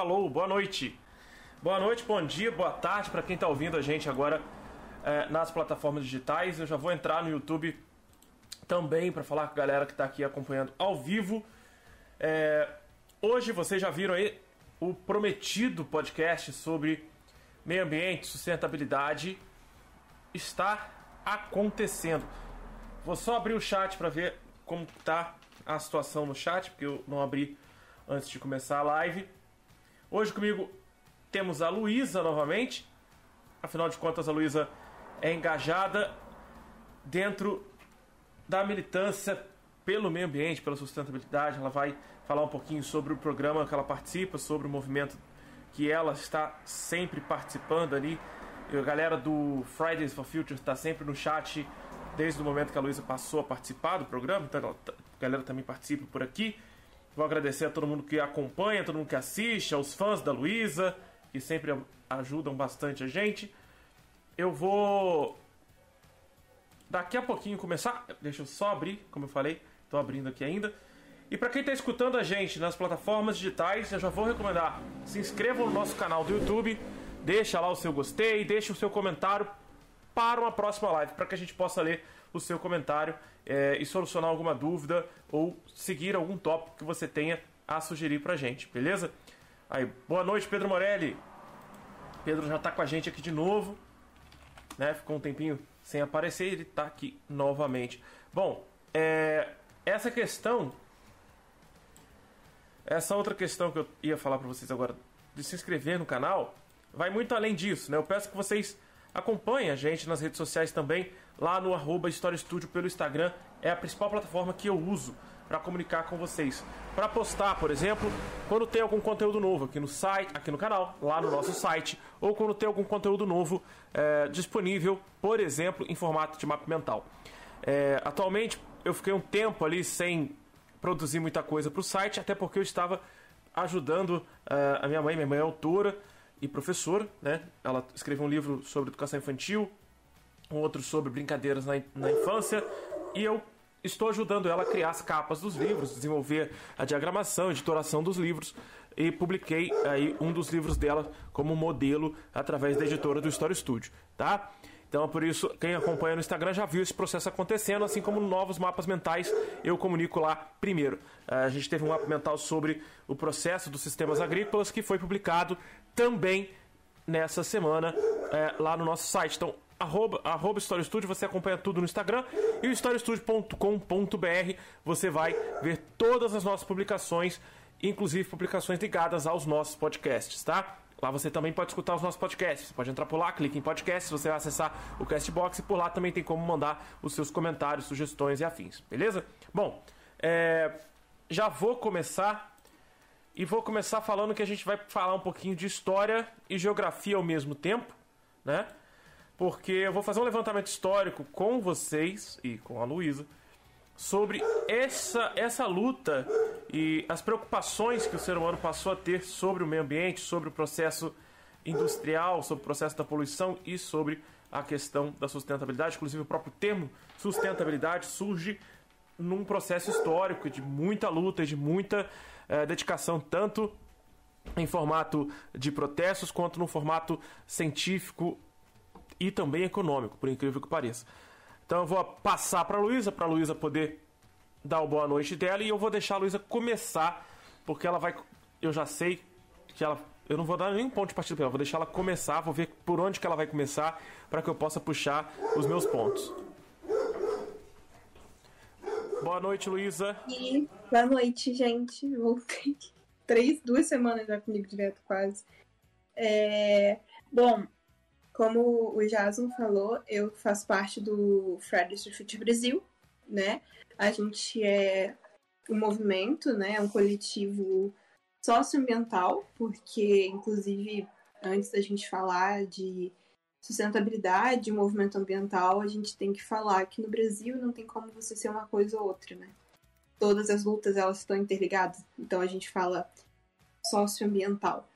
alô, boa noite. Boa noite, bom dia, boa tarde para quem está ouvindo a gente agora nas plataformas digitais. Eu já vou entrar no YouTube também para falar com a galera que está aqui acompanhando ao vivo. Hoje vocês já viram aí o prometido podcast sobre meio ambiente, sustentabilidade está acontecendo. Vou só abrir o chat para ver como está a situação no chat, porque eu não abri antes de começar a live. Hoje comigo temos a Luísa novamente. Afinal de contas, a Luísa é engajada dentro da militância pelo meio ambiente, pela sustentabilidade. Ela vai falar um pouquinho sobre o programa que ela participa, sobre o movimento que ela está sempre participando ali. E a galera do Fridays for Future está sempre no chat desde o momento que a Luísa passou a participar do programa. Então a galera também participa por aqui. Vou agradecer a todo mundo que acompanha, a todo mundo que assiste, aos fãs da Luísa, que sempre ajudam bastante a gente. Eu vou daqui a pouquinho começar. Deixa eu só abrir, como eu falei, estou abrindo aqui ainda. E para quem está escutando a gente nas plataformas digitais, eu já vou recomendar: se inscrevam no nosso canal do YouTube, deixa lá o seu gostei, deixa o seu comentário para uma próxima live, para que a gente possa ler o seu comentário e solucionar alguma dúvida ou seguir algum tópico que você tenha a sugerir pra gente, beleza? Aí, boa noite, Pedro Morelli. Pedro já tá com a gente aqui de novo, né? Ficou um tempinho sem aparecer, ele tá aqui novamente. Bom, essa outra questão que eu ia falar pra vocês agora, de se inscrever no canal, vai muito além disso, né? Eu peço que vocês acompanhem a gente nas redes sociais também, lá no @HistóriaStudio pelo Instagram. É a principal plataforma que eu uso para comunicar com vocês. Para postar, por exemplo, quando tem algum conteúdo novo aqui no site, aqui no canal, lá no nosso site, ou quando tem algum conteúdo novo disponível, por exemplo, em formato de mapa mental. Atualmente, eu fiquei um tempo ali sem produzir muita coisa para o site, até porque eu estava ajudando a minha mãe. Minha mãe é autora e professora, né? Ela escreveu um livro sobre educação infantil, um outro sobre brincadeiras na infância, e eu estou ajudando ela a criar as capas dos livros, desenvolver a diagramação, a editoração dos livros, e publiquei aí um dos livros dela como modelo através da editora do História Studio, tá? Então, por isso, quem acompanha no Instagram já viu esse processo acontecendo, assim como novos mapas mentais eu comunico lá primeiro. A gente teve um mapa mental sobre o processo dos sistemas agrícolas, que foi publicado também nessa semana lá no nosso site. Então, @, História Studio, você acompanha tudo no Instagram, e o historiastudio.com.br você vai ver todas as nossas publicações, inclusive publicações ligadas aos nossos podcasts, tá? Lá você também pode escutar os nossos podcasts. Você pode entrar por lá, clique em podcast, você vai acessar o Castbox, e por lá também tem como mandar os seus comentários, sugestões e afins, beleza? Bom, já vou começar, e vou começar falando que a gente vai falar um pouquinho de história e geografia ao mesmo tempo, né? Porque eu vou fazer um levantamento histórico com vocês e com a Luísa sobre essa luta e as preocupações que o ser humano passou a ter sobre o meio ambiente, sobre o processo industrial, sobre o processo da poluição e sobre a questão da sustentabilidade. Inclusive, o próprio termo sustentabilidade surge num processo histórico de muita luta e de muita dedicação, tanto em formato de protestos quanto no formato científico e também econômico, por incrível que pareça. Então eu vou passar para a Luísa poder dar o boa noite dela, e eu vou deixar a Luísa começar, porque ela vai... Eu já sei que ela... Eu não vou dar nenhum ponto de partida para ela, vou deixar ela começar, vou ver por onde que ela vai começar, para que eu possa puxar os meus pontos. Boa noite, Luísa. E boa noite, gente. Voltei 2 semanas já comigo direto, quase. Bom, como o Jason falou, eu faço parte do Fridays for Future Brasil, né? A gente é um movimento, né? Um coletivo socioambiental, porque, inclusive, antes da gente falar de sustentabilidade, movimento ambiental, a gente tem que falar que no Brasil não tem como você ser uma coisa ou outra, né? Todas as lutas, elas estão interligadas, então a gente fala socioambiental.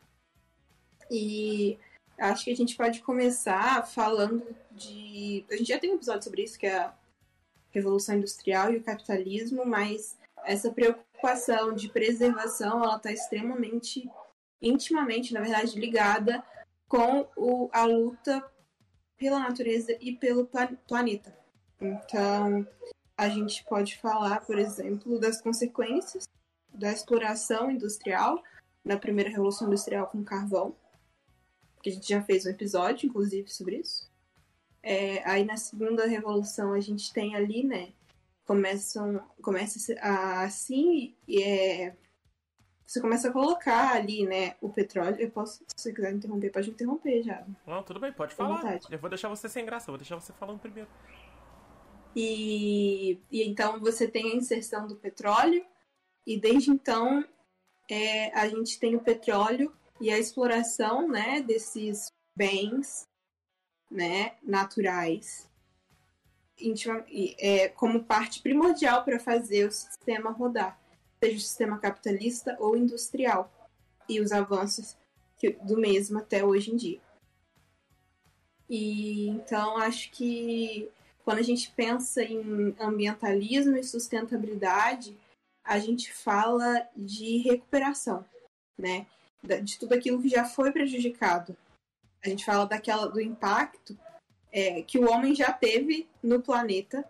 E acho que a gente pode começar falando de... A gente já tem um episódio sobre isso, que é a Revolução Industrial e o capitalismo, mas essa preocupação de preservação, ela está extremamente intimamente, na verdade, ligada com a luta pela natureza e pelo planeta. Então, a gente pode falar, por exemplo, das consequências da exploração industrial na primeira Revolução Industrial com carvão, que a gente já fez um episódio, inclusive, sobre isso. Aí, na segunda Revolução, a gente tem ali, né, começa assim, você começa a colocar ali, né, o petróleo. Se você quiser interromper, pode interromper já. Não, tudo bem, pode falar. Eu vou deixar você sem graça, eu vou deixar você falando primeiro. E então você tem a inserção do petróleo, e desde então a gente tem o petróleo e a exploração, né, desses bens, né, naturais como parte primordial para fazer o sistema rodar, seja o sistema capitalista ou industrial, e os avanços do mesmo até hoje em dia. E então acho que quando a gente pensa em ambientalismo e sustentabilidade, a gente fala de recuperação, né, de tudo aquilo que já foi prejudicado. A gente fala do impacto que o homem já teve no planeta,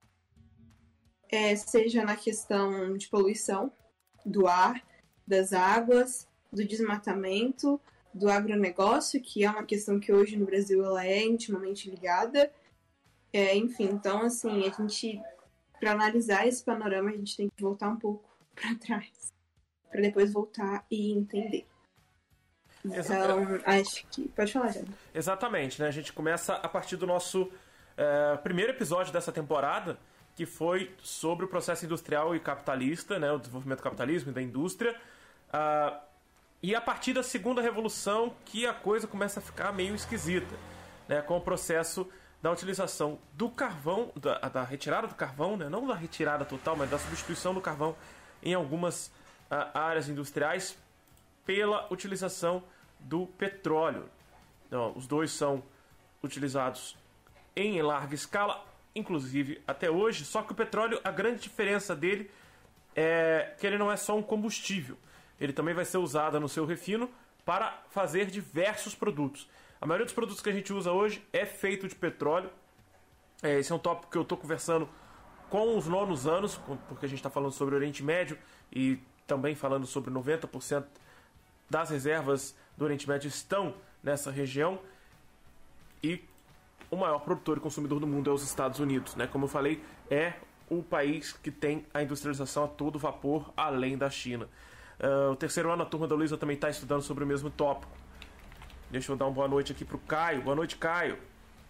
seja na questão de poluição do ar, das águas, do desmatamento, do agronegócio, que é uma questão que hoje no Brasil ela é intimamente ligada. Enfim, então, assim, a gente, para analisar esse panorama, a gente tem que voltar um pouco para trás, para depois voltar e entender. Então, acho que... Pode falar, Jana. Exatamente, né? A gente começa a partir do nosso primeiro episódio dessa temporada, que foi sobre o processo industrial e capitalista, né? O desenvolvimento do capitalismo e da indústria. E a partir da segunda revolução que a coisa começa a ficar meio esquisita, né? Com o processo da utilização do carvão, da retirada do carvão, né? Não da retirada total, mas da substituição do carvão em algumas áreas industriais pela utilização do petróleo. Então, os dois são utilizados em larga escala, inclusive até hoje, só que o petróleo, a grande diferença dele é que ele não é só um combustível, ele também vai ser usado no seu refino para fazer diversos produtos. A maioria dos produtos que a gente usa hoje é feito de petróleo. Esse é um tópico que eu estou conversando com os nonos anos, porque a gente está falando sobre o Oriente Médio e também falando sobre 90% das reservas do Oriente Médio estão nessa região, e o maior produtor e consumidor do mundo é os Estados Unidos, né? Como eu falei, é o país que tem a industrialização a todo vapor, além da China. O terceiro ano, a turma da Luísa também está estudando sobre o mesmo tópico. Deixa eu dar uma boa noite aqui pro Caio. Boa noite, Caio.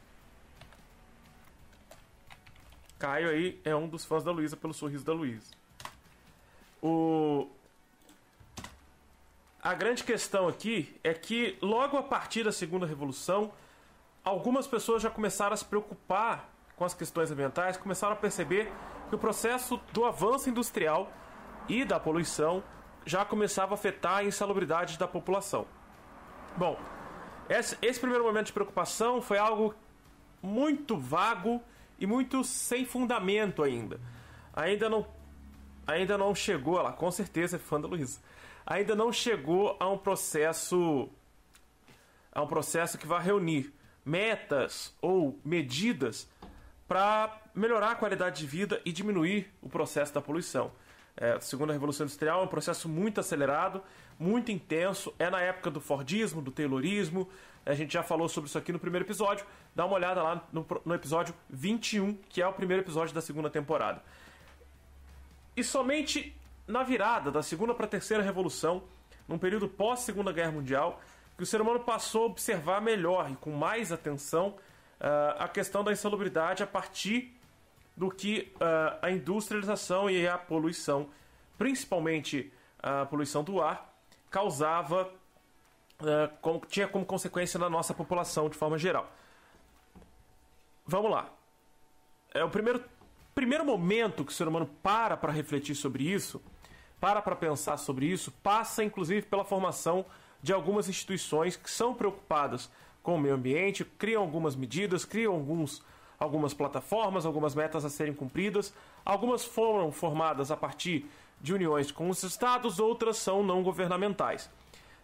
Caio aí é um dos fãs da Luísa pelo sorriso da Luísa. A grande questão aqui é que logo a partir da segunda revolução, algumas pessoas já começaram a se preocupar com as questões ambientais, começaram a perceber que o processo do avanço industrial e da poluição já começava a afetar a insalubridade da população. Bom, esse primeiro momento de preocupação foi algo muito vago e muito sem fundamento ainda. Ainda não chegou, ela com certeza é fã da Luísa, ainda não chegou a um processo que vai reunir metas ou medidas para melhorar a qualidade de vida e diminuir o processo da poluição. A segunda Revolução Industrial é um processo muito acelerado, muito intenso, é na época do Fordismo, do Taylorismo. A gente já falou sobre isso aqui no primeiro episódio, dá uma olhada lá no episódio 21, que é o primeiro episódio da segunda temporada. E somente na virada da segunda para a terceira revolução, num período pós-segunda guerra mundial, que o ser humano passou a observar melhor e com mais atenção a questão da insalubridade a partir do que a industrialização e a poluição, principalmente a poluição do ar, causava, tinha como consequência na nossa população de forma geral. Vamos lá. O primeiro momento que o ser humano para refletir sobre isso, para pensar sobre isso, passa inclusive pela formação de algumas instituições que são preocupadas com o meio ambiente, criam algumas medidas, criam algumas plataformas, algumas metas a serem cumpridas. Algumas foram formadas a partir de uniões com os estados, outras são não governamentais.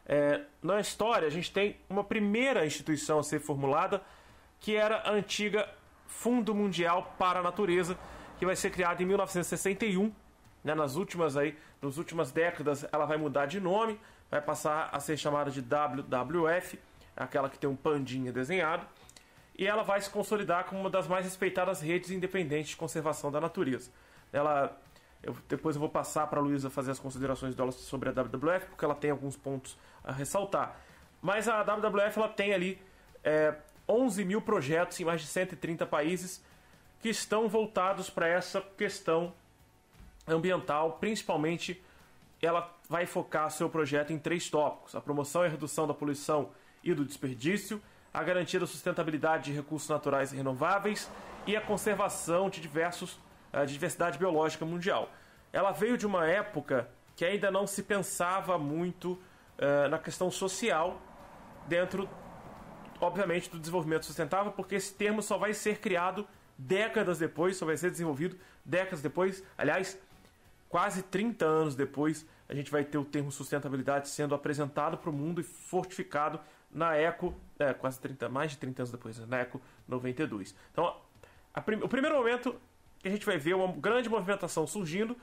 Na história, a gente tem uma primeira instituição a ser formulada, que era a antiga Fundo Mundial para a Natureza, que vai ser criada em 1961. Né? Nas últimas décadas, ela vai mudar de nome, vai passar a ser chamada de WWF, aquela que tem um pandinha desenhado, e ela vai se consolidar como uma das mais respeitadas redes independentes de conservação da natureza. Depois eu vou passar para a Luísa fazer as considerações dela sobre a WWF, porque ela tem alguns pontos a ressaltar. Mas a WWF ela tem ali 11 mil projetos em mais de 130 países que estão voltados para essa questão ambiental. Principalmente, ela vai focar seu projeto em 3 tópicos: a promoção e a redução da poluição e do desperdício, a garantia da sustentabilidade de recursos naturais e renováveis e a conservação de diversidade biológica mundial. Ela veio de uma época que ainda não se pensava muito na questão social dentro, obviamente, do desenvolvimento sustentável, porque esse termo só vai ser criado décadas depois, só vai ser desenvolvido décadas depois. Aliás, quase 30 anos depois, a gente vai ter o termo sustentabilidade sendo apresentado para o mundo e fortificado na ECO, mais de 30 anos depois, na ECO 92. Então, o primeiro momento que a gente vai ver uma grande movimentação surgindo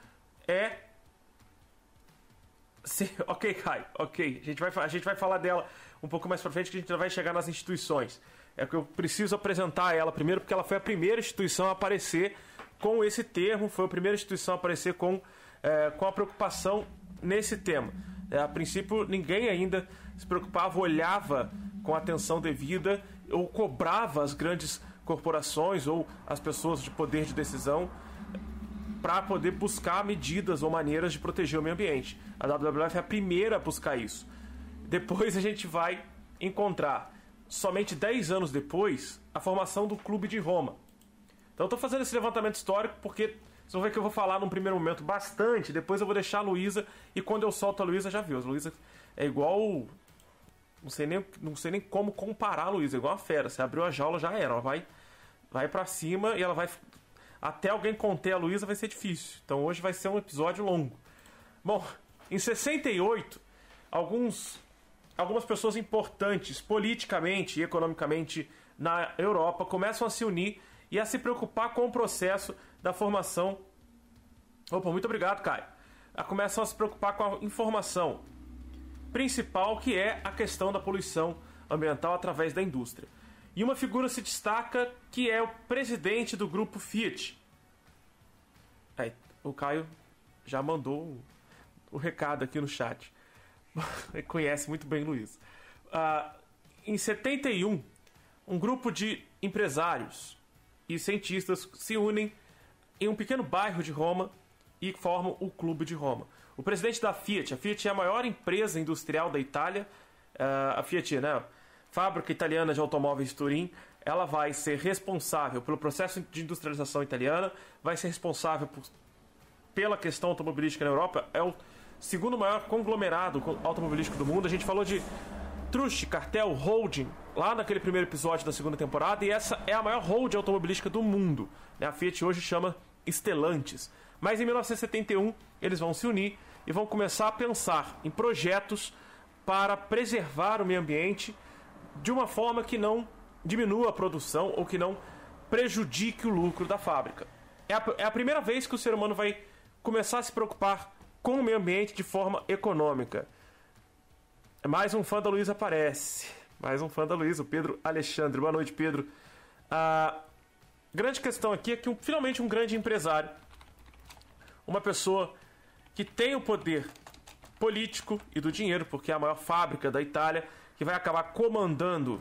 Ok, Caio, ok. A gente vai falar dela um pouco mais pra frente, que a gente vai chegar nas instituições. É que eu preciso apresentar ela primeiro, porque ela foi a primeira instituição a aparecer com esse termo, foi a primeira instituição a aparecer com a preocupação nesse tema. A princípio, ninguém ainda se preocupava, olhava com a atenção devida ou cobrava as grandes corporações ou as pessoas de poder de decisão para poder buscar medidas ou maneiras de proteger o meio ambiente. A WWF é a primeira a buscar isso. Depois a gente vai encontrar, somente 10 anos depois, a formação do Clube de Roma. Então eu estou fazendo esse levantamento histórico porque vocês vão ver que eu vou falar num primeiro momento bastante, depois eu vou deixar a Luísa, e quando eu solto a Luísa, já viu. A Luísa é igual... Não sei nem como comparar a Luísa, é igual a fera. Você abriu a jaula, já era. Ela vai pra cima e ela vai... Até alguém conter a Luísa vai ser difícil. Então hoje vai ser um episódio longo. Bom, em 68, algumas pessoas importantes politicamente e economicamente na Europa começam a se unir e a se preocupar com o processo da formação... Opa, muito obrigado, Caio. Começam a se preocupar com a informação principal, que é a questão da poluição ambiental através da indústria. E uma figura se destaca, que é o presidente do grupo Fiat. O Caio já mandou o recado aqui no chat. Ele conhece muito bem Luiz. Em 71, um grupo de empresários e cientistas se unem em um pequeno bairro de Roma e formam o Clube de Roma. O presidente da Fiat, a Fiat é a maior empresa industrial da Itália, a Fiat, né? Fábrica italiana de automóveis de Turim, ela vai ser responsável pelo processo de industrialização italiana, vai ser responsável pela questão automobilística na Europa, é o segundo maior conglomerado automobilístico do mundo. A gente falou de Trust, cartel, holding, lá naquele primeiro episódio da segunda temporada, e essa é a maior holding automobilística do mundo. A Fiat hoje chama Stellantis. Mas em 1971 eles vão se unir e vão começar a pensar em projetos para preservar o meio ambiente de uma forma que não diminua a produção ou que não prejudique o lucro da fábrica. É a primeira vez que o ser humano vai começar a se preocupar com o meio ambiente de forma econômica. Mais um fã da Luísa aparece. Mais um fã da Luísa, o Pedro Alexandre. Boa noite, Pedro. A grande questão aqui é que finalmente um grande empresário, uma pessoa que tem o poder político e do dinheiro, porque é a maior fábrica da Itália, que vai acabar comandando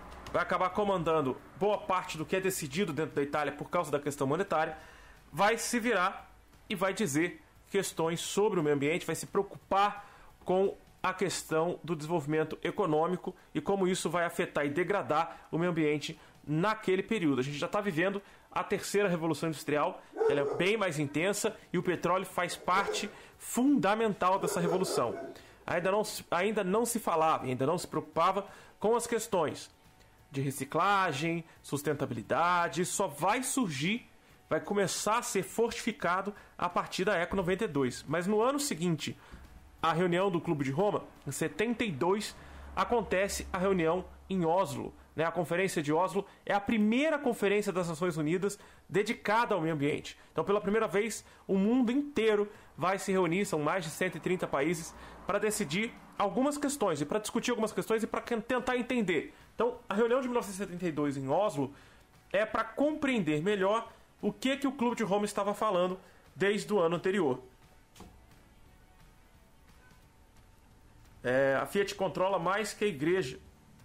boa parte do que é decidido dentro da Itália por causa da questão monetária, vai se virar e vai dizer questões sobre o meio ambiente, vai se preocupar com a questão do desenvolvimento econômico e como isso vai afetar e degradar o meio ambiente naquele período. A gente já está vivendo a terceira revolução industrial, ela é bem mais intensa e o petróleo faz parte fundamental dessa revolução. Ainda não se falava, ainda não se preocupava com as questões de reciclagem, sustentabilidade. Só vai surgir, vai começar a ser fortificado a partir da ECO 92. Mas no ano seguinte, a reunião do Clube de Roma, em 72, acontece a reunião em Oslo. A Conferência de Oslo é a primeira conferência das Nações Unidas dedicada ao meio ambiente. Então, pela primeira vez, o mundo inteiro vai se reunir, são mais de 130 países, para decidir algumas questões, e para discutir algumas questões e para tentar entender. Então, a reunião de 1972 em Oslo é para compreender melhor o que o Clube de Roma estava falando desde o ano anterior. A Fiat controla mais que a igreja.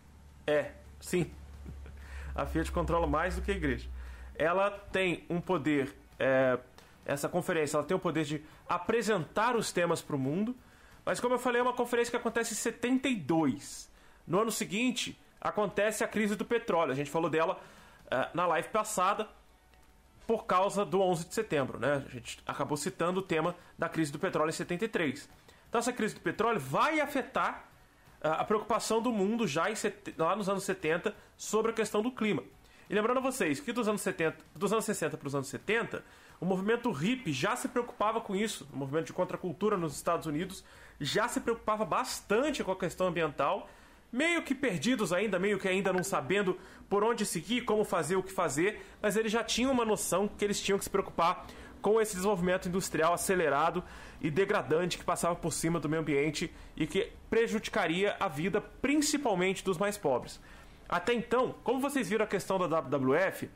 Sim. A Fiat controla mais do que a igreja. Ela tem um poder, essa conferência, ela tem o poder de apresentar os temas para o mundo, mas como eu falei, é uma conferência que acontece em 72. No ano seguinte, acontece a crise do petróleo. A gente falou dela na live passada, por causa do 11 de setembro. A gente acabou citando o tema da crise do petróleo em 73. Então essa crise do petróleo vai afetar a preocupação do mundo já lá nos anos 70 sobre a questão do clima. E lembrando a vocês que dos anos 60 para os anos 70, o movimento hippie já se preocupava com isso. O movimento de contracultura nos Estados Unidos já se preocupava bastante com a questão ambiental, meio que perdidos ainda, meio que ainda não sabendo por onde seguir, como fazer, o que fazer, mas eles já tinham uma noção que eles tinham que se preocupar com esse desenvolvimento industrial acelerado e degradante que passava por cima do meio ambiente e que prejudicaria a vida principalmente dos mais pobres. Até então, como vocês viram a questão da WWF,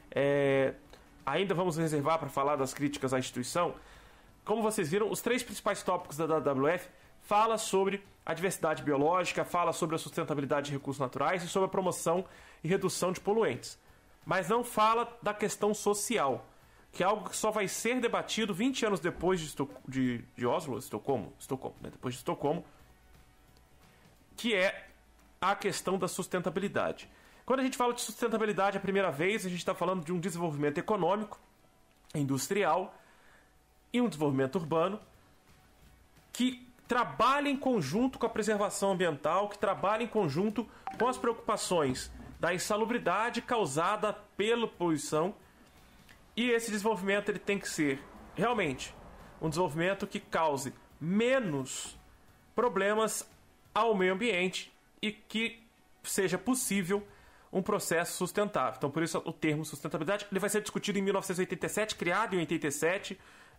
ainda vamos reservar para falar das críticas à instituição. Como vocês viram, os 3 principais tópicos da WWF fala sobre a diversidade biológica, fala sobre a sustentabilidade de recursos naturais e sobre a promoção e redução de poluentes. Mas não fala da questão social, que é algo que só vai ser debatido 20 anos depois de Oslo, Estocolmo, depois de Estocolmo, que é a questão da sustentabilidade. Quando a gente fala de sustentabilidade a primeira vez, a gente está falando de um desenvolvimento econômico, industrial e um desenvolvimento urbano que trabalha em conjunto com a preservação ambiental, que trabalha em conjunto com as preocupações da insalubridade causada pela poluição. E esse desenvolvimento ele tem que ser realmente um desenvolvimento que cause menos problemas ao meio ambiente e que seja possível um processo sustentável. Então, por isso o termo sustentabilidade ele vai ser discutido em 1987, criado em 87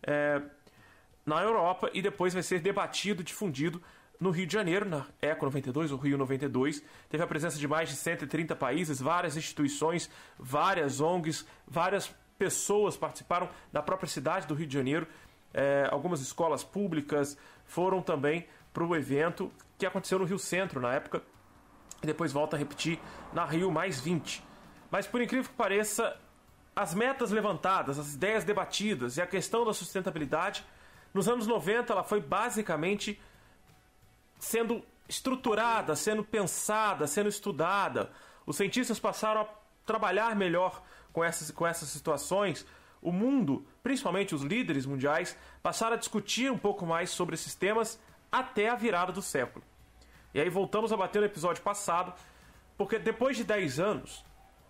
na Europa, e depois vai ser debatido e difundido no Rio de Janeiro, na Eco 92, ou Rio 92. Teve a presença de mais de 130 países, várias instituições, várias ONGs, várias pessoas participaram da própria cidade do Rio de Janeiro. Algumas escolas públicas foram também para o evento, que aconteceu no Rio Centro na época, e depois volta a repetir na Rio mais 20. Mas por incrível que pareça, as metas levantadas, as ideias debatidas e a questão da sustentabilidade, nos anos 90 ela foi basicamente sendo estruturada, sendo pensada, sendo estudada. Os cientistas passaram a trabalhar melhor com essas situações. O mundo, principalmente os líderes mundiais, passaram a discutir um pouco mais sobre esses temas até a virada do século. E aí voltamos a bater no episódio passado, porque depois de 10 anos,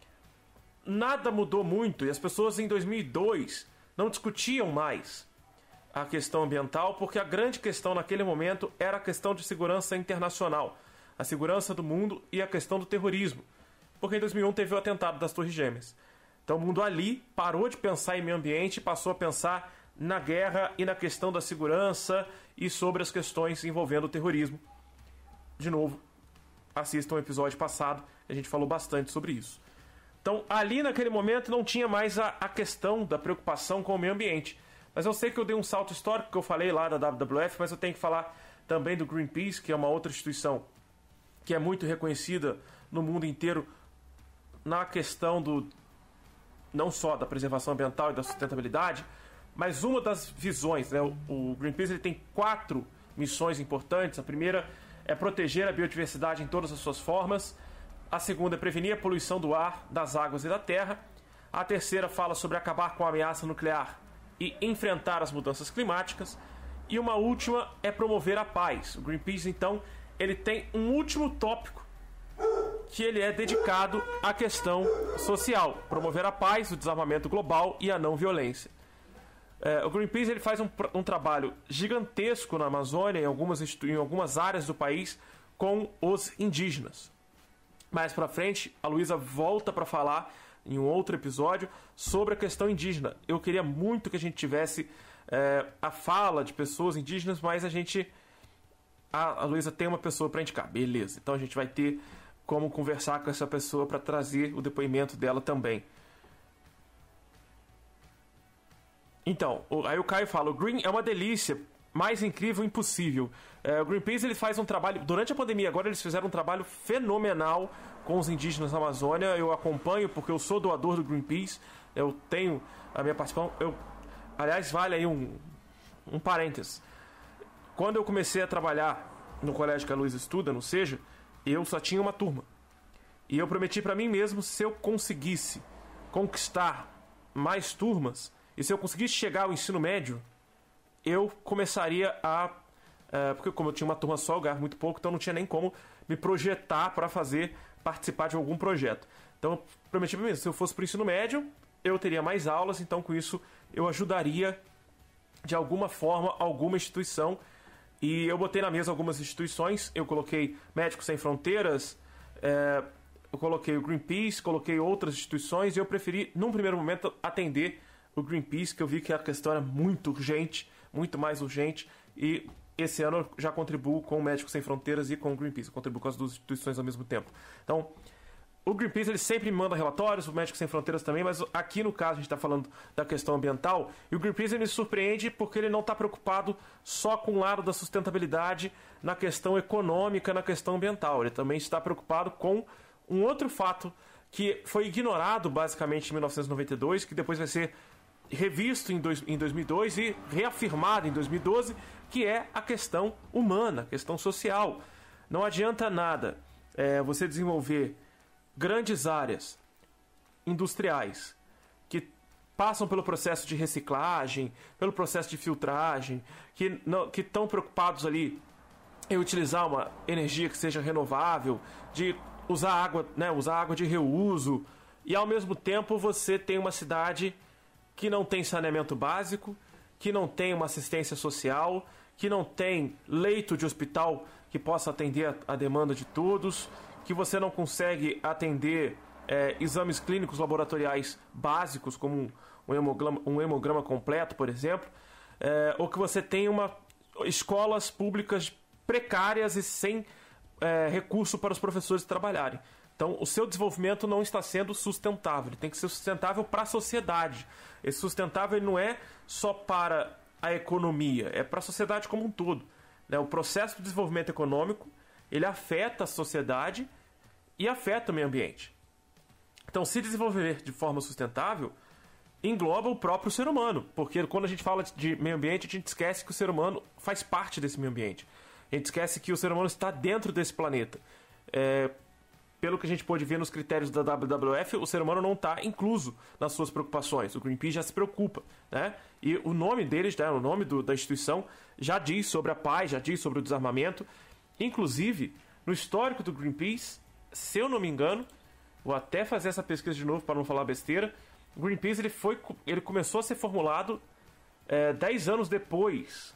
nada mudou muito e as pessoas em 2002 não discutiam mais a questão ambiental, porque a grande questão naquele momento era a questão de segurança internacional, a segurança do mundo e a questão do terrorismo, porque em 2001 teve o atentado das Torres Gêmeas. Então o mundo ali parou de pensar em meio ambiente e passou a pensar na guerra e na questão da segurança e sobre as questões envolvendo o terrorismo. De novo, assistam o episódio passado, a gente falou bastante sobre isso. Então ali naquele momento não tinha mais a questão da preocupação com o meio ambiente. Mas eu sei que eu dei um salto histórico que eu falei lá da WWF, mas eu tenho que falar também do Greenpeace, que é uma outra instituição que é muito reconhecida no mundo inteiro na questão não só da preservação ambiental e da sustentabilidade, mas uma das visões, né? O Greenpeace ele tem 4 missões importantes. A primeira é proteger a biodiversidade em todas as suas formas. A segunda é prevenir a poluição do ar, das águas e da terra. A terceira fala sobre acabar com a ameaça nuclear e enfrentar as mudanças climáticas. E uma última é promover a paz. O Greenpeace, então, ele tem um último tópico que ele é dedicado à questão social. Promover a paz, o desarmamento global e a não violência. O Greenpeace ele faz um trabalho gigantesco na Amazônia, em algumas áreas do país, com os indígenas. Mais pra frente, a Luísa volta para falar em um outro episódio sobre a questão indígena. Eu queria muito que a gente tivesse a fala de pessoas indígenas, mas a Luísa tem uma pessoa para indicar. Beleza, então a gente vai ter como conversar com essa pessoa para trazer o depoimento dela também. Então, aí o Caio fala, o Green é uma delícia, mais incrível impossível. O Greenpeace ele faz um trabalho, durante a pandemia agora eles fizeram um trabalho fenomenal com os indígenas na Amazônia. Eu acompanho porque eu sou doador do Greenpeace, eu tenho a minha participação. Aliás, vale aí um parênteses. Quando eu comecei a trabalhar no colégio que a Luísa estuda, no SEJA, eu só tinha uma turma. E eu prometi para mim mesmo, se eu conseguisse conquistar mais turmas, e se eu conseguisse chegar ao ensino médio, eu começaria porque como eu tinha uma turma só, eu ganhava muito pouco, então não tinha nem como me projetar para participar de algum projeto. Então eu prometi para mim, se eu fosse para o ensino médio, eu teria mais aulas, então com isso eu ajudaria de alguma forma alguma instituição. E eu botei na mesa algumas instituições, eu coloquei Médicos Sem Fronteiras, eu coloquei o Greenpeace, coloquei outras instituições, e eu preferi, num primeiro momento, atender o Greenpeace, que eu vi que a questão era muito urgente, muito mais urgente, e esse ano eu já contribuo com o Médicos Sem Fronteiras e com o Greenpeace, eu contribuo com as duas instituições ao mesmo tempo. Então, o Greenpeace ele sempre me manda relatórios, o Médicos Sem Fronteiras também, mas aqui no caso a gente está falando da questão ambiental, e o Greenpeace ele me surpreende porque ele não está preocupado só com o lado da sustentabilidade na questão econômica, na questão ambiental, ele também está preocupado com um outro fato que foi ignorado basicamente em 1992, que depois vai ser revisto em 2002 e reafirmado em 2012, que é a questão humana, a questão social. Não adianta nada você desenvolver grandes áreas industriais que passam pelo processo de reciclagem, pelo processo de filtragem, que estão preocupados ali em utilizar uma energia que seja renovável, de usar água de reuso, e ao mesmo tempo você tem uma cidade que não tem saneamento básico, que não tem uma assistência social, que não tem leito de hospital que possa atender a demanda de todos, que você não consegue atender exames clínicos laboratoriais básicos, como um hemograma completo, por exemplo, ou que você tem escolas públicas precárias e sem recurso para os professores trabalharem. Então, o seu desenvolvimento não está sendo sustentável, ele tem que ser sustentável para a sociedade. Esse sustentável não é só para a economia, é para a sociedade como um todo. O processo de desenvolvimento econômico, ele afeta a sociedade e afeta o meio ambiente. Então, se desenvolver de forma sustentável, engloba o próprio ser humano, porque quando a gente fala de meio ambiente, a gente esquece que o ser humano faz parte desse meio ambiente. A gente esquece que o ser humano está dentro desse planeta. Pelo que a gente pôde ver nos critérios da WWF, o ser humano não está incluso nas suas preocupações. O Greenpeace já se preocupa, né? E o nome deles, o nome da instituição, já diz sobre a paz, já diz sobre o desarmamento. Inclusive, no histórico do Greenpeace, se eu não me engano, vou até fazer essa pesquisa de novo para não falar besteira, o Greenpeace ele começou a ser formulado 10 anos depois.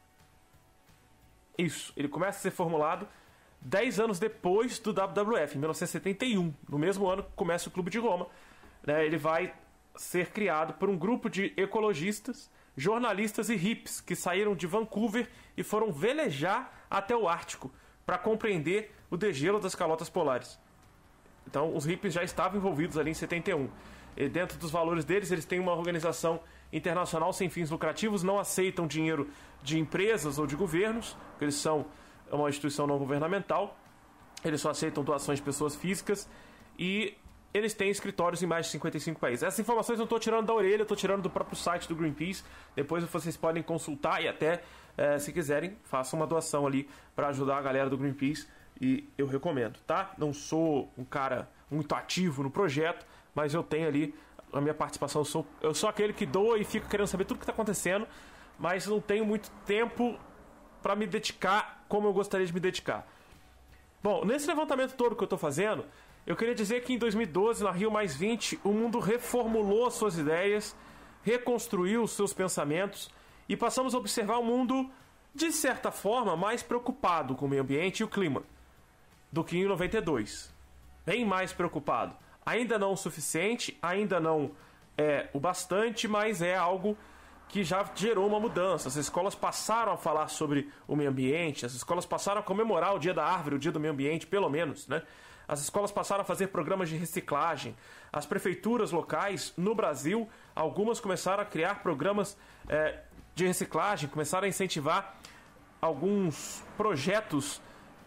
Isso, ele começa a ser formulado 10 anos depois do WWF, em 1971. No mesmo ano que começa o Clube de Roma. Ele vai ser criado por um grupo de ecologistas, jornalistas e hippies que saíram de Vancouver e foram velejar até o Ártico para compreender o degelo das calotas polares. Então, os hippies já estavam envolvidos ali em 71. E dentro dos valores deles, eles têm uma organização internacional sem fins lucrativos, não aceitam dinheiro de empresas ou de governos, porque eles são uma instituição não governamental, eles só aceitam doações de pessoas físicas e eles têm escritórios em mais de 55 países. Essas informações eu não estou tirando da orelha, eu estou tirando do próprio site do Greenpeace. Depois vocês podem consultar e até, se quiserem, façam uma doação ali para ajudar a galera do Greenpeace e eu recomendo, tá? Não sou um cara muito ativo no projeto, mas eu tenho ali a minha participação. Eu sou aquele que doa e fica querendo saber tudo que está acontecendo, mas não tenho muito tempo para me dedicar como eu gostaria de me dedicar. Bom, nesse levantamento todo que eu estou fazendo, eu queria dizer que em 2012, na Rio+20, o mundo reformulou as suas ideias reconstruiu os seus pensamentos e passamos a observar um mundo, de certa forma, mais preocupado com o meio ambiente e o clima do que em 92. Bem mais preocupado. Ainda não o suficiente, ainda não é o bastante, mas é algo que já gerou uma mudança. As escolas passaram a falar sobre o meio ambiente, as escolas passaram a comemorar o Dia da Árvore, o Dia do Meio Ambiente, pelo menos, né? As escolas passaram a fazer programas de reciclagem. As prefeituras locais, no Brasil, algumas começaram a criar programas de reciclagem, começaram a incentivar alguns projetos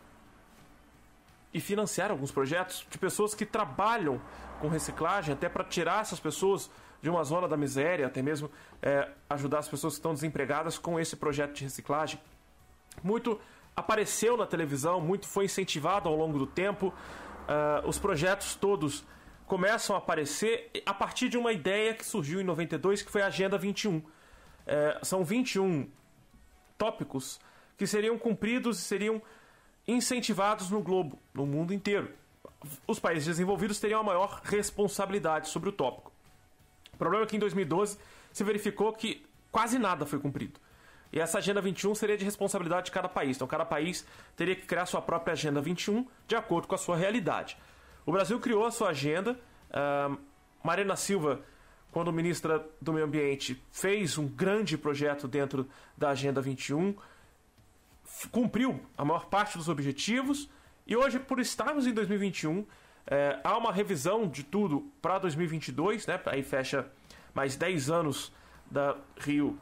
e financiar alguns projetos de pessoas que trabalham com reciclagem, até para tirar essas pessoas de uma zona da miséria, até mesmo ajudar as pessoas que estão desempregadas com esse projeto de reciclagem. Muito apareceu na televisão, muito foi incentivado ao longo do tempo. Os projetos todos começam a aparecer a partir de uma ideia que surgiu em 92, que foi a Agenda 21. São 21 tópicos que seriam cumpridos e seriam incentivados no globo, no mundo inteiro. Os países desenvolvidos teriam a maior responsabilidade sobre o tópico. O problema é que em 2012 se verificou que quase nada foi cumprido. E essa Agenda 21 seria de responsabilidade de cada país. Então, cada país teria que criar sua própria Agenda 21 de acordo com a sua realidade. O Brasil criou a sua agenda. Marina Silva, quando ministra do Meio Ambiente, fez um grande projeto dentro da Agenda 21, cumpriu a maior parte dos objetivos, e hoje, por estarmos em 2021, há uma revisão de tudo para 2022, né? Aí fecha mais 10 anos da Rio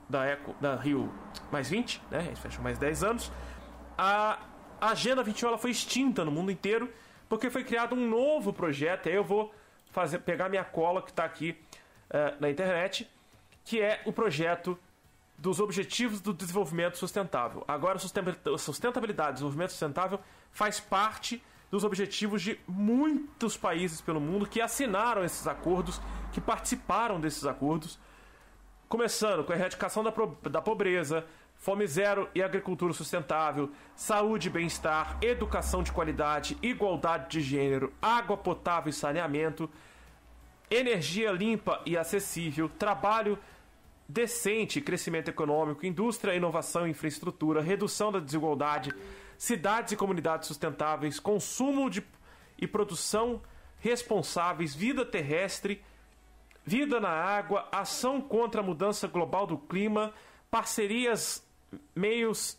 mais 20, né? Fecha mais 10 anos. A Agenda 21 ela foi extinta no mundo inteiro porque foi criado um novo projeto. Aí eu vou pegar minha cola que está aqui na internet, que é o projeto dos Objetivos do Desenvolvimento Sustentável. Agora, sustentabilidade, desenvolvimento sustentável faz parte dos objetivos de muitos países pelo mundo que assinaram esses acordos, que participaram desses acordos, começando com a erradicação da pobreza, fome zero e agricultura sustentável, saúde e bem-estar, educação de qualidade, igualdade de gênero, água potável e saneamento, energia limpa e acessível, trabalho decente, crescimento econômico, indústria, inovação e infraestrutura, redução da desigualdade, cidades e comunidades sustentáveis, consumo e produção responsáveis, vida terrestre, vida na água, ação contra a mudança global do clima, parcerias e meios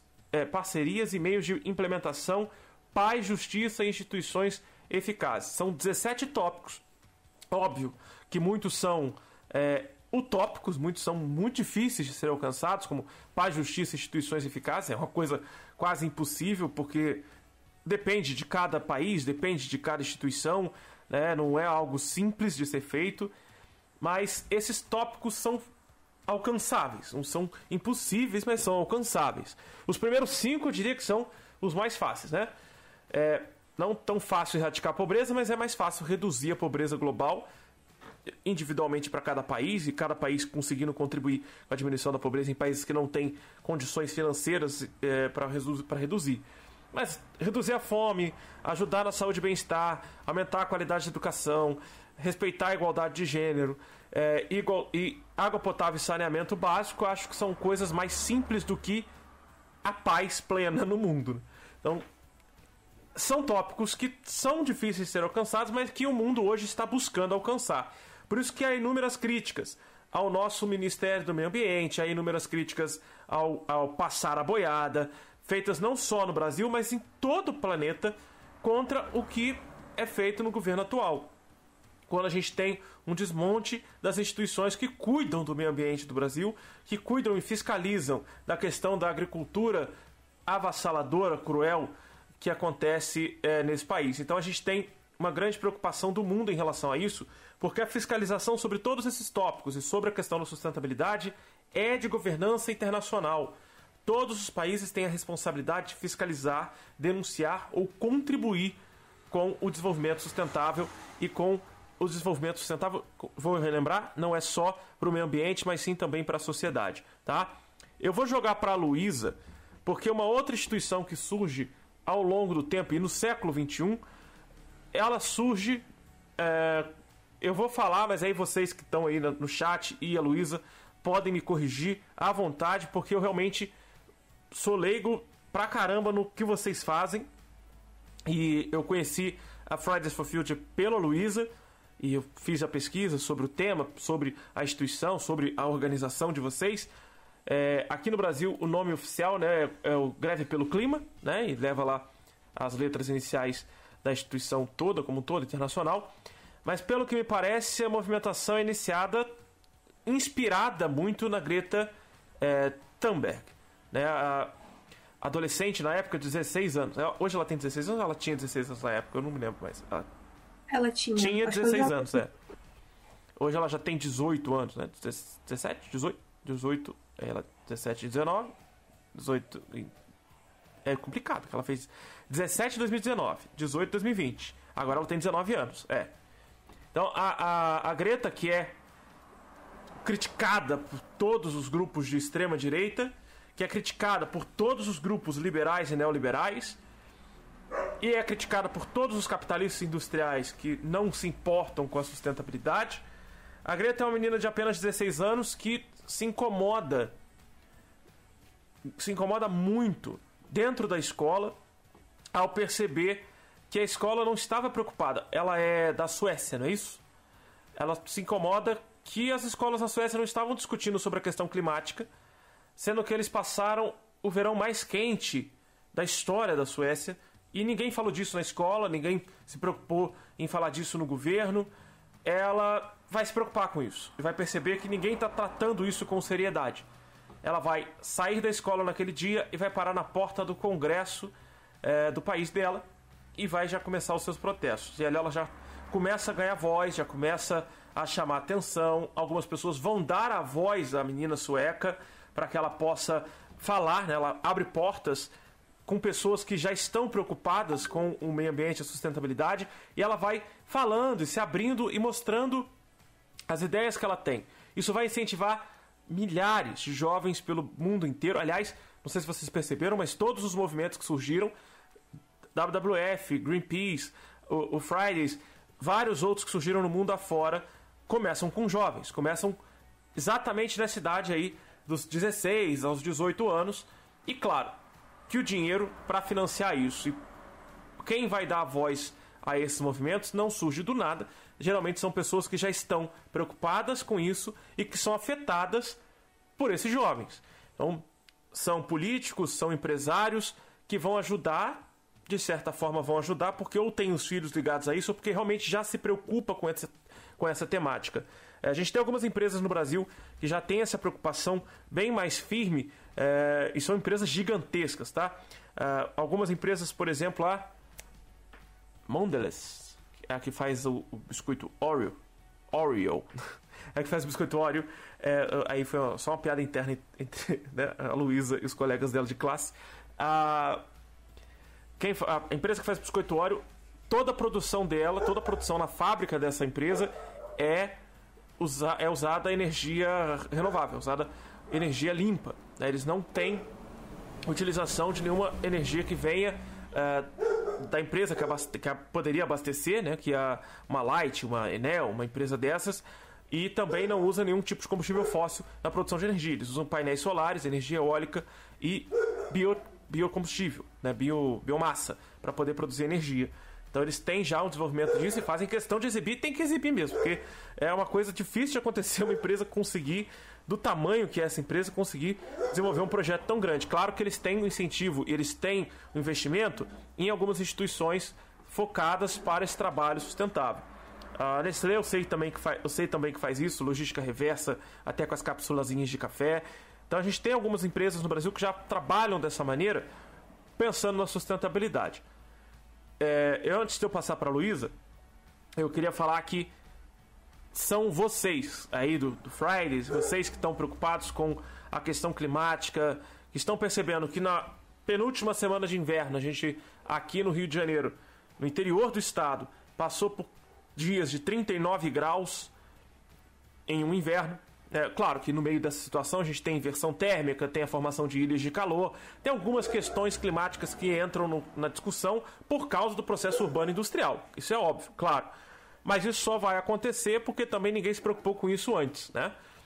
de implementação, paz, justiça e instituições eficazes. São 17 tópicos. Óbvio que muitos são utópicos, muitos são muito difíceis de serem alcançados, como paz, justiça e instituições eficazes. É uma coisa quase impossível, porque depende de cada país, depende de cada instituição, né? Não é algo simples de ser feito, mas esses tópicos são alcançáveis. Não são impossíveis, mas são alcançáveis. Os primeiros 5 eu diria que são os mais fáceis, né? Não tão fácil erradicar a pobreza, mas é mais fácil reduzir a pobreza global individualmente para cada país, e cada país conseguindo contribuir com a diminuição da pobreza em países que não têm condições financeiras para reduzir. Mas reduzir a fome, ajudar na saúde e bem-estar, aumentar a qualidade da educação, respeitar a igualdade de gênero, e água potável e saneamento básico, acho que são coisas mais simples do que a paz plena no mundo. Então, são tópicos que são difíceis de ser alcançados, mas que o mundo hoje está buscando alcançar. Por isso que há inúmeras críticas ao nosso Ministério do Meio Ambiente, há inúmeras críticas ao passar a boiada, feitas não só no Brasil, mas em todo o planeta, contra o que é feito no governo atual. Quando a gente tem um desmonte das instituições que cuidam do meio ambiente do Brasil, que cuidam e fiscalizam da questão da agricultura avassaladora, cruel, que acontece nesse país. Então a gente tem uma grande preocupação do mundo em relação a isso, porque a fiscalização sobre todos esses tópicos e sobre a questão da sustentabilidade é de governança internacional. Todos os países têm a responsabilidade de fiscalizar, denunciar ou contribuir com o desenvolvimento sustentável. E com o desenvolvimento sustentável, vou relembrar, não é só para o meio ambiente, mas sim também para a sociedade, tá? Eu vou jogar para a Luísa, porque uma outra instituição que surge ao longo do tempo e no século XXI, ela surge... eu vou falar, mas aí vocês que estão aí no chat e a Luísa podem me corrigir à vontade, porque eu realmente sou leigo pra caramba no que vocês fazem. E eu conheci a Fridays for Future pela Luísa, e eu fiz a pesquisa sobre o tema, sobre a instituição, sobre a organização de vocês. Aqui no Brasil, o nome oficial, né, é o Greve pelo Clima, né, e leva lá as letras iniciais da instituição toda, como um todo, internacional. Mas pelo que me parece, a movimentação é inspirada muito na Greta Thunberg, né, a adolescente na época, 16 anos. Hoje ela tem 16 anos ou ela tinha 16 anos na época? Eu não me lembro mais. Ela tinha 16 anos, Hoje ela já tem 18 anos, né? 17? 18. Ela 17, 19. 18. É complicado, porque ela fez 17 em 2019, 18 em 2020. Agora ela tem 19 anos. Então a Greta, que é criticada por todos os grupos de extrema direita, que é criticada por todos os grupos liberais e neoliberais, e é criticada por todos os capitalistas industriais que não se importam com a sustentabilidade. A Greta é uma menina de apenas 16 anos que se incomoda muito dentro da escola ao perceber que a escola não estava preocupada. Ela é da Suécia, não é isso? Ela se incomoda que as escolas na Suécia não estavam discutindo sobre a questão climática, sendo que eles passaram o verão mais quente da história da Suécia e ninguém falou disso na escola, ninguém se preocupou em falar disso no governo. Ela vai se preocupar com isso e vai perceber que ninguém está tratando isso com seriedade. Ela vai sair da escola naquele dia e vai parar na porta do Congresso do país dela e vai já começar os seus protestos. E ali ela já começa a ganhar voz, já começa a chamar atenção. Algumas pessoas vão dar a voz à menina sueca para que ela possa falar, né? Ela abre portas com pessoas que já estão preocupadas com o meio ambiente e a sustentabilidade, e ela vai falando e se abrindo e mostrando as ideias que ela tem. Isso vai incentivar milhares de jovens pelo mundo inteiro. Aliás, não sei se vocês perceberam, mas todos os movimentos que surgiram, WWF, Greenpeace, o Fridays, vários outros que surgiram no mundo afora, começam com jovens, começam exatamente nessa idade aí, dos 16 aos 18 anos, e claro, que o dinheiro para financiar isso, e quem vai dar a voz a esses movimentos não surge do nada, geralmente são pessoas que já estão preocupadas com isso e que são afetadas por esses jovens. Então, são políticos, são empresários que vão ajudar, de certa forma vão ajudar, porque ou tem os filhos ligados a isso, ou porque realmente já se preocupa com essa temática. A gente tem algumas empresas no Brasil que já têm essa preocupação bem mais firme, e são empresas gigantescas, tá? Algumas empresas, por exemplo, a Mondelez, é a que faz o biscoito Oreo, é a que faz o biscoito Oreo, aí foi só uma piada interna entre né, a Luísa e os colegas dela de classe. A empresa que faz o biscoito Oreo, toda a produção dela, toda a produção na fábrica dessa empresa é usada energia renovável, usada energia limpa, né? Eles não têm utilização de nenhuma energia que venha da empresa que poderia abastecer, né? Que é uma Light, uma Enel, uma empresa dessas, e também não usa nenhum tipo de combustível fóssil na produção de energia. Eles usam painéis solares, energia eólica e biocombustível, né? Biomassa, para poder produzir energia. Então eles têm já um desenvolvimento disso e fazem questão de exibir, tem que exibir mesmo, porque é uma coisa difícil de acontecer uma empresa conseguir, do tamanho que é essa empresa, conseguir desenvolver um projeto tão grande. Claro que eles têm um incentivo, eles têm um investimento em algumas instituições focadas para esse trabalho sustentável. A Nestlé eu sei também que faz isso, logística reversa, até com as cápsulazinhas de café. Então a gente tem algumas empresas no Brasil que já trabalham dessa maneira, pensando na sustentabilidade. Antes de eu passar para a Luísa, eu queria falar que são vocês aí do Fridays, vocês que estão preocupados com a questão climática, que estão percebendo que na penúltima semana de inverno, a gente aqui no Rio de Janeiro, no interior do estado, passou por dias de 39 graus em um inverno. Claro que no meio dessa situação a gente tem inversão térmica, tem a formação de ilhas de calor, tem algumas questões climáticas que entram na discussão por causa do processo urbano industrial. Isso é óbvio, claro. Mas isso só vai acontecer porque também ninguém se preocupou com isso antes, né?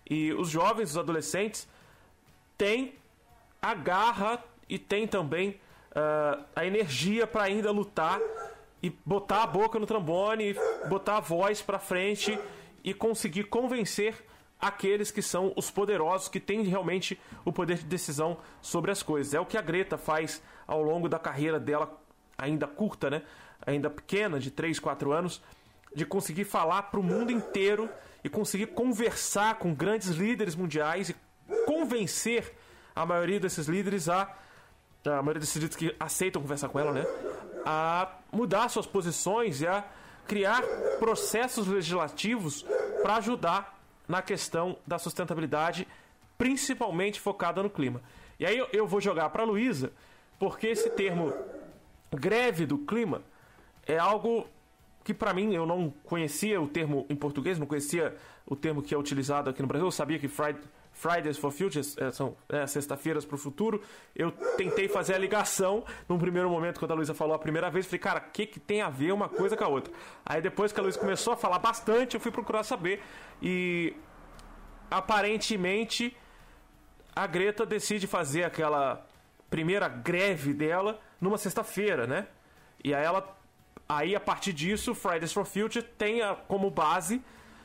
E os jovens, os adolescentes, têm a garra e têm também a energia para ainda lutar e botar a boca no trombone, botar a voz para frente e conseguir convencer aqueles que são os poderosos, que têm realmente o poder de decisão sobre as coisas. É o que a Greta faz ao longo da carreira dela, ainda curta, né? Ainda pequena, de 3, 4 anos, de conseguir falar para o mundo inteiro e conseguir conversar com grandes líderes mundiais e convencer a maioria desses líderes a maioria desses líderes que aceitam conversar com ela, né? A mudar suas posições e a criar processos legislativos para ajudar na questão da sustentabilidade, principalmente focada no clima. E aí eu vou jogar para a Luísa, porque esse termo greve do clima é algo que para mim eu não conhecia o termo em português, não conhecia o termo que é utilizado aqui no Brasil. Eu sabia que Fridays for Future são sexta-feiras para o futuro. Eu tentei fazer a ligação num primeiro momento, quando a Luísa falou a primeira vez. Falei, cara, o que tem a ver uma coisa com a outra? Aí depois que a Luísa começou a falar bastante, eu fui procurar saber. E aparentemente a Greta decide fazer aquela primeira greve dela numa sexta-feira, né? E aí a partir disso, Fridays for Future tem como base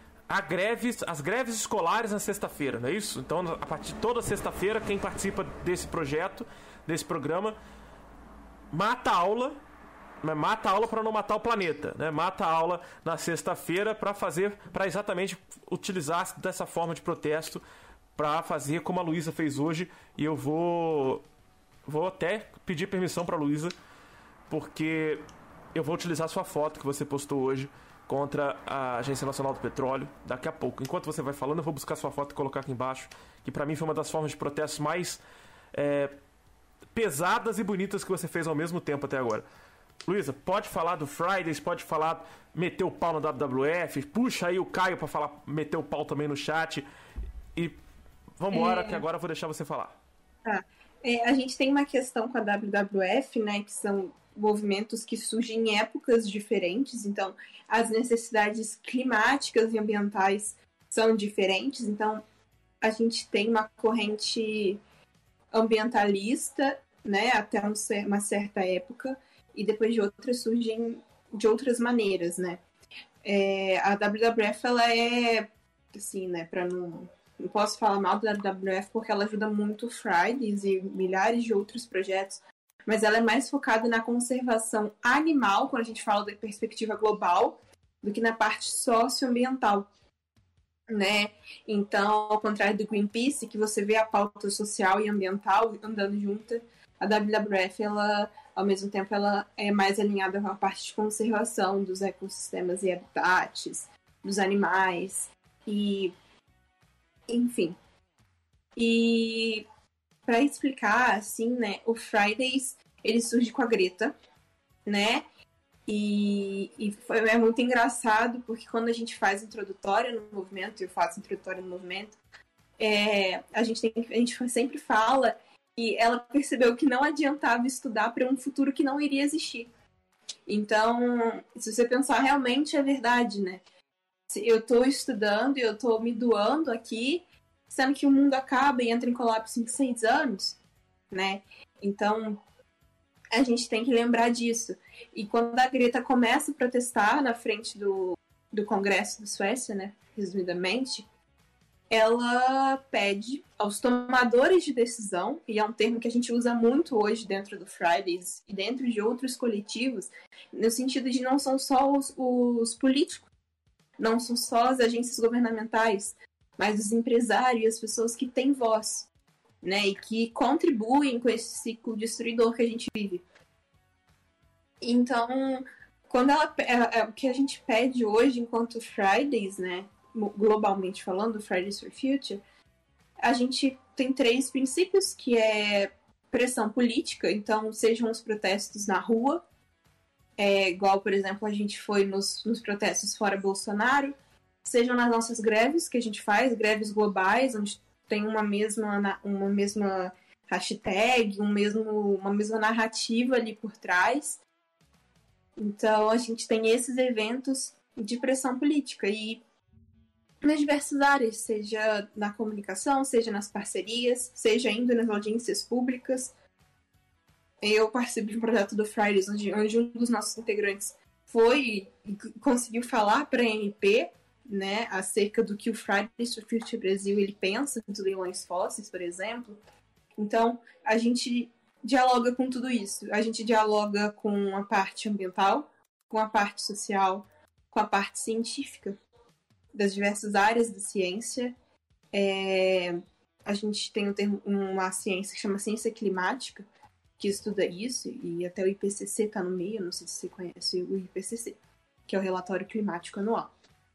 as greves escolares na sexta-feira, não é isso? Então, a partir de toda sexta-feira, quem participa desse projeto, desse programa, mata a aula para não matar o planeta, né? Mata a aula na sexta-feira para exatamente utilizar dessa forma de protesto para fazer como a Luísa fez hoje. E eu vou até pedir permissão para a Luísa, porque eu vou utilizar a sua foto que você postou hoje contra a Agência Nacional do Petróleo daqui a pouco. Enquanto você vai falando, eu vou buscar sua foto e colocar aqui embaixo, que para mim foi uma das formas de protesto mais pesadas e bonitas que você fez ao mesmo tempo até agora. Luísa, pode falar do Fridays, pode falar, meter o pau no WWF, puxa aí o Caio para falar, meter o pau também no chat e vambora, que agora eu vou deixar você falar. Tá. A gente tem uma questão com a WWF, né, que são movimentos que surgem em épocas diferentes, então as necessidades climáticas e ambientais são diferentes, então a gente tem uma corrente ambientalista, né, até uma certa época, e depois de outras surgem de outras maneiras, né. A WWF, ela é, assim, né, não posso falar mal da WWF porque ela ajuda muito o Fridays e milhares de outros projetos, mas ela é mais focada na conservação animal, quando a gente fala da perspectiva global, do que na parte socioambiental, né? Então, ao contrário do Greenpeace, que você vê a pauta social e ambiental andando junta, a WWF, ela, ao mesmo tempo, ela é mais alinhada com a parte de conservação dos ecossistemas e habitats, dos animais, e enfim. E para explicar, assim, né, o Fridays, ele surge com a Greta, né, e é muito engraçado, porque quando a gente faz introdutória no movimento, eu faço introdutória no movimento, a gente sempre fala que ela percebeu que não adiantava estudar para um futuro que não iria existir. Então, se você pensar, realmente é verdade, né, eu estou estudando e eu estou me doando aqui, sendo que o mundo acaba e entra em colapso em 6 anos, né? Então, a gente tem que lembrar disso. E quando a Greta começa a protestar na frente do Congresso da Suécia, né, resumidamente, ela pede aos tomadores de decisão, e é um termo que a gente usa muito hoje dentro do Fridays e dentro de outros coletivos, no sentido de não são só os políticos, não são só as agências governamentais, mas os empresários e as pessoas que têm voz, né, e que contribuem com esse ciclo destruidor que a gente vive. Então, quando o que a gente pede hoje enquanto Fridays, né, globalmente falando, Fridays for Future, a gente tem 3 princípios, que é pressão política, então sejam os protestos na rua, igual, por exemplo, a gente foi nos protestos fora Bolsonaro, sejam nas nossas greves que a gente faz, greves globais, onde tem uma mesma hashtag, uma mesma narrativa ali por trás. Então, a gente tem esses eventos de pressão política. E nas diversas áreas, seja na comunicação, seja nas parcerias, seja indo nas audiências públicas. Eu participei de um projeto do Fridays, onde um dos nossos integrantes foi e conseguiu falar para a ANP, né, acerca do que o Fridays for Future Brasil ele pensa dos leilões fósseis, por exemplo. Então, a gente dialoga com tudo isso. A gente dialoga com a parte ambiental, com a parte social, com a parte científica, das diversas áreas da ciência. A gente tem uma ciência que chama ciência climática, que estuda isso, e até o IPCC está no meio, não sei se você conhece o IPCC, que é o Relatório Climático Anual.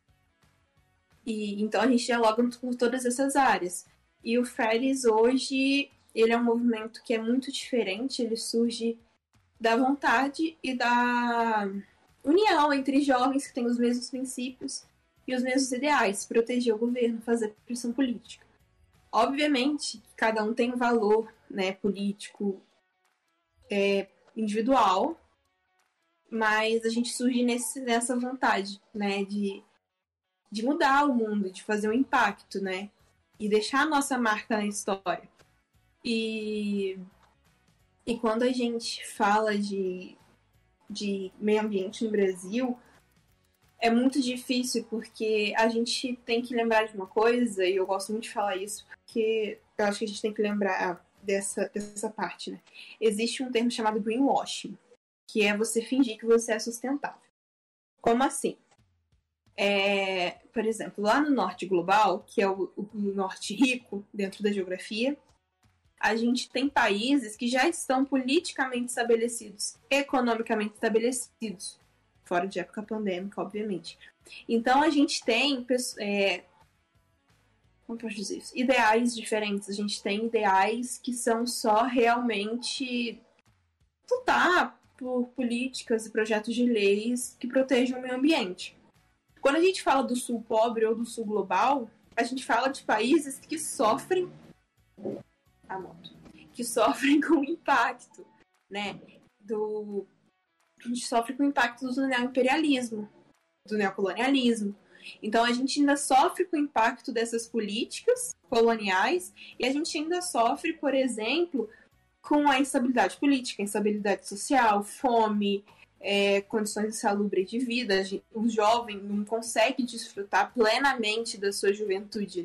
E então a gente dialoga com todas essas áreas. E o Fridays hoje, ele é um movimento que é muito diferente, ele surge da vontade e da união entre jovens que têm os mesmos princípios e os mesmos ideais, proteger o governo, fazer pressão política. Obviamente, cada um tem um valor, né, político individual, mas a gente surge nessa vontade, né, de mudar o mundo, de fazer um impacto, né, e deixar a nossa marca na história. E quando a gente fala de meio ambiente no Brasil, é muito difícil, porque a gente tem que lembrar de uma coisa, e eu gosto muito de falar isso, porque eu acho que a gente tem que lembrar dessa parte, né? Existe um termo chamado greenwashing, que é você fingir que você é sustentável. Como assim? Por exemplo, lá no norte global, que é o norte rico dentro da geografia, a gente tem países que já estão politicamente estabelecidos, economicamente estabelecidos, fora de época pandêmica, obviamente. Então, a gente tem como posso dizer isso? Ideais diferentes. A gente tem ideais que são só realmente lutar por políticas e projetos de leis que protejam o meio ambiente. Quando a gente fala do sul pobre ou do sul global, a gente fala de países que sofrem com o impacto, né, a gente sofre com o impacto do neoimperialismo, do neocolonialismo. Então a gente ainda sofre com o impacto dessas políticas coloniais e a gente ainda sofre, por exemplo, com a instabilidade política, instabilidade social, fome, condições insalubres de vida. O jovem não consegue desfrutar plenamente da sua juventude,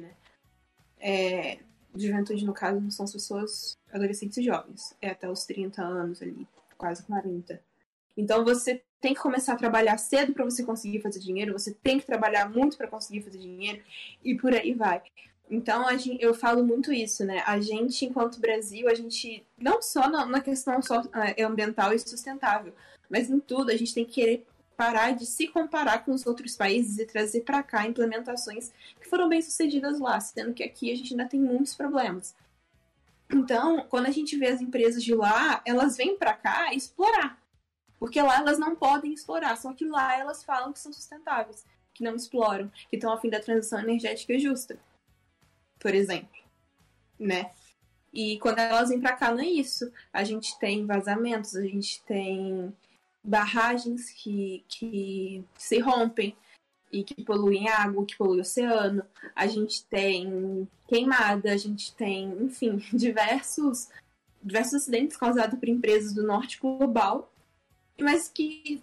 né? Juventude, no caso, não são as pessoas adolescentes e jovens. É até os 30 anos ali, quase 40. Então você tem que começar a trabalhar cedo para você conseguir fazer dinheiro, você tem que trabalhar muito para conseguir fazer dinheiro, e por aí vai. Então eu falo muito isso, né? A gente, enquanto Brasil, a gente, não só na questão ambiental e sustentável, mas em tudo, a gente tem que querer parar de se comparar com os outros países e trazer para cá implementações que foram bem sucedidas lá, sendo que aqui a gente ainda tem muitos problemas. Então, quando a gente vê as empresas de lá, elas vêm para cá explorar, porque lá elas não podem explorar, só que lá elas falam que são sustentáveis, que não exploram, que estão a fim da transição energética justa, por exemplo, né? E quando elas vêm para cá, não é isso. A gente tem vazamentos, a gente tem barragens que se rompem e que poluem água, que poluem o oceano. A gente tem queimada, a gente tem, enfim, diversos acidentes causados por empresas do norte global, mas que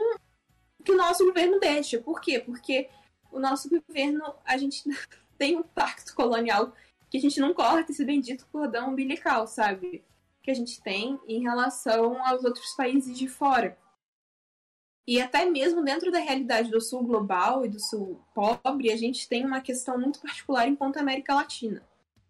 o nosso governo deixa. Por quê? Porque o nosso governo, a gente tem um pacto colonial que a gente não corta esse bendito cordão umbilical, sabe? Que a gente tem em relação aos outros países de fora. E até mesmo dentro da realidade do sul global e do sul pobre, a gente tem uma questão muito particular enquanto América Latina,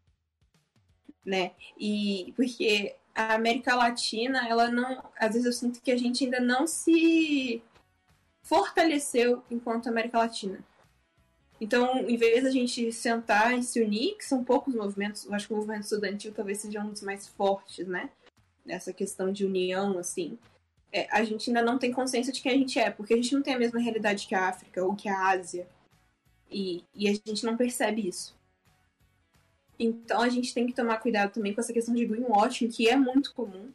né? E porque a América Latina, ela não... Às vezes eu sinto que a gente ainda não se fortaleceu enquanto América Latina. Então, em vez da gente sentar e se unir, que são poucos movimentos, eu acho que o movimento estudantil talvez seja um dos mais fortes, né? Nessa questão de união, assim. A gente ainda não tem consciência de quem a gente é, porque a gente não tem a mesma realidade que a África ou que a Ásia. E a gente não percebe isso. Então, a gente tem que tomar cuidado também com essa questão de greenwashing, que é muito comum.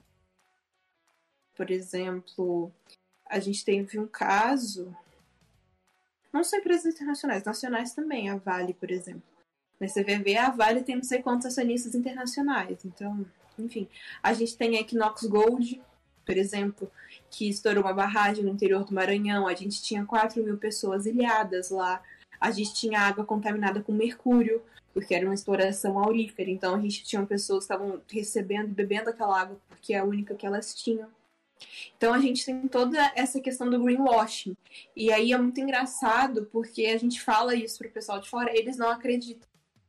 Por exemplo, a gente teve um caso não só empresas internacionais, nacionais também, a Vale, por exemplo. Na CVV, a Vale tem não sei quantos acionistas internacionais. Então, enfim, a gente tem a Equinox Gold, por exemplo, que estourou uma barragem no interior do Maranhão. A gente tinha 4.000 pessoas ilhadas lá. A gente tinha água contaminada com mercúrio, porque era uma exploração aurífera. Então, a gente tinha pessoas que estavam recebendo e bebendo aquela água porque é a única que elas tinham. Então, a gente tem toda essa questão do greenwashing. E aí é muito engraçado, porque a gente fala isso pro pessoal de fora, eles não acreditam.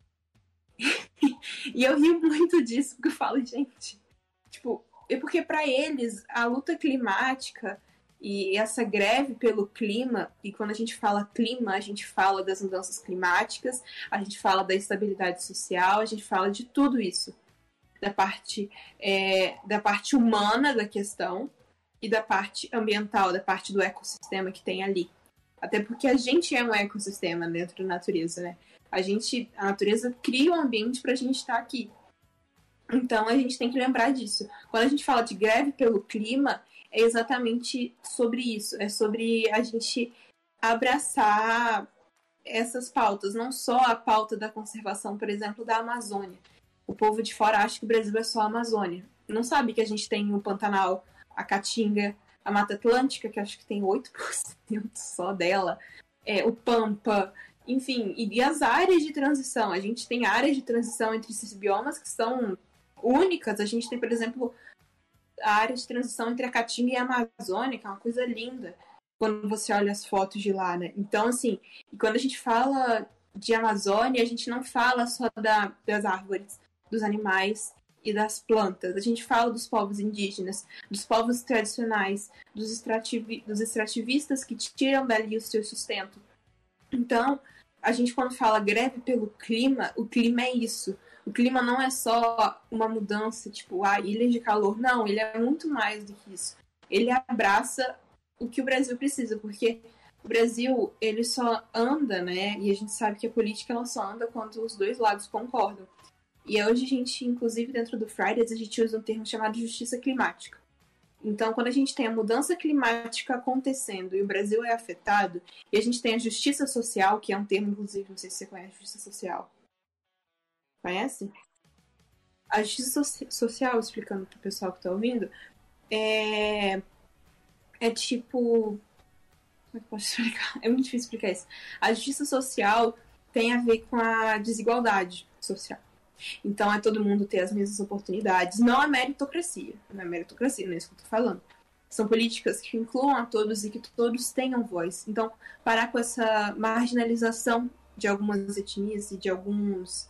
E eu rio muito disso, porque eu falo, gente, tipo, é porque para eles a luta climática e essa greve pelo clima, e quando a gente fala clima, a gente fala das mudanças climáticas, a gente fala da estabilidade social, a gente fala de tudo isso, da parte humana da questão e da parte ambiental, da parte do ecossistema que tem ali. Até porque a gente é um ecossistema dentro da natureza, né? A natureza cria um ambiente para a gente estar aqui. Então, a gente tem que lembrar disso. Quando a gente fala de greve pelo clima, é exatamente sobre isso. É sobre a gente abraçar essas pautas. Não só a pauta da conservação, por exemplo, da Amazônia. O povo de fora acha que o Brasil é só a Amazônia. Não sabe que a gente tem o Pantanal, a Caatinga, a Mata Atlântica, que acho que tem 8% só dela. O Pampa... Enfim, e as áreas de transição. A gente tem áreas de transição entre esses biomas que são únicas. A gente tem, por exemplo, a área de transição entre a Caatinga e a Amazônia, que é uma coisa linda, quando você olha as fotos de lá, né? Então, assim, e quando a gente fala de Amazônia, a gente não fala só das árvores, dos animais e das plantas. A gente fala dos povos indígenas, dos povos tradicionais, dos extrativistas que tiram dali o seu sustento. Então, a gente quando fala greve pelo clima, o clima é isso. O clima não é só uma mudança, tipo, ilhas de calor. Não, ele é muito mais do que isso. Ele abraça o que o Brasil precisa, porque o Brasil, ele só anda, né? E a gente sabe que a política ela só anda quando os dois lados concordam. E hoje a gente, inclusive dentro do Fridays, a gente usa um termo chamado justiça climática. Então, quando a gente tem a mudança climática acontecendo e o Brasil é afetado, e a gente tem a justiça social, que é um termo, inclusive, não sei se você conhece, justiça social. Conhece? A justiça social, explicando para o pessoal que está ouvindo, é tipo... Como é que eu posso explicar? É muito difícil explicar isso. A justiça social tem a ver com a desigualdade social. Então, é todo mundo ter as mesmas oportunidades. Não é meritocracia. Não é meritocracia, não é isso que eu tô falando. São políticas que incluam a todos e que todos tenham voz. Então, parar com essa marginalização de algumas etnias e de algumas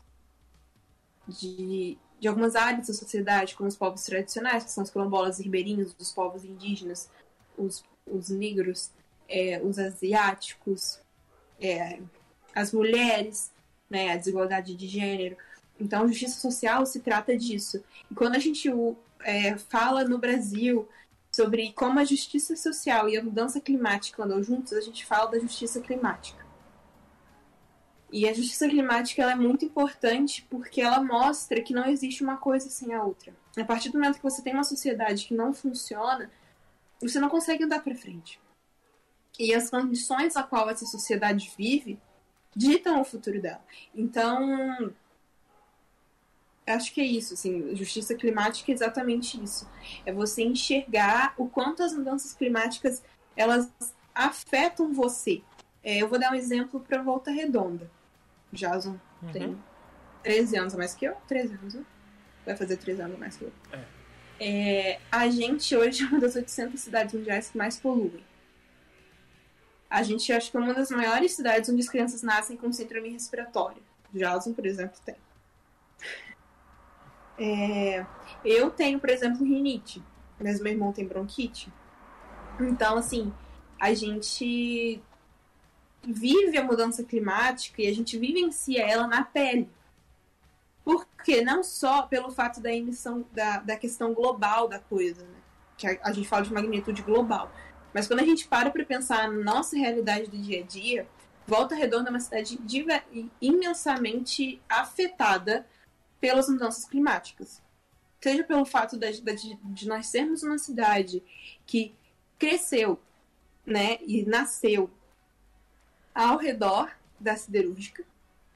áreas da sociedade, como os povos tradicionais, que são os quilombolas e ribeirinhos, os povos indígenas, os negros, os asiáticos, as mulheres, né, a desigualdade de gênero. Então, justiça social se trata disso. E quando a gente fala no Brasil sobre como a justiça social e a mudança climática andam juntos, a gente fala da justiça climática. E a justiça climática ela é muito importante porque ela mostra que não existe uma coisa sem a outra. A partir do momento que você tem uma sociedade que não funciona, você não consegue andar para frente. E as condições a qual essa sociedade vive ditam o futuro dela. Então, acho que é isso, assim, justiça climática é exatamente isso. É você enxergar o quanto as mudanças climáticas, elas afetam você. Eu vou dar um exemplo para Volta Redonda. Jason tem 13 anos a mais que eu. 13 anos, né? Vai fazer 13 anos a mais que eu. A gente hoje é uma das 800 cidades mundiais que mais poluem. A gente acho que é uma das maiores cidades onde as crianças nascem com síndrome respiratória. Jason, por exemplo, tem. Eu tenho, por exemplo, rinite, mas meu irmão tem bronquite. Então, assim, a gente vive a mudança climática e a gente vivencia ela na pele. Porque não só pelo fato da emissão da questão global da coisa, né? Que a gente fala de magnitude global. Mas quando a gente para pensar na nossa realidade do dia a dia, Volta Redonda é uma cidade imensamente afetada pelas mudanças climáticas. Seja pelo fato de nós sermos uma cidade que cresceu, né, e nasceu ao redor da siderúrgica,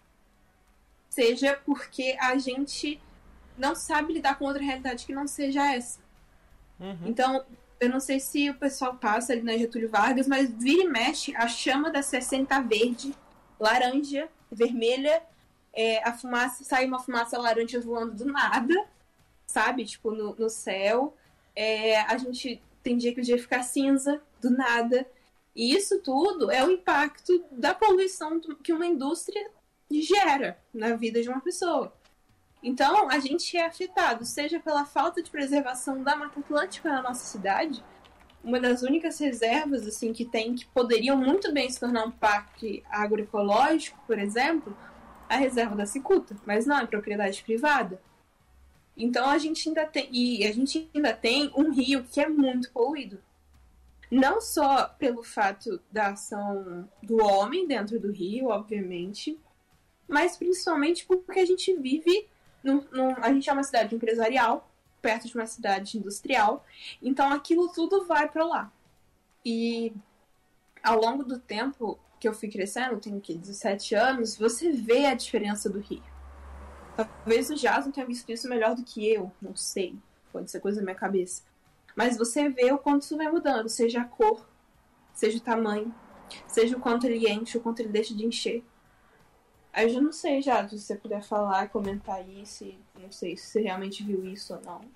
seja porque a gente não sabe lidar com outra realidade que não seja essa. Então, eu não sei se o pessoal passa ali na Getúlio Vargas, mas vira e mexe, a chama da CSN tá verde, laranja, vermelha, a fumaça, sai uma fumaça laranja voando do nada, sabe? Tipo, no céu. A gente tem dia que o dia fica cinza, do nada. E isso tudo é o impacto da poluição que uma indústria gera na vida de uma pessoa. Então, a gente é afetado, seja pela falta de preservação da Mata Atlântica na nossa cidade, uma das únicas reservas assim, que poderiam muito bem se tornar um parque agroecológico, por exemplo, a reserva da cicuta, mas não, é propriedade privada. Então, a gente ainda tem um rio que é muito poluído. Não só pelo fato da ação do homem dentro do rio, obviamente, mas principalmente porque a gente vive... a gente é uma cidade empresarial, perto de uma cidade industrial, então aquilo tudo vai para lá. E ao longo do tempo que eu fui crescendo, eu tenho 17 anos, você vê a diferença do rio. Talvez o Jason tenha visto isso melhor do que eu, não sei, pode ser coisa da minha cabeça. Mas você vê o quanto isso vai mudando, seja a cor, seja o tamanho, seja o quanto ele enche, o quanto ele deixa de encher. Aí eu já não sei, já, se você puder falar, comentar aí, não sei se você realmente viu isso ou não.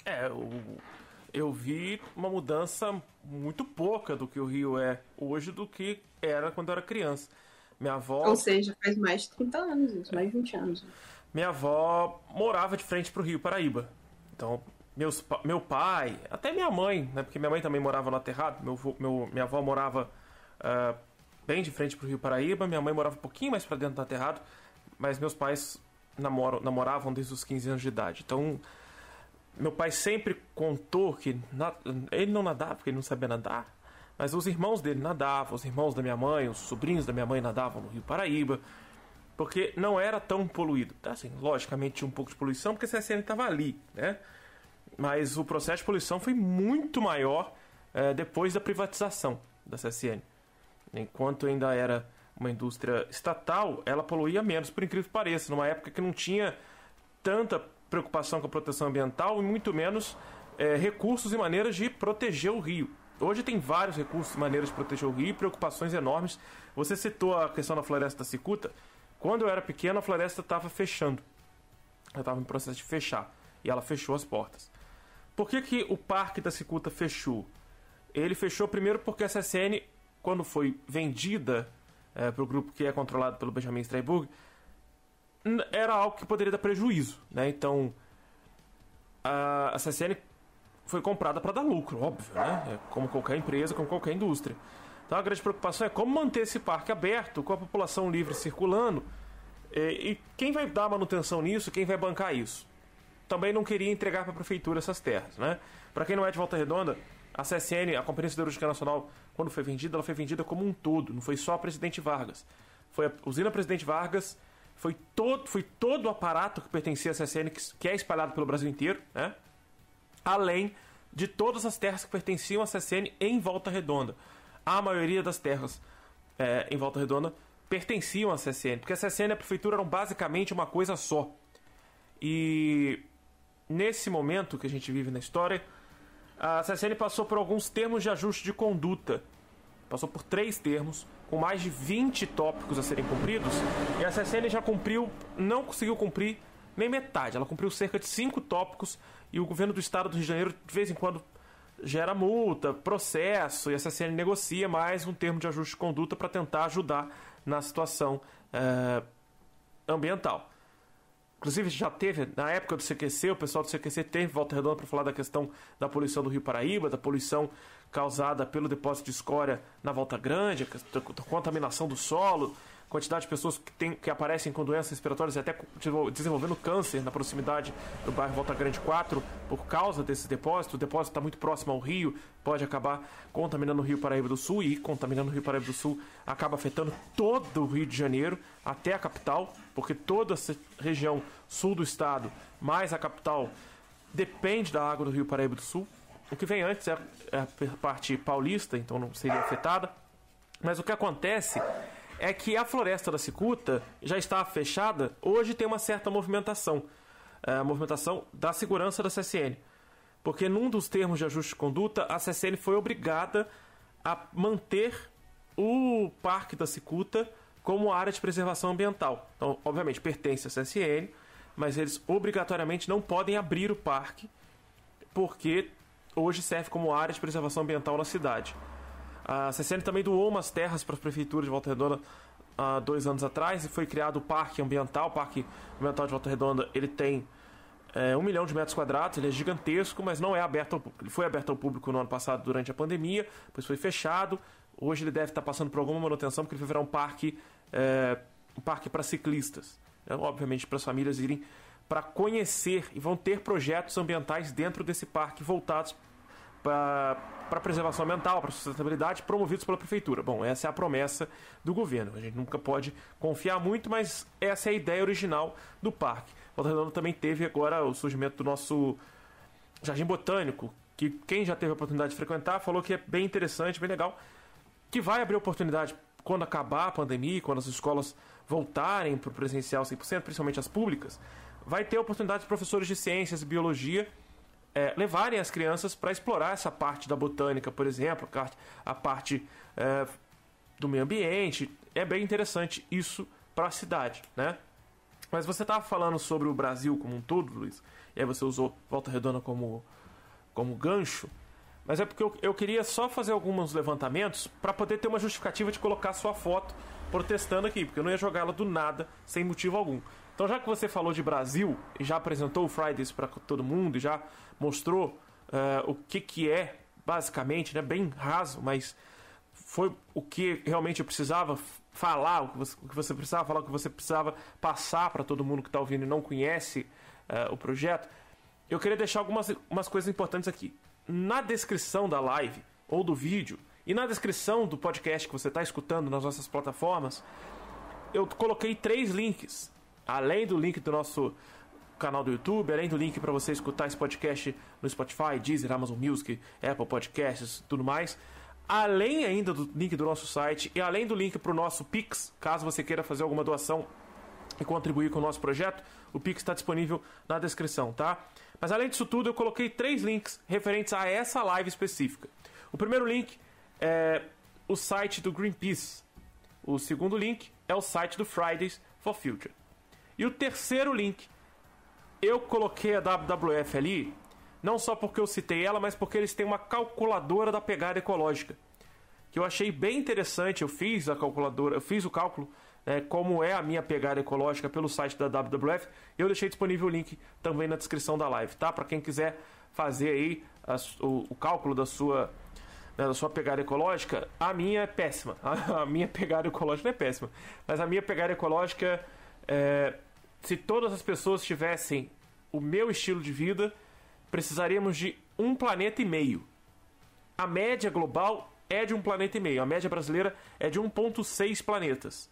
Eu vi uma mudança muito pouca do que o Rio é hoje do que era quando eu era criança. Minha avó... Ou seja, faz mais de 30 anos isso, mais de 20 anos. Minha avó morava de frente pro Rio Paraíba. Então, meu pai, até minha mãe, né, porque minha mãe também morava no Aterrado, minha avó morava... bem de frente pro Rio Paraíba, minha mãe morava um pouquinho mais para dentro do Aterrado, mas meus pais namoravam desde os 15 anos de idade. Então, meu pai sempre contou que ele não nadava, porque ele não sabia nadar, mas os irmãos dele nadavam, os irmãos da minha mãe, os sobrinhos da minha mãe nadavam no Rio Paraíba, porque não era tão poluído. Assim, logicamente tinha um pouco de poluição, porque a CSN estava ali, né? Mas o processo de poluição foi muito maior depois da privatização da CSN. Enquanto ainda era uma indústria estatal, ela poluía menos, por incrível que pareça, numa época que não tinha tanta preocupação com a proteção ambiental e muito menos recursos e maneiras de proteger o rio. Hoje tem vários recursos e maneiras de proteger o rio e preocupações enormes. Você citou a questão da floresta da cicuta. Quando eu era pequeno, a floresta estava fechando. Ela estava em processo de fechar. E ela fechou as portas. Por que o Parque da Cicuta fechou? Ele fechou primeiro porque a CSN... quando foi vendida para o grupo que é controlado pelo Benjamin Streiburg, era algo que poderia dar prejuízo, né? Então, a CSN foi comprada para dar lucro, óbvio, né? Como qualquer empresa, como qualquer indústria. Então, a grande preocupação é como manter esse parque aberto, com a população livre circulando, e quem vai dar manutenção nisso, quem vai bancar isso? Também não queria entregar para a prefeitura essas terras, né? Para quem não é de Volta Redonda, a CSN, a Companhia Siderúrgica Nacional, quando foi vendida, ela foi vendida como um todo, não foi só a Presidente Vargas. Foi a usina Presidente Vargas, foi todo o aparato que pertencia à CSN, que é espalhado pelo Brasil inteiro, né? Além de todas as terras que pertenciam à CSN em Volta Redonda. A maioria das terras em Volta Redonda pertenciam à CSN, porque a CSN e a Prefeitura eram basicamente uma coisa só. E nesse momento que a gente vive na história, a CSN passou por alguns termos de ajuste de conduta. Passou por 3 termos, com mais de 20 tópicos a serem cumpridos. E a CSN já não conseguiu cumprir nem metade. Ela cumpriu cerca de 5 tópicos. E o governo do estado do Rio de Janeiro, de vez em quando, gera multa, processo. E a CSN negocia mais um termo de ajuste de conduta para tentar ajudar na situação ambiental. Inclusive, já teve, na época do CQC, o pessoal do CQC teve Volta Redonda para falar da questão da poluição do Rio Paraíba, da poluição causada pelo depósito de escória na Volta Grande, da contaminação do solo, quantidade de pessoas que aparecem com doenças respiratórias e até desenvolvendo câncer na proximidade do bairro Volta Grande 4 por causa desses depósitos. O depósito está muito próximo ao rio, pode acabar contaminando o Rio Paraíba do Sul, e contaminando o Rio Paraíba do Sul acaba afetando todo o Rio de Janeiro, até a capital, porque toda essa região sul do estado, mais a capital, depende da água do Rio Paraíba do Sul. O que vem antes é a parte paulista, então não seria afetada. Mas o que acontece é que a floresta da cicuta já está fechada, hoje tem uma certa movimentação. A movimentação da segurança da CSN. Porque num dos termos de ajuste de conduta, a CSN foi obrigada a manter o Parque da Cicuta como área de preservação ambiental. Então, obviamente, pertence à CSN, mas eles obrigatoriamente não podem abrir o parque, porque hoje serve como área de preservação ambiental na cidade. A CSN também doou umas terras para a Prefeitura de Volta Redonda há 2 anos atrás, e foi criado o Parque Ambiental. O Parque Ambiental de Volta Redonda, ele tem 1 milhão de metros quadrados, ele é gigantesco, mas não é aberto ao público. Ele foi aberto ao público no ano passado durante a pandemia, depois foi fechado. Hoje ele deve estar passando por alguma manutenção, porque ele vai virar um parque para ciclistas. Obviamente para as famílias irem para conhecer, e vão ter projetos ambientais dentro desse parque voltados para preservação ambiental, para sustentabilidade, promovidos pela prefeitura. Bom, essa é a promessa do governo. A gente nunca pode confiar muito, mas essa é a ideia original do parque. Volta Redonda também teve agora o surgimento do nosso Jardim Botânico, que quem já teve a oportunidade de frequentar falou que é bem interessante, bem legal, que vai abrir oportunidade quando acabar a pandemia, quando as escolas voltarem para o presencial 100%, principalmente as públicas, vai ter a oportunidade de professores de ciências e biologia levarem as crianças para explorar essa parte da botânica, por exemplo, a parte do meio ambiente. É bem interessante isso para a cidade, né? Mas você estava falando sobre o Brasil como um todo, Luiz, e aí você usou Volta Redonda como gancho, mas é porque eu queria só fazer alguns levantamentos para poder ter uma justificativa de colocar sua foto protestando aqui, porque eu não ia jogá-la do nada, sem motivo algum. Então, já que você falou de Brasil e já apresentou o Fridays para todo mundo e já mostrou o que é, basicamente, né, bem raso, mas foi o que realmente eu precisava falar, o que você precisava falar, o que você precisava passar para todo mundo que está ouvindo e não conhece o projeto, eu queria deixar umas coisas importantes aqui. Na descrição da live ou do vídeo e na descrição do podcast que você está escutando nas nossas plataformas, eu coloquei 3 links. Além do link do nosso canal do YouTube, além do link para você escutar esse podcast no Spotify, Deezer, Amazon Music, Apple Podcasts, tudo mais. Além ainda do link do nosso site e além do link para o nosso Pix, caso você queira fazer alguma doação e contribuir com o nosso projeto, o Pix está disponível na descrição, tá? Mas além disso tudo, eu coloquei 3 links referentes a essa live específica. O primeiro link é o site do Greenpeace. O segundo link é o site do Fridays for Future. E o terceiro link, eu coloquei a WWF ali, não só porque eu citei ela, mas porque eles têm uma calculadora da pegada ecológica, que eu achei bem interessante. Eu fiz a calculadora, eu fiz o cálculo, como é a minha pegada ecológica pelo site da WWF. Eu deixei disponível o link também na descrição da live, tá? Para quem quiser fazer aí o cálculo da sua pegada ecológica. A minha é péssima. A minha pegada ecológica não é péssima, mas a minha pegada ecológica se todas as pessoas tivessem o meu estilo de vida, precisaríamos de 1,5 planeta. A média global é de 1,5 planeta. A média brasileira é de 1,6 planetas.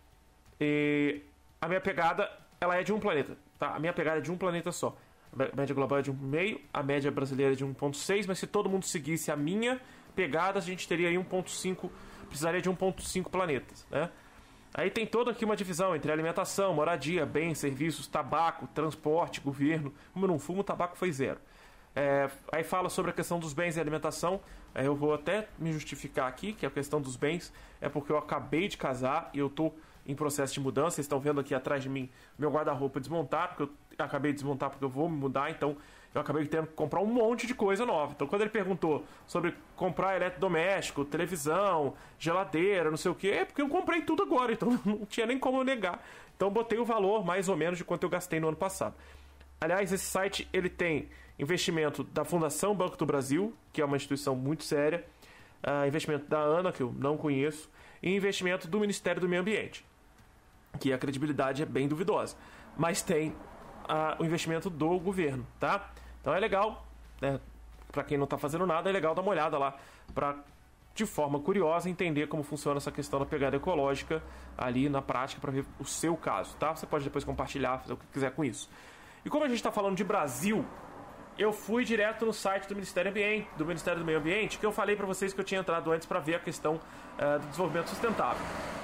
E a minha pegada, ela é de 1 planeta, tá? A minha pegada é de 1 planeta só. A média global é de 1,5, a média brasileira é de 1,6, mas se todo mundo seguisse a minha pegada, a gente teria aí 1,5, precisaria de 1,5 planetas, né? Aí tem toda aqui uma divisão entre alimentação, moradia, bens, serviços, tabaco, transporte, governo. Como eu não fumo, o tabaco foi 0. Aí fala sobre a questão dos bens e alimentação. Eu vou até me justificar aqui, que a questão dos bens é porque eu acabei de casar e eu estou em processo de mudança. Vocês estão vendo aqui atrás de mim meu guarda-roupa desmontar, porque eu acabei de desmontar porque eu vou me mudar, então eu acabei tendo que comprar um monte de coisa nova. Então quando ele perguntou sobre comprar eletrodoméstico, televisão, geladeira, não sei o que, é porque eu comprei tudo agora, então não tinha nem como eu negar. Então eu botei o valor mais ou menos de quanto eu gastei no ano passado. Aliás, esse site ele tem investimento da Fundação Banco do Brasil, que é uma instituição muito séria, investimento da ANA, que eu não conheço, e investimento do Ministério do Meio Ambiente, que a credibilidade é bem duvidosa, mas tem o investimento do governo, tá? Então é legal, né? Para quem não está fazendo nada, é legal dar uma olhada lá para, de forma curiosa, entender como funciona essa questão da pegada ecológica ali na prática, para ver o seu caso, tá? Você pode depois compartilhar, fazer o que quiser com isso. E como a gente está falando de Brasil, eu fui direto no site do Ministério do Meio Ambiente, que eu falei para vocês que eu tinha entrado antes para ver a questão do desenvolvimento sustentável.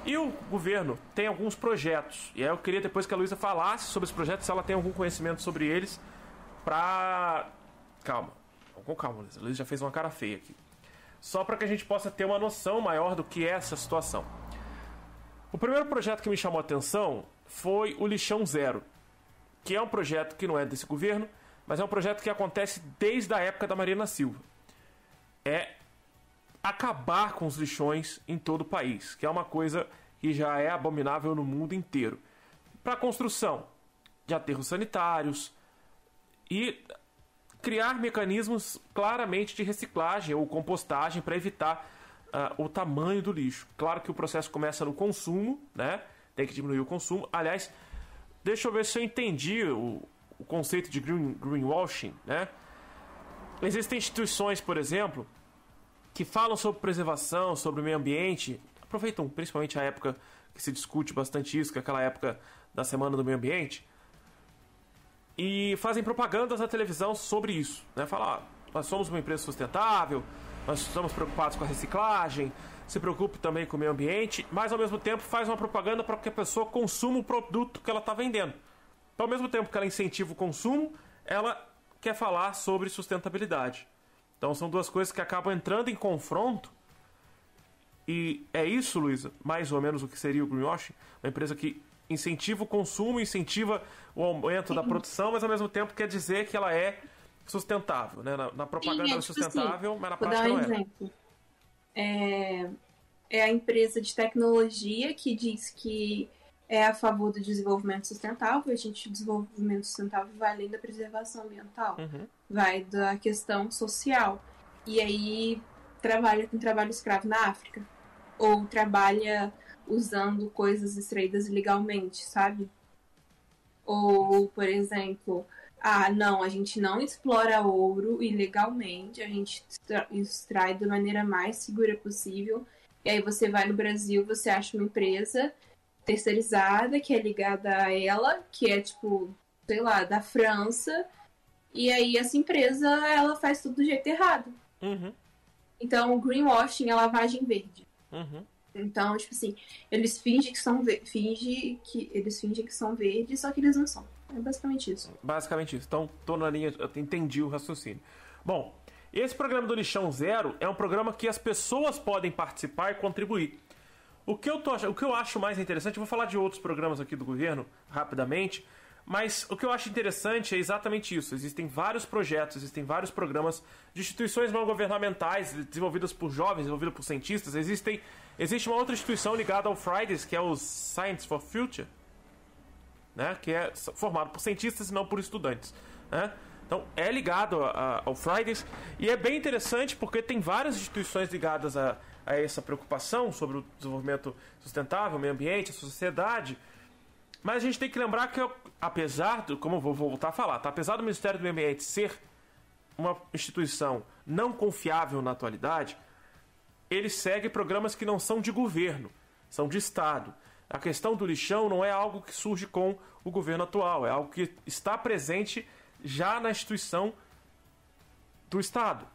E o governo tem alguns projetos. E aí eu queria depois que a Luísa falasse sobre os projetos, se ela tem algum conhecimento sobre eles, pra... Calma. Com calma, Luísa. A Luísa já fez uma cara feia aqui. Só para que a gente possa ter uma noção maior do que é essa situação. O primeiro projeto que me chamou a atenção foi o Lixão Zero, que é um projeto que não é desse governo, mas é um projeto que acontece desde a época da Marina Silva. É acabar com os lixões em todo o país, que é uma coisa que já é abominável no mundo inteiro. Para a construção de aterros sanitários e criar mecanismos claramente de reciclagem ou compostagem para evitar o tamanho do lixo. Claro que o processo começa no consumo, né? Tem que diminuir o consumo. Aliás, deixa eu ver se eu entendi o conceito de greenwashing, né? Existem instituições, por exemplo, que falam sobre preservação, sobre o meio ambiente, aproveitam principalmente a época que se discute bastante isso, que é aquela época da Semana do Meio Ambiente, e fazem propagandas na televisão sobre isso, né? Falam, nós somos uma empresa sustentável, nós estamos preocupados com a reciclagem, se preocupe também com o meio ambiente, mas ao mesmo tempo faz uma propaganda para que a pessoa consuma o produto que ela está vendendo. Então, ao mesmo tempo que ela incentiva o consumo, ela quer falar sobre sustentabilidade. Então são duas coisas que acabam entrando em confronto. E é isso, Luísa, mais ou menos o que seria o greenwashing. Uma empresa que incentiva o consumo, incentiva o aumento da produção, mas ao mesmo tempo quer dizer que ela é sustentável, né? Na propaganda ela é sustentável, mas na prática não é. Exemplo. É a empresa de tecnologia que diz que é a favor do desenvolvimento sustentável. A gente, o desenvolvimento sustentável vai além da preservação ambiental, vai da questão social. E aí trabalha com trabalho escravo na África, ou trabalha usando coisas extraídas ilegalmente, sabe? Ou, por exemplo, não, a gente não explora ouro ilegalmente, a gente extrai da maneira mais segura possível. E aí você vai no Brasil, você acha uma empresa terceirizada, que é ligada a ela, que é tipo, sei lá, da França, e aí essa empresa, ela faz tudo do jeito errado. Então o greenwashing é lavagem verde. Então, tipo assim, eles fingem que são verdes, só que eles não são. É basicamente isso. Basicamente isso. Então, tô na linha, eu entendi o raciocínio. Bom, esse programa do Lixão Zero é um programa que as pessoas podem participar e contribuir. O que eu acho mais interessante, eu vou falar de outros programas aqui do governo, rapidamente, mas o que eu acho interessante é exatamente isso. Existem vários projetos, existem vários programas de instituições não governamentais desenvolvidas por jovens, desenvolvidas por cientistas. Existe uma outra instituição ligada ao Fridays, que é o Science for Future, né? Que é formado por cientistas e não por estudantes, né? Então, é ligado ao Fridays, e é bem interessante porque tem várias instituições ligadas a essa preocupação sobre o desenvolvimento sustentável, o meio ambiente, a sociedade. Mas a gente tem que lembrar que, como eu vou voltar a falar, tá? Apesar do Ministério do Meio Ambiente ser uma instituição não confiável na atualidade, ele segue programas que não são de governo, são de Estado. A questão do lixão não é algo que surge com o governo atual, é algo que está presente já na instituição do Estado.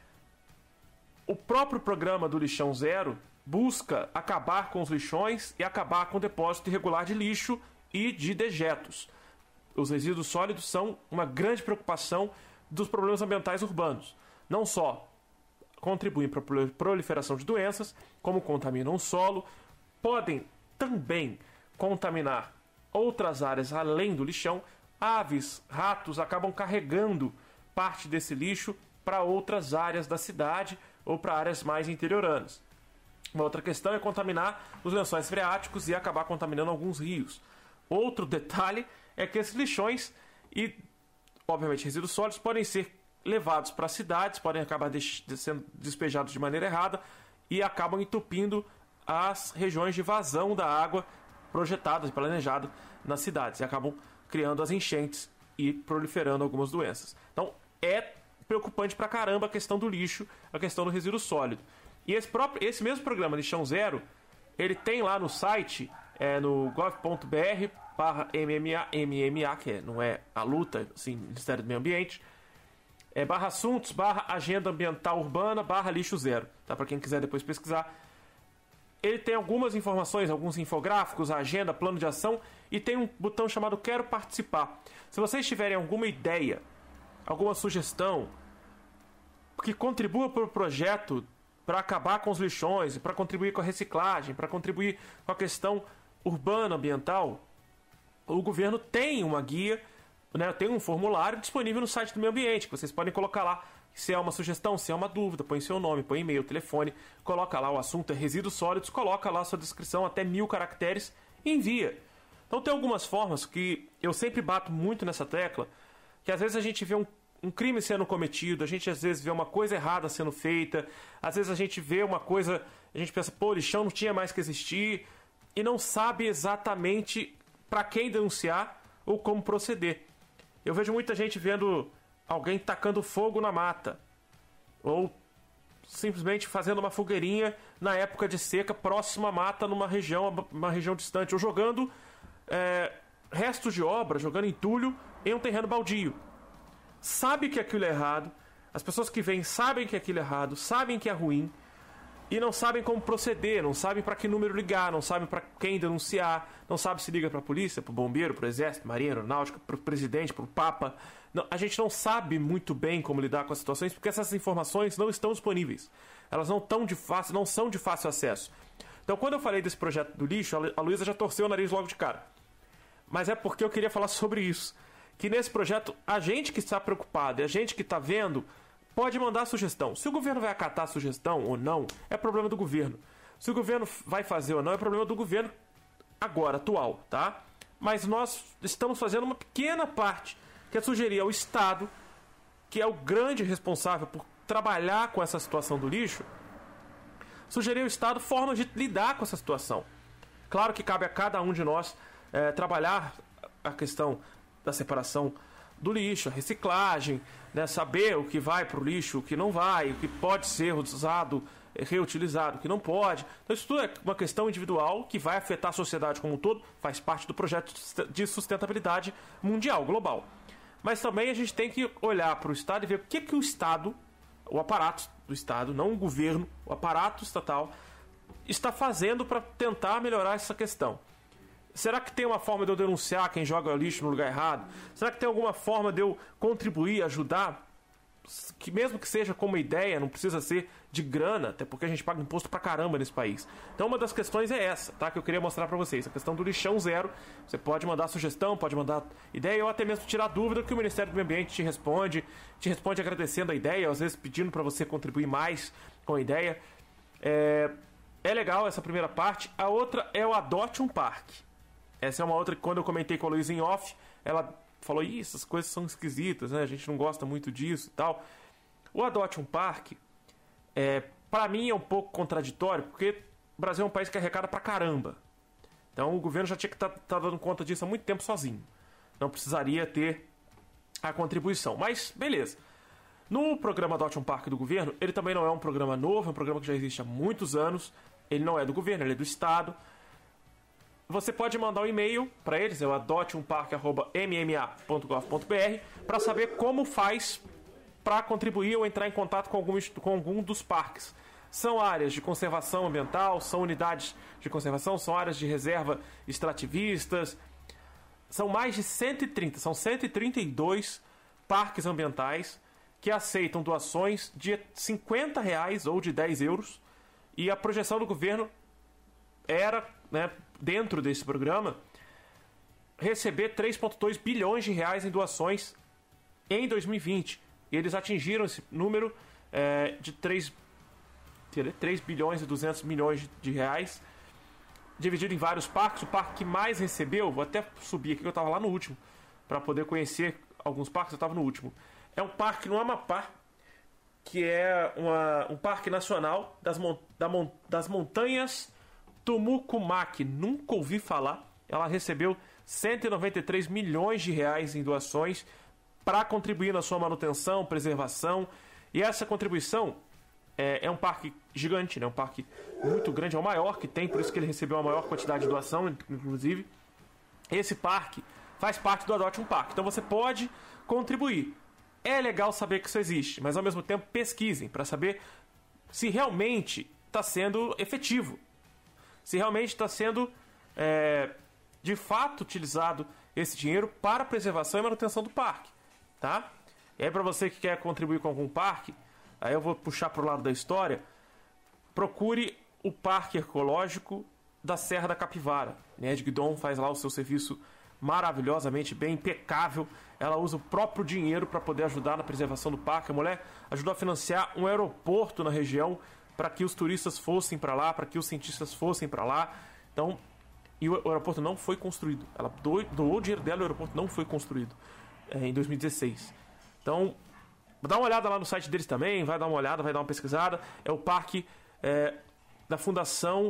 O próprio programa do Lixão Zero busca acabar com os lixões e acabar com o depósito irregular de lixo e de dejetos. Os resíduos sólidos são uma grande preocupação dos problemas ambientais urbanos. Não só contribuem para a proliferação de doenças, como contaminam o solo, podem também contaminar outras áreas além do lixão. Aves, ratos acabam carregando parte desse lixo para outras áreas da cidade ou para áreas mais interioranas. Uma outra questão é contaminar os lençóis freáticos e acabar contaminando alguns rios. Outro detalhe é que esses lixões e, obviamente, resíduos sólidos podem ser levados para cidades, podem acabar sendo despejados de maneira errada e acabam entupindo as regiões de vazão da água projetadas e planejadas nas cidades e acabam criando as enchentes e proliferando algumas doenças. Então, é preocupante pra caramba a questão do lixo, a questão do resíduo sólido. E esse mesmo programa, Lixão Zero, ele tem lá no site, no gov.br/MMA, que não é a luta, assim, Ministério do Meio Ambiente, /assuntos/agenda ambiental urbana /lixo zero, tá? Para quem quiser depois pesquisar. ele tem algumas informações, alguns infográficos, a agenda, plano de ação, e tem um botão chamado Quero Participar. Se vocês tiverem alguma ideia, alguma sugestão que contribua para o projeto, para acabar com os lixões, para contribuir com a reciclagem, para contribuir com a questão urbana, ambiental, o governo tem uma guia, né, tem um formulário disponível no site do Meio Ambiente, que vocês podem colocar lá se é uma sugestão, se é uma dúvida, põe seu nome, põe e-mail, telefone, coloca lá o assunto é resíduos sólidos, coloca lá a sua descrição, até 1000 caracteres, e envia. Então tem algumas formas que eu sempre bato muito nessa tecla, que às vezes a gente vê um crime sendo cometido, a gente às vezes vê uma coisa errada sendo feita, às vezes a gente vê uma coisa, a gente pensa, pô, o lixão não tinha mais que existir, e não sabe exatamente para quem denunciar ou como proceder. Eu vejo muita gente vendo alguém tacando fogo na mata, ou simplesmente fazendo uma fogueirinha na época de seca próxima à mata numa região distante, ou jogando restos de obra, jogando entulho em um terreno baldio. Sabe que aquilo é errado, as pessoas que vêm sabem que aquilo é errado, sabem que é ruim, e não sabem como proceder, não sabem para que número ligar, não sabem para quem denunciar, não sabem se liga para a polícia, para o bombeiro, para o exército, marinha, aeronáutica, para o presidente, para o papa. Não, a gente não sabe muito bem como lidar com as situações porque essas informações não estão disponíveis. Elas não são de fácil acesso. Então, quando eu falei desse projeto do lixo, a Luísa já torceu o nariz logo de cara. Mas é porque eu queria falar sobre isso. Que nesse projeto, a gente que está preocupado e a gente que está vendo pode mandar sugestão. Se o governo vai acatar a sugestão ou não, é problema do governo. Se o governo vai fazer ou não, é problema do governo agora, atual, tá? Mas nós estamos fazendo uma pequena parte, que é sugerir ao Estado, que é o grande responsável por trabalhar com essa situação do lixo, sugerir ao Estado formas de lidar com essa situação. Claro que cabe a cada um de nós trabalhar a questão da separação do lixo, a reciclagem, né, saber o que vai para o lixo, o que não vai, o que pode ser usado, reutilizado, o que não pode. Então isso tudo é uma questão individual que vai afetar a sociedade como um todo, faz parte do projeto de sustentabilidade mundial, global. Mas também a gente tem que olhar para o Estado e ver o que o Estado, o aparato do Estado, não o governo, o aparato estatal, está fazendo para tentar melhorar essa questão. Será que tem uma forma de eu denunciar quem joga lixo no lugar errado? Será que tem alguma forma de eu contribuir, ajudar? Que mesmo que seja como ideia, não precisa ser de grana, até porque a gente paga imposto pra caramba nesse país. Então uma das questões é essa, tá? Que eu queria mostrar pra vocês. A questão do lixão zero. Você pode mandar sugestão, pode mandar ideia, ou até mesmo tirar dúvida que o Ministério do Meio Ambiente te responde agradecendo a ideia, às vezes pedindo pra você contribuir mais com a ideia. É legal essa primeira parte. A outra é o Adote um Parque. Essa é uma outra que quando eu comentei com a Luísa em off, ela falou, essas coisas são esquisitas, né? A gente não gosta muito disso e tal. O Adote um Parque, para mim é um pouco contraditório, porque o Brasil é um país que arrecada pra caramba. Então o governo já tinha que estar dando conta disso há muito tempo sozinho. Não precisaria ter a contribuição. Mas, beleza. No programa Adote um Parque do governo, ele também não é um programa novo, é um programa que já existe há muitos anos. Ele não é do governo, ele é do Estado. Você pode mandar um e-mail para eles, é o adoteumparque@mma.gov.br, para saber como faz para contribuir ou entrar em contato com algum dos parques. São áreas de conservação ambiental, são unidades de conservação, são áreas de reserva extrativistas. São mais de 130, são 132 parques ambientais que aceitam doações de R$50 ou de €10. E a projeção do governo era, né, dentro desse programa, receber 3,2 bilhões de reais em doações em 2020. E eles atingiram esse número de 3 bilhões e 200 milhões de reais, dividido em vários parques. O parque que mais recebeu, vou até subir aqui que eu estava lá no último, para poder conhecer alguns parques, eu estava no último. É um parque no Amapá, que é um parque nacional das montanhas Tumucumaque, nunca ouvi falar. Ela recebeu 193 milhões de reais em doações para contribuir na sua manutenção, preservação. E essa contribuição é um parque gigante, né? Um parque muito grande, é o maior que tem, por isso que ele recebeu a maior quantidade de doação, inclusive. Esse parque faz parte do Adote um Parque, então você pode contribuir. É legal saber que isso existe, mas ao mesmo tempo pesquisem para saber se realmente está sendo efetivo. se realmente está sendo de fato utilizado esse dinheiro para a preservação e manutenção do parque, tá? E aí, para você que quer contribuir com algum parque, aí eu vou puxar para o lado da história, procure o Parque Ecológico da Serra da Capivara. A Ed Guidon faz lá o seu serviço maravilhosamente bem, impecável. Ela usa o próprio dinheiro para poder ajudar na preservação do parque. A mulher ajudou a financiar um aeroporto na região para que os turistas fossem para lá, para que os cientistas fossem para lá. Então, e o aeroporto não foi construído. Ela doou o dinheiro dela, o aeroporto não foi construído em 2016. Então, dá uma olhada lá no site deles também, vai dar uma olhada, vai dar uma pesquisada. É o parque da Fundação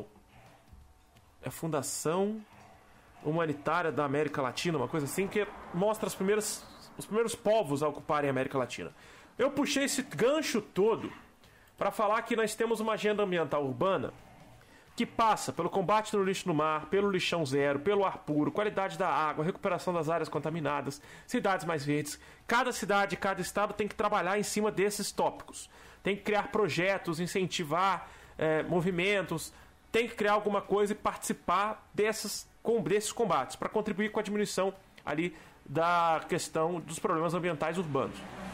Humanitária da América Latina, uma coisa assim, que mostra os primeiros povos a ocuparem a América Latina. Eu puxei esse gancho todo para falar que nós temos uma agenda ambiental urbana que passa pelo combate no lixo no mar, pelo lixão zero, pelo ar puro, qualidade da água, recuperação das áreas contaminadas, cidades mais verdes. Cada cidade, cada estado tem que trabalhar em cima desses tópicos. Tem que criar projetos, incentivar movimentos, tem que criar alguma coisa e participar desses combates para contribuir com a diminuição ali da questão dos problemas ambientais urbanos.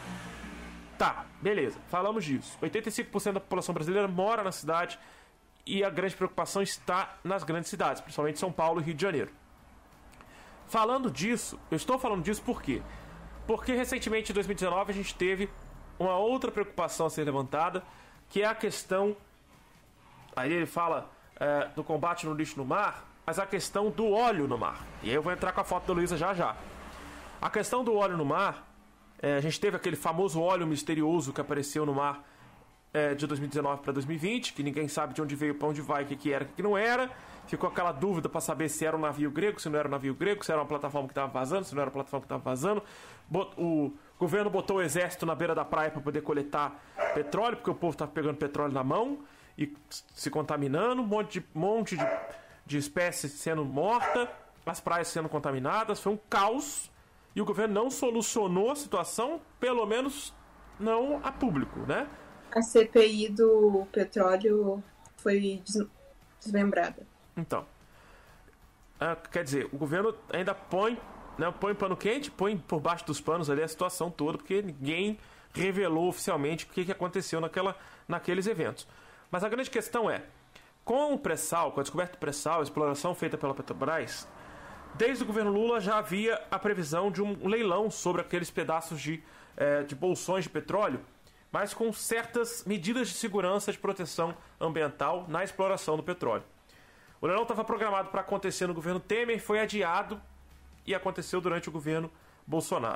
Tá, beleza, falamos disso. 85% da população brasileira mora na cidade e a grande preocupação está nas grandes cidades, principalmente São Paulo e Rio de Janeiro. Falando disso, eu estou falando disso por quê? Porque recentemente, em 2019, a gente teve uma outra preocupação a ser levantada, que é a questão, aí ele fala do combate no lixo no mar, mas a questão do óleo no mar. E aí eu vou entrar com a foto da Luísa já já. A questão do óleo no mar, a gente teve aquele famoso óleo misterioso que apareceu no mar de 2019 para 2020, que ninguém sabe de onde veio, para onde vai, o que era, o que não era. Ficou aquela dúvida para saber se era um navio grego, se não era um navio grego, se era uma plataforma que estava vazando, se não era uma plataforma que estava vazando. O governo botou o exército na beira da praia para poder coletar petróleo, porque o povo estava pegando petróleo na mão e se contaminando, um monte de espécies sendo morta, as praias sendo contaminadas. Foi um caos e o governo não solucionou a situação, pelo menos não a público, né? A CPI do petróleo foi desmembrada. Então, quer dizer, o governo ainda põe pano quente, põe por baixo dos panos ali a situação toda, porque ninguém revelou oficialmente o que aconteceu naqueles eventos. Mas a grande questão é, com o pré-sal, com a descoberta do pré-sal, a exploração feita pela Petrobras, desde o governo Lula já havia a previsão de um leilão sobre aqueles pedaços de bolsões de petróleo, mas com certas medidas de segurança de proteção ambiental na exploração do petróleo. O leilão estava programado para acontecer no governo Temer, foi adiado e aconteceu durante o governo Bolsonaro.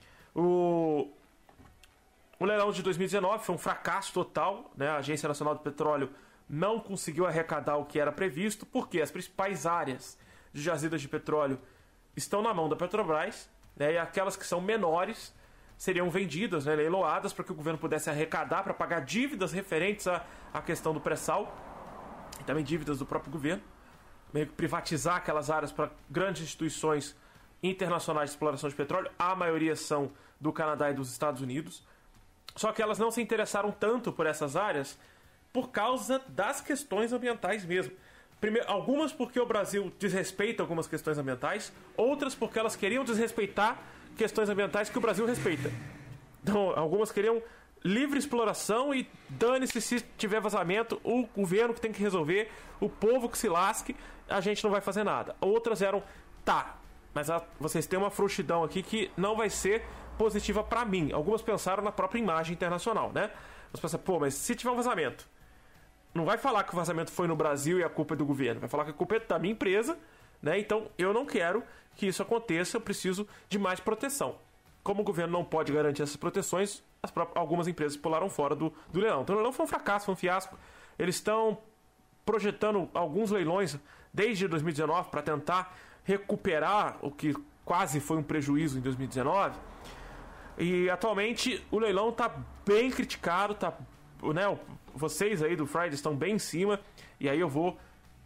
O leilão de 2019 foi um fracasso total, né? A Agência Nacional do Petróleo não conseguiu arrecadar o que era previsto, porque as principais áreas de jazidas de petróleo estão na mão da Petrobras, né? E aquelas que são menores seriam vendidas, né, leiloadas, para que o governo pudesse arrecadar para pagar dívidas referentes à questão do pré-sal e também dívidas do próprio governo, meio que privatizar aquelas áreas para grandes instituições internacionais de exploração de petróleo. A maioria são do Canadá e dos Estados Unidos, só que elas não se interessaram tanto por essas áreas por causa das questões ambientais mesmo. Primeiro, algumas porque o Brasil desrespeita algumas questões ambientais, outras porque elas queriam desrespeitar questões ambientais que o Brasil respeita. Então, algumas queriam livre exploração e dane-se se tiver vazamento, o governo que tem que resolver, o povo que se lasque, a gente não vai fazer nada. Outras eram, mas vocês têm uma frouxidão aqui que não vai ser positiva para mim. Algumas pensaram na própria imagem internacional, né? Você pensa, mas se tiver um vazamento, não vai falar que o vazamento foi no Brasil e a culpa é do governo, vai falar que a culpa é da minha empresa, né? Então eu não quero que isso aconteça, eu preciso de mais proteção. Como o governo não pode garantir essas proteções, algumas empresas pularam fora do leilão. Então o leilão foi um fracasso, foi um fiasco. Eles estão projetando alguns leilões desde 2019 para tentar recuperar o que quase foi um prejuízo em 2019. E atualmente o leilão está bem criticado, né, vocês aí do Friday estão bem em cima. E aí eu vou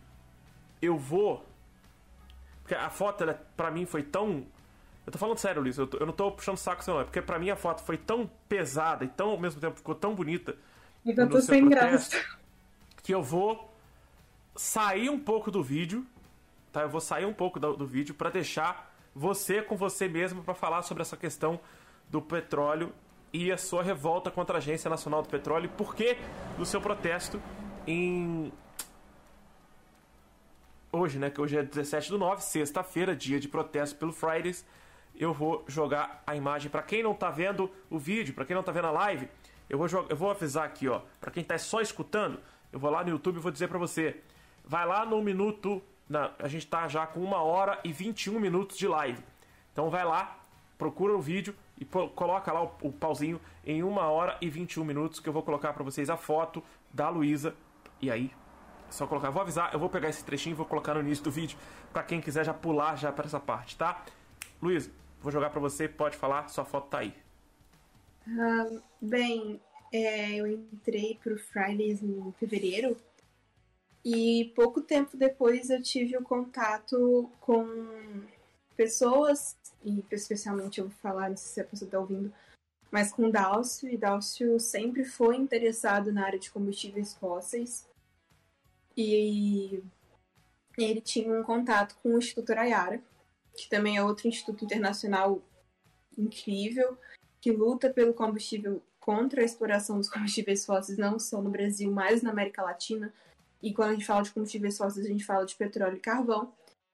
porque a foto, pra mim, foi tão... Eu tô falando sério, Luiz, eu não tô puxando saco, não. É porque pra mim a foto foi tão pesada e tão, ao mesmo tempo ficou tão bonita. Então tô sem graça. Que eu vou sair um pouco do vídeo, tá? Eu vou sair um pouco do vídeo para deixar você com você mesmo para falar sobre essa questão do petróleo e a sua revolta contra a Agência Nacional do Petróleo e por que do seu protesto em... Hoje, né? Que hoje é 17/9, sexta-feira, dia de protesto pelo Fridays. Eu vou jogar a imagem para quem não tá vendo o vídeo, para quem não tá vendo a live. Eu vou avisar aqui, ó, para quem tá só escutando, eu vou lá no YouTube e vou dizer para você. Vai lá no minuto, a gente tá já com 1 hora e 21 minutos de live. Então vai lá, procura o vídeo e coloca lá o pauzinho em 1 hora e 21 minutos que eu vou colocar para vocês a foto da Luísa. E aí, é só colocar, vou avisar, eu vou pegar esse trechinho e vou colocar no início do vídeo para quem quiser já pular já para essa parte, tá? Luísa, vou jogar para você, pode falar, sua foto tá aí. Bem, eu entrei pro Fridays em fevereiro e pouco tempo depois eu tive o contato com pessoas, e especialmente eu vou falar, não sei se a pessoa tá ouvindo, mas com o Dálcio, e Dálcio sempre foi interessado na área de combustíveis fósseis e ele tinha um contato com o Instituto Araiara, que também é outro instituto internacional incrível, que luta pelo combustível contra a exploração dos combustíveis fósseis, não só no Brasil, mas na América Latina. E quando a gente fala de combustíveis fósseis, a gente fala de petróleo e carvão.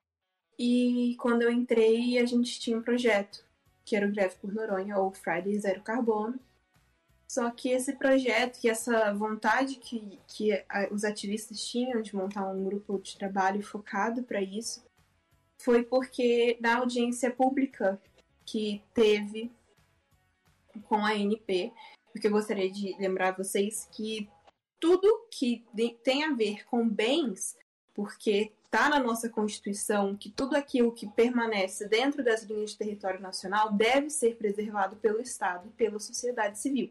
E quando eu entrei, a gente tinha um projeto, que era o Greve por Noronha, ou Friday Zero Carbono. Só que esse projeto e essa vontade que os ativistas tinham de montar um grupo de trabalho focado para isso, foi porque na audiência pública que teve com a ANP, porque eu gostaria de lembrar a vocês que tudo que tem a ver com bens, porque está na nossa Constituição que tudo aquilo que permanece dentro das linhas de território nacional deve ser preservado pelo Estado e pela sociedade civil.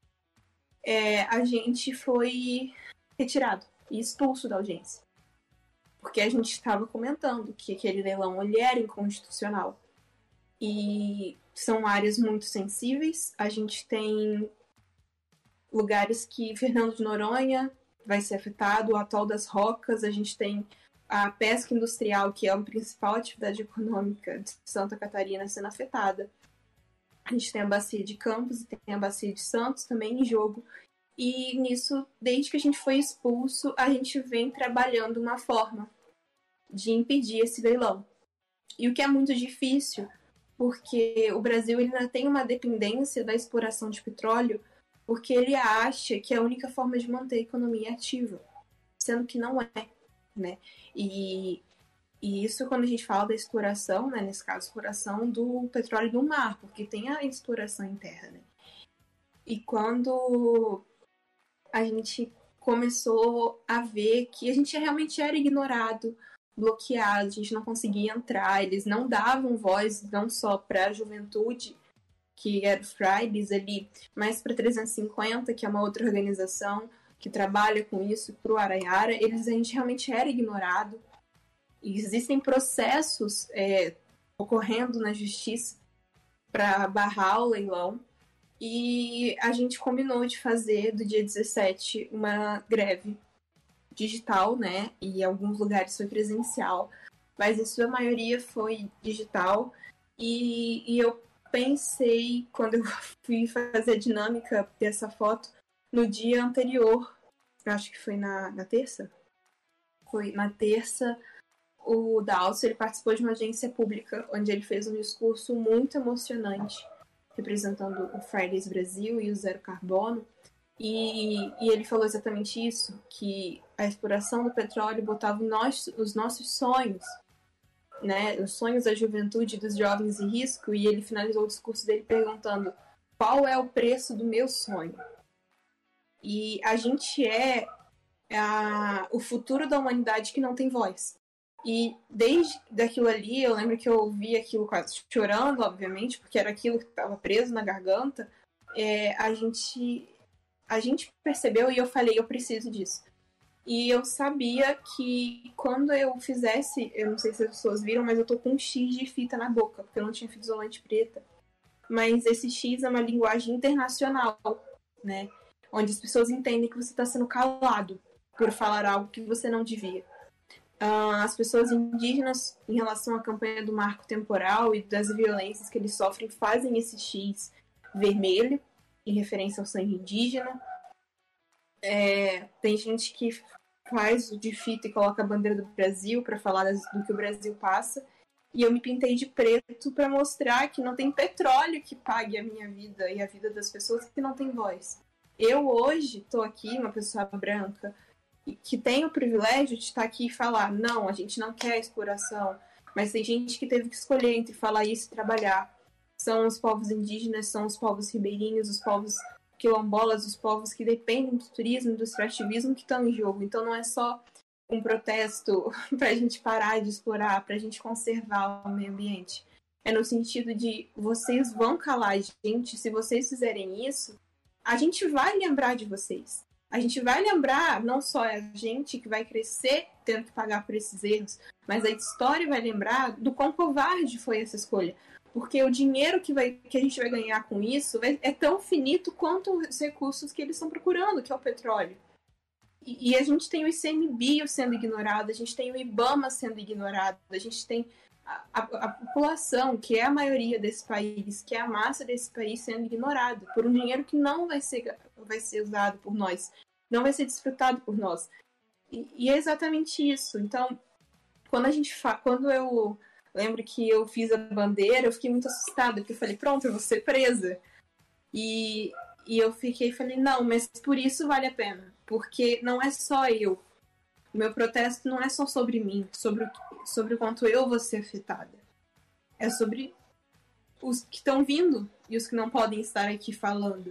A gente foi retirado e expulso da audiência, porque a gente estava comentando que aquele leilão ele era inconstitucional. E são áreas muito sensíveis. A gente tem lugares que Fernando de Noronha vai ser afetado, o Atol das Rocas, a gente tem a pesca industrial, que é a principal atividade econômica de Santa Catarina, sendo afetada. A gente tem a Bacia de Campos e tem a Bacia de Santos também em jogo. E nisso, desde que a gente foi expulso, a gente vem trabalhando uma forma de impedir esse leilão. E o que é muito difícil, porque o Brasil ele ainda tem uma dependência da exploração de petróleo, porque ele acha que é a única forma de manter a economia ativa, sendo que não é, né? E isso quando a gente fala da exploração, né, nesse caso, exploração do petróleo do mar, porque tem a exploração em terra, né? E quando a gente começou a ver que a gente realmente era ignorado, bloqueado, a gente não conseguia entrar, eles não davam voz não só para a juventude, que era o Fridays ali, mas para 350, que é uma outra organização que trabalha com isso, para o Araiara, a gente realmente era ignorado. E existem processos ocorrendo na justiça para barrar o leilão. E a gente combinou de fazer, do dia 17, uma greve digital, né? E em alguns lugares foi presencial, mas em sua maioria foi digital. E eu pensei, quando eu fui fazer a dinâmica dessa foto, no dia anterior, acho que foi na terça? Foi na terça, o Dálcio, ele participou de uma audiência pública, onde ele fez um discurso muito emocionante, representando o Fridays Brasil e o Zero Carbono, e ele falou exatamente isso, que a exploração do petróleo botava os nossos sonhos, né, os sonhos da juventude e dos jovens em risco, e ele finalizou o discurso dele perguntando: qual é o preço do meu sonho? E a gente é o futuro da humanidade que não tem voz. E desde daquilo ali, eu lembro que eu ouvi aquilo quase chorando, obviamente, porque era aquilo que estava preso na garganta. A gente percebeu e eu falei, eu preciso disso. E eu sabia que quando eu fizesse, eu não sei se as pessoas viram, mas eu tô com um X de fita na boca, porque eu não tinha fita isolante preta. Mas esse X é uma linguagem internacional, né? Onde as pessoas entendem que você está sendo calado por falar algo que você não devia. as pessoas indígenas, em relação à campanha do marco temporal e das violências que eles sofrem, fazem esse X vermelho, em referência ao sangue indígena. Tem gente que faz o de fita e coloca a bandeira do Brasil para falar do que o Brasil passa. E eu me pintei de preto para mostrar que não tem petróleo que pague a minha vida e a vida das pessoas que não tem voz. Eu hoje estou aqui, uma pessoa branca, que tem o privilégio de estar aqui e falar, não, a gente não quer exploração, mas tem gente que teve que escolher entre falar isso e trabalhar. São os povos indígenas, são os povos ribeirinhos, os povos quilombolas, os povos que dependem do turismo, do extrativismo que estão em jogo. Então não é só um protesto para a gente parar de explorar, para a gente conservar o meio ambiente. É no sentido de vocês vão calar a gente, se vocês fizerem isso, a gente vai lembrar de vocês. A gente vai lembrar, não só a gente que vai crescer tendo que pagar por esses erros, mas a história vai lembrar do quão covarde foi essa escolha. Porque o dinheiro que a gente vai ganhar com isso é tão finito quanto os recursos que eles estão procurando, que é o petróleo. E a gente tem o ICMBio sendo ignorado, a gente tem o IBAMA sendo ignorado, a gente tem a população, que é a maioria desse país, que é a massa desse país, sendo ignorada por um dinheiro que não vai ser usado por nós, não vai ser desfrutado por nós. E é exatamente isso. Então, quando eu lembro que eu fiz a bandeira, eu fiquei muito assustada, porque eu falei, pronto, eu vou ser presa. E eu falei, não, mas por isso vale a pena. Porque não é só eu. O meu protesto não é só sobre mim, sobre o quanto eu vou ser afetada. É sobre os que estão vindo e os que não podem estar aqui falando.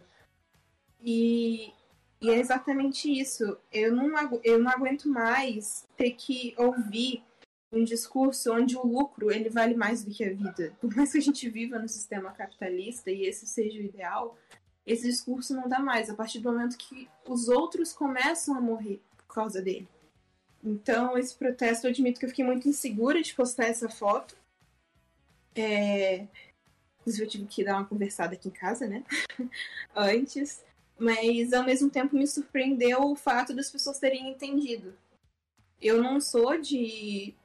E é exatamente isso. Eu não aguento mais ter que ouvir um discurso onde o lucro ele vale mais do que a vida. Por mais que a gente viva no sistema capitalista e esse seja o ideal, esse discurso não dá mais, a partir do momento que os outros começam a morrer por causa dele. Então, esse protesto, eu admito que eu fiquei muito insegura de postar essa foto. Inclusive, eu tive que dar uma conversada aqui em casa, né? Antes. Mas, ao mesmo tempo, me surpreendeu o fato das pessoas terem entendido. Eu não sou de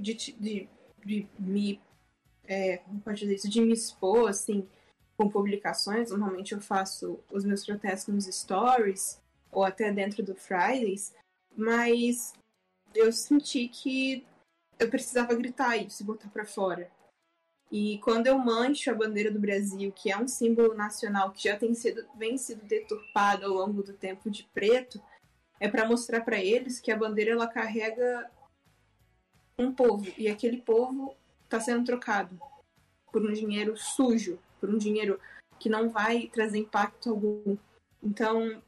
me... como pode dizer isso? De me expor, assim, com publicações. Normalmente eu faço os meus protestos nos stories ou até dentro do Fridays, mas eu senti que eu precisava gritar isso e botar pra fora. E quando eu mancho a bandeira do Brasil, que é um símbolo nacional que já vem sido deturpado ao longo do tempo de preto, é para mostrar para eles que a bandeira ela carrega um povo, e aquele povo está sendo trocado por um dinheiro sujo, por um dinheiro que não vai trazer impacto algum. Então,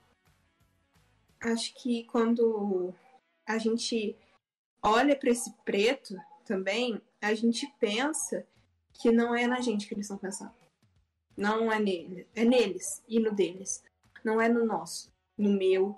acho que quando a gente olha para esse preto também, a gente pensa que não é na gente que eles estão pensando. Não é nele, é neles e no deles. Não é no nosso, no meu,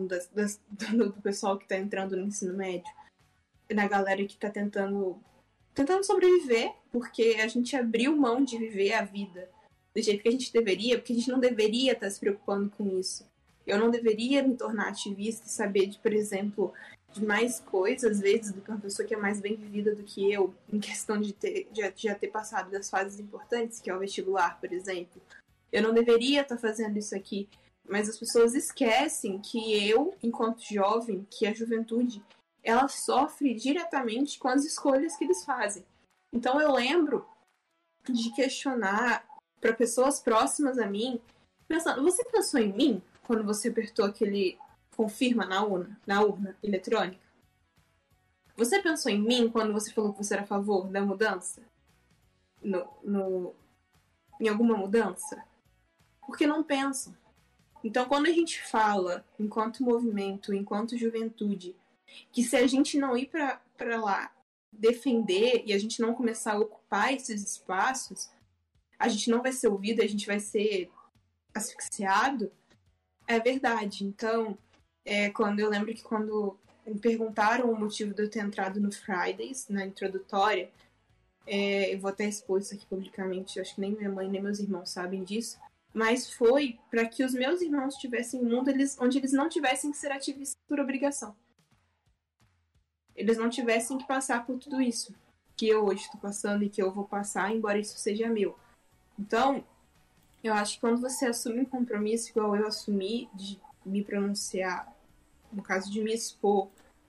do pessoal que está entrando no ensino médio, na galera que está tentando sobreviver, porque a gente abriu mão de viver a vida do jeito que a gente deveria, porque a gente não deveria estar se preocupando com isso. Eu não deveria me tornar ativista e saber de, por exemplo, de mais coisas, às vezes, do que uma pessoa que é mais bem vivida do que eu, em questão de já ter passado das fases importantes, que é o vestibular, por exemplo. Eu não deveria estar fazendo isso aqui, mas as pessoas esquecem que eu, enquanto jovem, que a juventude, ela sofre diretamente com as escolhas que eles fazem. Então eu lembro de questionar para pessoas próximas a mim, pensando, você pensou em mim quando você apertou aquele confirma na urna eletrônica? Você pensou em mim quando você falou que você era a favor da mudança? Em alguma mudança? Porque não pensam. Então, quando a gente fala, enquanto movimento, enquanto juventude, que se a gente não ir para lá defender e a gente não começar a ocupar esses espaços, a gente não vai ser ouvido, a gente vai ser asfixiado, é verdade. Então, eu lembro que quando me perguntaram o motivo de eu ter entrado no Fridays, na introdutória, eu vou até expor isso aqui publicamente, eu acho que nem minha mãe nem meus irmãos sabem disso, mas foi para que os meus irmãos tivessem um mundo onde eles não tivessem que ser ativistas por obrigação. eles não tivessem que passar por tudo isso que eu hoje estou passando e que eu vou passar, embora isso seja meu. Então, eu acho que quando você assume um compromisso, igual eu assumi, de me pronunciar, no caso de me expor,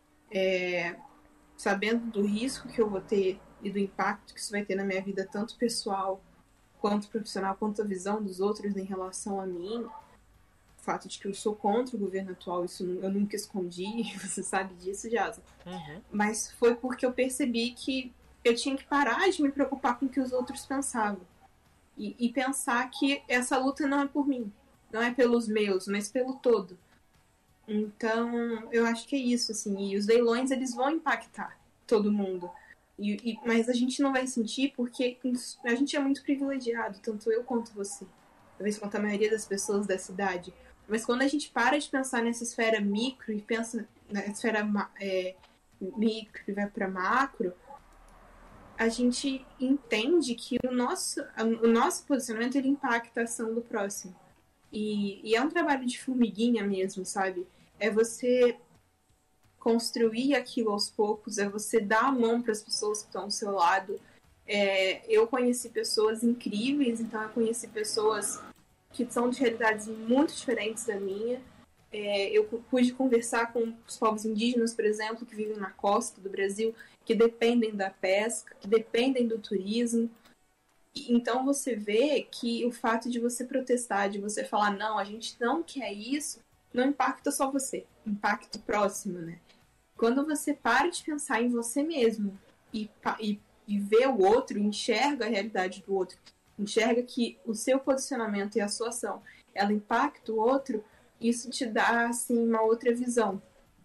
sabendo do risco que eu vou ter e do impacto que isso vai ter na minha vida, tanto pessoal quanto profissional, quanto a visão dos outros em relação a mim, o fato de que eu sou contra o governo atual, isso eu nunca escondi, você sabe disso, Jasa. Mas foi porque eu percebi que eu tinha que parar de me preocupar com o que os outros pensavam. E pensar que essa luta não é por mim, não é pelos meus, mas pelo todo. Então, eu acho que é isso, assim. E os leilões, eles vão impactar todo mundo. Mas a gente não vai sentir porque a gente é muito privilegiado, tanto eu quanto você. Talvez quanto a maioria das pessoas da cidade. Mas quando a gente para de pensar nessa esfera micro e pensa na esfera micro e vai para macro, a gente entende que o nosso posicionamento ele impacta a ação do próximo. E é um trabalho de formiguinha mesmo, sabe? É você construir aquilo aos poucos, é você dar a mão para as pessoas que estão ao seu lado. Eu conheci pessoas incríveis, então eu conheci pessoas que são de realidades muito diferentes da minha. Eu pude conversar com os povos indígenas, por exemplo, que vivem na costa do Brasil, que dependem da pesca, que dependem do turismo. Então você vê que o fato de você protestar, de você falar, não, a gente não quer isso, não impacta só você, impacta o próximo, né? Quando você para de pensar em você mesmo e vê o outro, enxerga a realidade do outro, enxerga que o seu posicionamento e a sua ação, ela impacta o outro, isso te dá, assim, uma outra visão.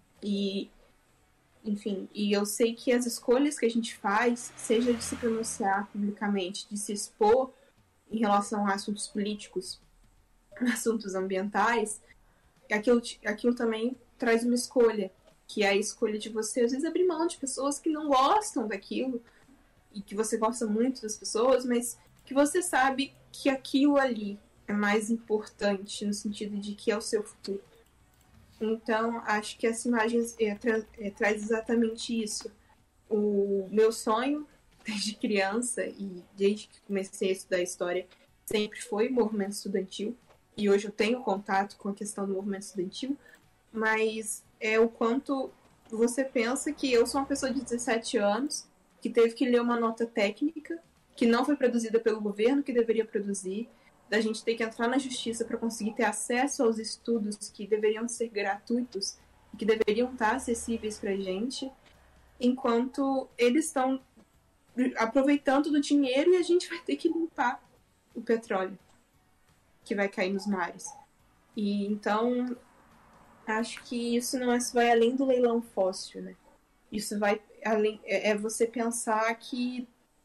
Enfim, e eu sei que as escolhas que a gente faz, seja de se pronunciar publicamente, de se expor em relação a assuntos políticos, assuntos ambientais, aquilo também traz uma escolha, que é a escolha de você, às vezes, abrir mão de pessoas que não gostam daquilo, e que você gosta muito das pessoas, mas que você sabe que aquilo ali é mais importante, no sentido de que é o seu futuro. Então, acho que essa imagem traz exatamente isso. O meu sonho, desde criança e desde que comecei a estudar história, sempre foi o movimento estudantil. E hoje eu tenho contato com a questão do movimento estudantil, mas é o quanto você pensa que eu sou uma pessoa de 17 anos que teve que ler uma nota técnica que não foi produzida pelo governo que deveria produzir, da gente ter que entrar na justiça para conseguir ter acesso aos estudos que deveriam ser gratuitos e que deveriam estar acessíveis para a gente, enquanto eles estão aproveitando do dinheiro e a gente vai ter que limpar o petróleo que vai cair nos mares. E então, acho que isso vai além do leilão fóssil, né? Isso vai além, você pensar que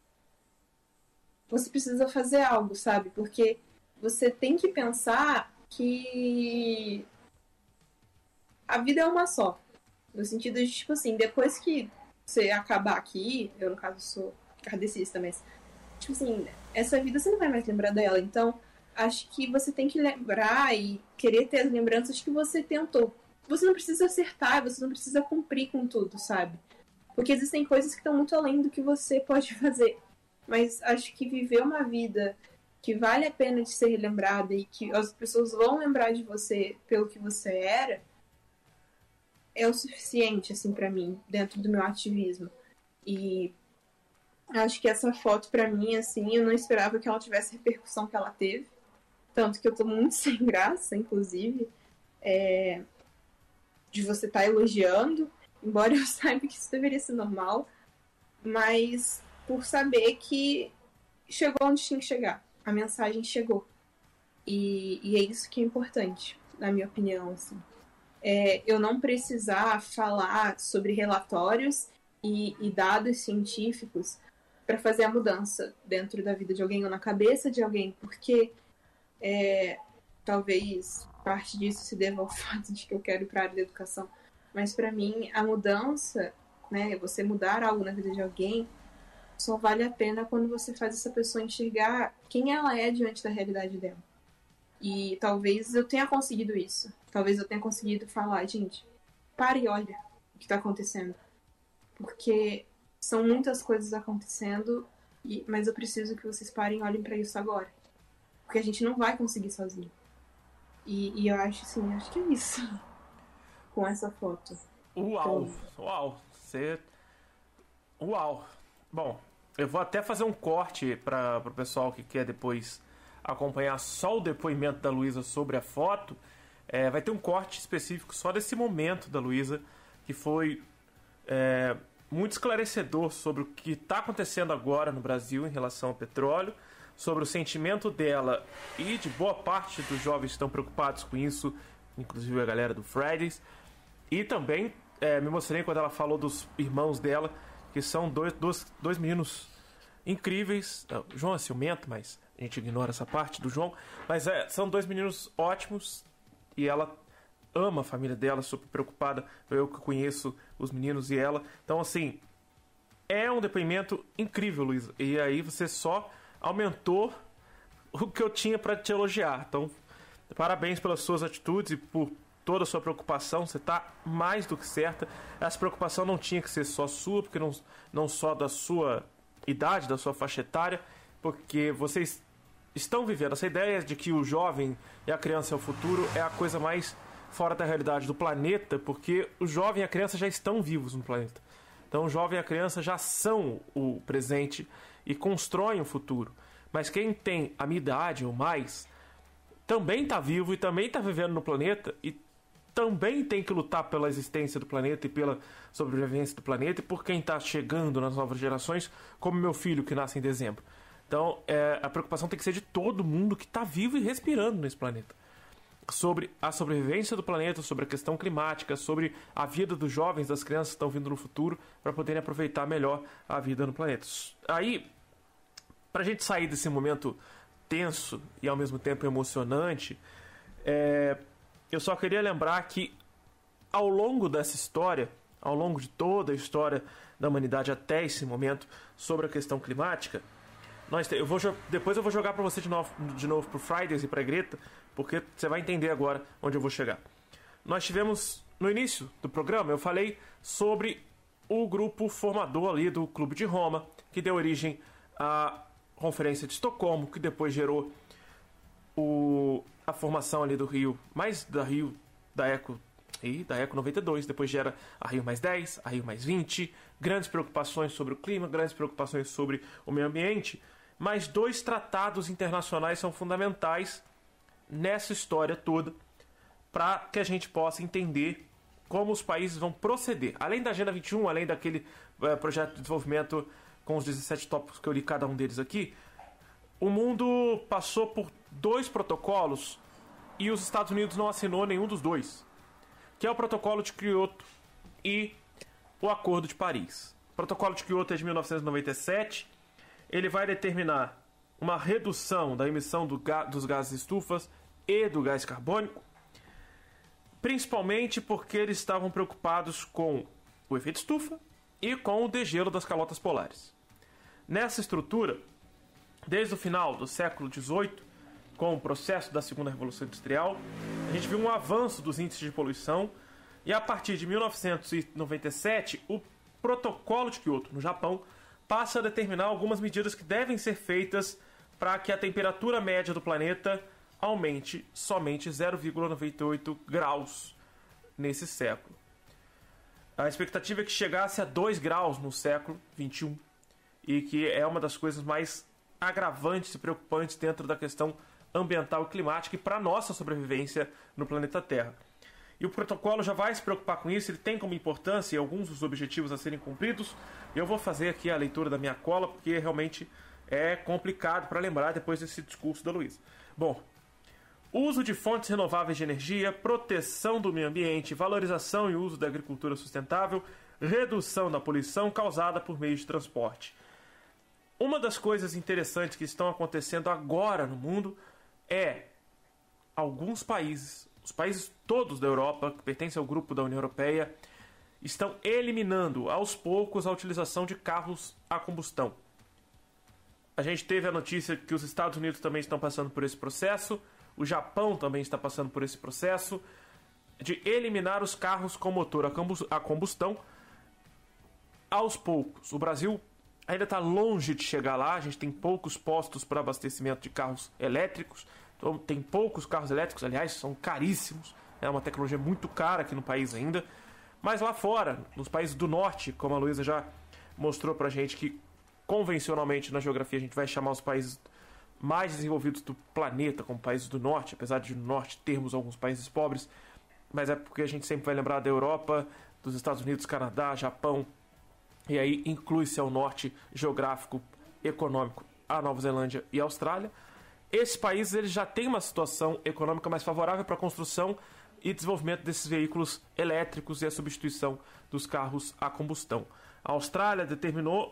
você precisa fazer algo, sabe? Porque você tem que pensar que a vida é uma só. No sentido de, tipo assim, depois que você acabar aqui, eu no caso sou kardecista, mas, tipo assim, essa vida você não vai mais lembrar dela. Então, acho que você tem que lembrar e querer ter as lembranças que você tentou. Você não precisa acertar, você não precisa cumprir com tudo, sabe? Porque existem coisas que estão muito além do que você pode fazer. Mas acho que viver uma vida que vale a pena de ser lembrada e que as pessoas vão lembrar de você pelo que você era, é o suficiente, assim, pra mim, dentro do meu ativismo. E acho que essa foto, pra mim, assim, eu não esperava que ela tivesse a repercussão que ela teve. Tanto que eu tô muito sem graça, inclusive, de você estar elogiando, embora eu saiba que isso deveria ser normal, mas por saber que chegou onde tinha que chegar. A mensagem chegou. E é isso que é importante, na minha opinião, assim. Eu não precisar falar sobre relatórios e dados científicos para fazer a mudança dentro da vida de alguém ou na cabeça de alguém, porque talvez parte disso se deva ao fato de que eu quero ir para a área da educação, mas para mim a mudança, né, você mudar algo na vida de alguém, só vale a pena quando você faz essa pessoa enxergar quem ela é diante da realidade dela. E talvez eu tenha conseguido isso. Talvez eu tenha conseguido falar, gente, pare e olha o que está acontecendo. porque são muitas coisas acontecendo, mas eu preciso que vocês parem e olhem pra isso agora. Porque a gente não vai conseguir sozinho. E eu acho, assim, acho que é isso. Com essa foto. Uau! Então... Uau! Uau! Bom, eu vou até fazer um corte para o pessoal que quer depois acompanhar só o depoimento da Luísa sobre a foto. Vai ter um corte específico só desse momento da Luísa, que foi muito esclarecedor sobre o que está acontecendo agora no Brasil em relação ao petróleo, sobre o sentimento dela e de boa parte dos jovens que estão preocupados com isso, inclusive a galera do Fridays. E também me emocionei quando ela falou dos irmãos dela, que são dois meninos incríveis. O João é ciumento, mas a gente ignora essa parte do João. Mas são dois meninos ótimos e ela ama a família dela, super preocupada. Eu que conheço os meninos e ela. Então, assim, é um depoimento incrível, Luísa. E aí você só aumentou o que eu tinha para te elogiar. Então, parabéns pelas suas atitudes e por toda a sua preocupação. Você está mais do que certa. Essa preocupação não tinha que ser só sua, porque não só da sua idade, da sua faixa etária, porque vocês estão vivendo essa ideia de que o jovem e a criança é o futuro, é a coisa mais fora da realidade do planeta, porque o jovem e a criança já estão vivos no planeta. Então o jovem e a criança já são o presente e constroem o futuro. Mas quem tem a minha idade ou mais também está vivo e também está vivendo no planeta e também tem que lutar pela existência do planeta e pela sobrevivência do planeta e por quem está chegando nas novas gerações, como meu filho que nasce em dezembro. Então a preocupação tem que ser de todo mundo que está vivo e respirando nesse planeta. Sobre a sobrevivência do planeta, sobre a questão climática, sobre a vida dos jovens, das crianças que estão vindo no futuro, para poderem aproveitar melhor a vida no planeta. Aí, para a gente sair desse momento tenso e ao mesmo tempo emocionante, eu só queria lembrar que ao longo dessa história, ao longo de toda a história da humanidade até esse momento, sobre a questão climática, depois eu vou jogar para você de novo pro Fridays e pra Greta, porque você vai entender agora onde eu vou chegar. Nós tivemos, no início do programa, eu falei sobre o grupo formador ali do Clube de Roma, que deu origem à Conferência de Estocolmo, que depois gerou a formação ali do Rio, da Eco 92, depois gera a Rio +10, a Rio +20, grandes preocupações sobre o clima, grandes preocupações sobre o meio ambiente, mas 2 tratados internacionais são fundamentais nessa história toda para que a gente possa entender como os países vão proceder. Além da Agenda 21, além daquele projeto de desenvolvimento com os 17 tópicos que eu li cada um deles aqui, o mundo passou por 2 protocolos e os Estados Unidos não assinou nenhum dos 2, que é o Protocolo de Kyoto e o Acordo de Paris. O Protocolo de Kyoto é de 1997, ele vai determinar uma redução da emissão dos gases estufas e do gás carbônico, principalmente porque eles estavam preocupados com o efeito estufa e com o degelo das calotas polares. Nessa estrutura, desde o final do século XVIII, com o processo da Segunda Revolução Industrial, a gente viu um avanço dos índices de poluição e a partir de 1997, o Protocolo de Kyoto, no Japão, passa a determinar algumas medidas que devem ser feitas para que a temperatura média do planeta aumente somente 0,98 graus nesse século. A expectativa é que chegasse a 2 graus no século XXI e que é uma das coisas mais agravantes e preocupantes dentro da questão ambiental e climática e para a nossa sobrevivência no planeta Terra. E o protocolo já vai se preocupar com isso, ele tem como importância alguns dos objetivos a serem cumpridos. Eu vou fazer aqui a leitura da minha cola, porque realmente é complicado para lembrar depois desse discurso da Luísa. Bom, uso de fontes renováveis de energia, proteção do meio ambiente, valorização e uso da agricultura sustentável, redução da poluição causada por meios de transporte. Uma das coisas interessantes que estão acontecendo agora no mundo é alguns países, os países todos da Europa, que pertencem ao grupo da União Europeia, estão eliminando aos poucos a utilização de carros a combustão. A gente teve a notícia que os Estados Unidos também estão passando por esse processo, o Japão também está passando por esse processo de eliminar os carros com motor a combustão, aos poucos. O Brasil ainda está longe de chegar lá, a gente tem poucos postos para abastecimento de carros elétricos, então tem poucos carros elétricos, aliás, são caríssimos, é uma tecnologia muito cara aqui no país ainda, mas lá fora, nos países do norte, como a Luísa já mostrou pra gente, que convencionalmente na geografia a gente vai chamar os países mais desenvolvidos do planeta como países do norte, apesar de no norte termos alguns países pobres, mas é porque a gente sempre vai lembrar da Europa, dos Estados Unidos, Canadá, Japão, e aí inclui-se ao norte geográfico, econômico, a Nova Zelândia e a Austrália. Esses países eles já têm uma situação econômica mais favorável para a construção e desenvolvimento desses veículos elétricos e a substituição dos carros a combustão. A Austrália determinou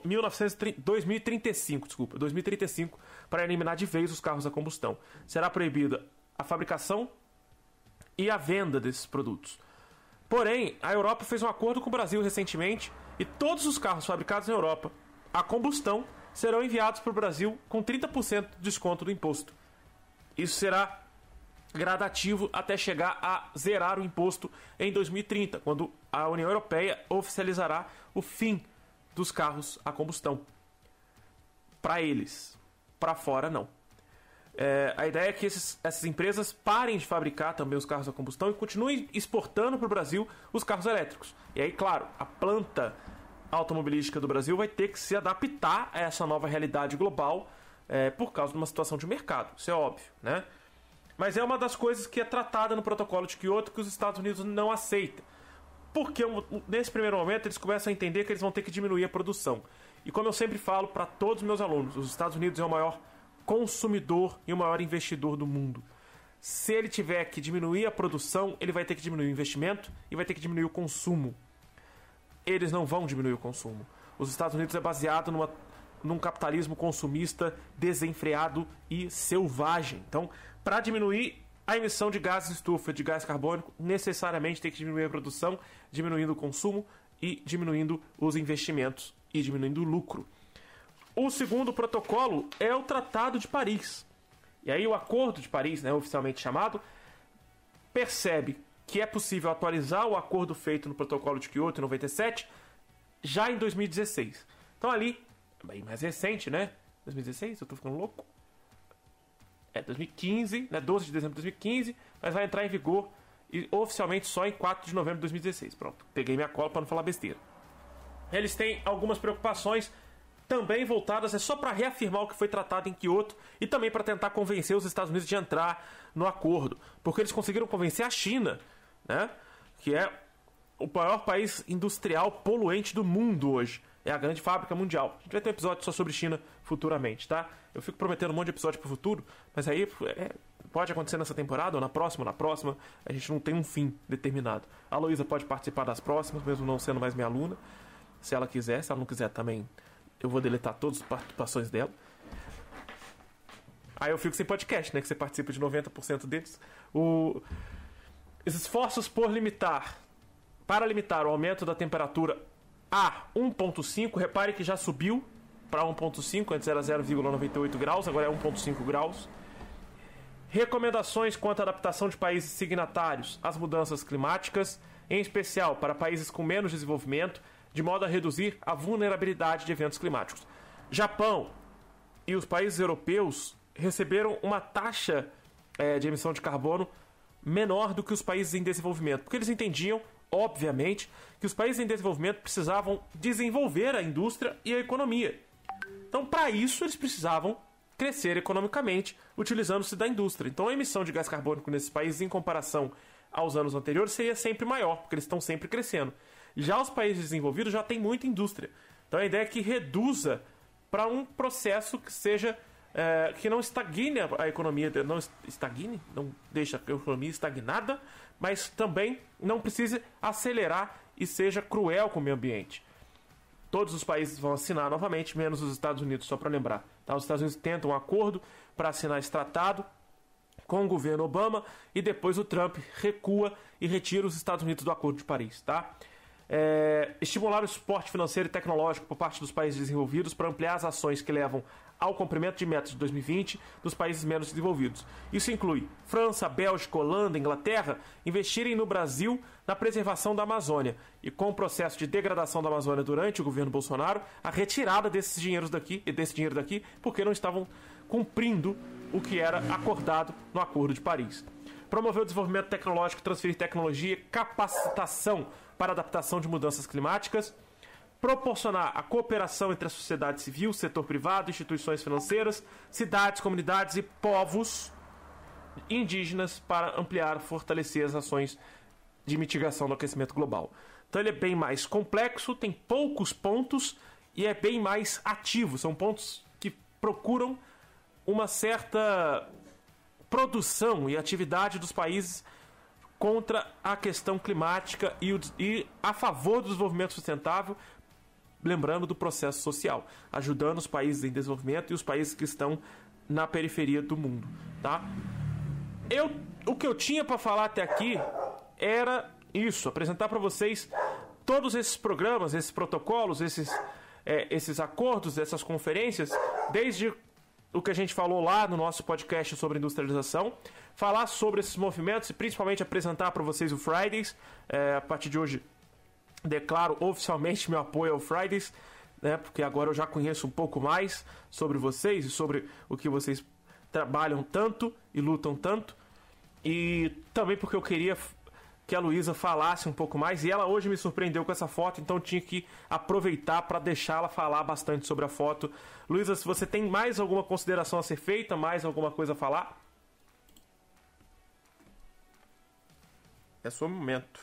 2035 para eliminar de vez os carros a combustão. Será proibida a fabricação e a venda desses produtos. Porém, a Europa fez um acordo com o Brasil recentemente e todos os carros fabricados na Europa a combustão serão enviados para o Brasil com 30% de desconto do imposto. Isso será gradativo até chegar a zerar o imposto em 2030, quando a União Europeia oficializará o fim dos carros a combustão. Para eles, para fora não. A ideia é que essas empresas parem de fabricar também os carros a combustão e continuem exportando para o Brasil os carros elétricos. E aí, claro, a planta automobilística do Brasil vai ter que se adaptar a essa nova realidade global por causa de uma situação de mercado. Isso é óbvio, né? Mas é uma das coisas que é tratada no protocolo de Kyoto que os Estados Unidos não aceitam. Porque nesse primeiro momento eles começam a entender que eles vão ter que diminuir a produção. E como eu sempre falo para todos os meus alunos, os Estados Unidos é o maior consumidor e o maior investidor do mundo. Se ele tiver que diminuir a produção, ele vai ter que diminuir o investimento e vai ter que diminuir o consumo. Eles não vão diminuir o consumo. Os Estados Unidos é baseado num capitalismo consumista desenfreado e selvagem. Então, para diminuir a emissão de gases de estufa, de gás carbônico, necessariamente tem que diminuir a produção, diminuindo o consumo e diminuindo os investimentos e diminuindo o lucro. O segundo protocolo é o Tratado de Paris. E aí o Acordo de Paris, né, oficialmente chamado, percebe que é possível atualizar o acordo feito no protocolo de Kyoto em 97 já em 2016. Então ali, bem mais recente, né? 2016? Eu tô ficando louco? 2015, né? 12 de dezembro de 2015, mas vai entrar em vigor e oficialmente só em 4 de novembro de 2016. Pronto, peguei minha cola para não falar besteira. Eles têm algumas preocupações também voltadas só para reafirmar o que foi tratado em Kyoto e também para tentar convencer os Estados Unidos de entrar no acordo, porque eles conseguiram convencer a China, né, que é o maior país industrial poluente do mundo hoje, é a grande fábrica mundial. A gente vai ter um episódio só sobre China futuramente, tá? Eu fico prometendo um monte de episódio pro futuro, mas aí pode acontecer nessa temporada ou na próxima, a gente não tem um fim determinado. A Luísa pode participar das próximas, mesmo não sendo mais minha aluna, se ela quiser. Se ela não quiser também, eu vou deletar todas as participações dela. Aí eu fico sem podcast, né? Que você participa de 90% deles. Os esforços para limitar o aumento da temperatura a 1,5, repare que já subiu para 1,5, antes era 0,98 graus, agora é 1,5 graus. Recomendações quanto à adaptação de países signatários às mudanças climáticas, em especial para países com menos desenvolvimento, de modo a reduzir a vulnerabilidade de eventos climáticos. Japão e os países europeus receberam uma taxa de emissão de carbono menor do que os países em desenvolvimento, porque eles entendiam, obviamente, que os países em desenvolvimento precisavam desenvolver a indústria e a economia. Então, para isso, eles precisavam crescer economicamente, utilizando-se da indústria. Então, a emissão de gás carbônico nesses países, em comparação aos anos anteriores, seria sempre maior, porque eles estão sempre crescendo. Já os países desenvolvidos já têm muita indústria. Então, a ideia é que reduza para um processo que seja que não estagne a economia, não deixe a economia estagnada, mas também não precise acelerar e seja cruel com o meio ambiente. Todos os países vão assinar novamente, menos os Estados Unidos, só para lembrar. Tá? Os Estados Unidos tentam um acordo para assinar esse tratado com o governo Obama e depois o Trump recua e retira os Estados Unidos do Acordo de Paris. Tá? Estimular o suporte financeiro e tecnológico por parte dos países desenvolvidos para ampliar as ações que levam ao cumprimento de metas de 2020 dos países menos desenvolvidos. Isso inclui França, Bélgica, Holanda, Inglaterra investirem no Brasil na preservação da Amazônia. E com o processo de degradação da Amazônia durante o governo Bolsonaro, a retirada desse dinheiro daqui, porque não estavam cumprindo o que era acordado no Acordo de Paris. Promover o desenvolvimento tecnológico, transferir tecnologia, capacitação para adaptação de mudanças climáticas, proporcionar a cooperação entre a sociedade civil, setor privado, instituições financeiras, cidades, comunidades e povos indígenas para ampliar e fortalecer as ações de mitigação do aquecimento global. Então ele é bem mais complexo, tem poucos pontos e é bem mais ativo. São pontos que procuram uma certa produção e atividade dos países contra a questão climática e a favor do desenvolvimento sustentável, lembrando do processo social, ajudando os países em desenvolvimento e os países que estão na periferia do mundo, tá? O que eu tinha para falar até aqui era isso, apresentar para vocês todos esses programas, esses protocolos, esses acordos, essas conferências, desde o que a gente falou lá no nosso podcast sobre industrialização, falar sobre esses movimentos e principalmente apresentar para vocês o Fridays. A partir de hoje declaro oficialmente meu apoio ao Fridays, né, porque agora eu já conheço um pouco mais sobre vocês e sobre o que vocês trabalham tanto e lutam tanto, e também porque eu queria que a Luísa falasse um pouco mais, e ela hoje me surpreendeu com essa foto, então eu tinha que aproveitar para deixá-la falar bastante sobre a foto. Luísa, se você tem mais alguma consideração a ser feita, mais alguma coisa a falar? É seu momento.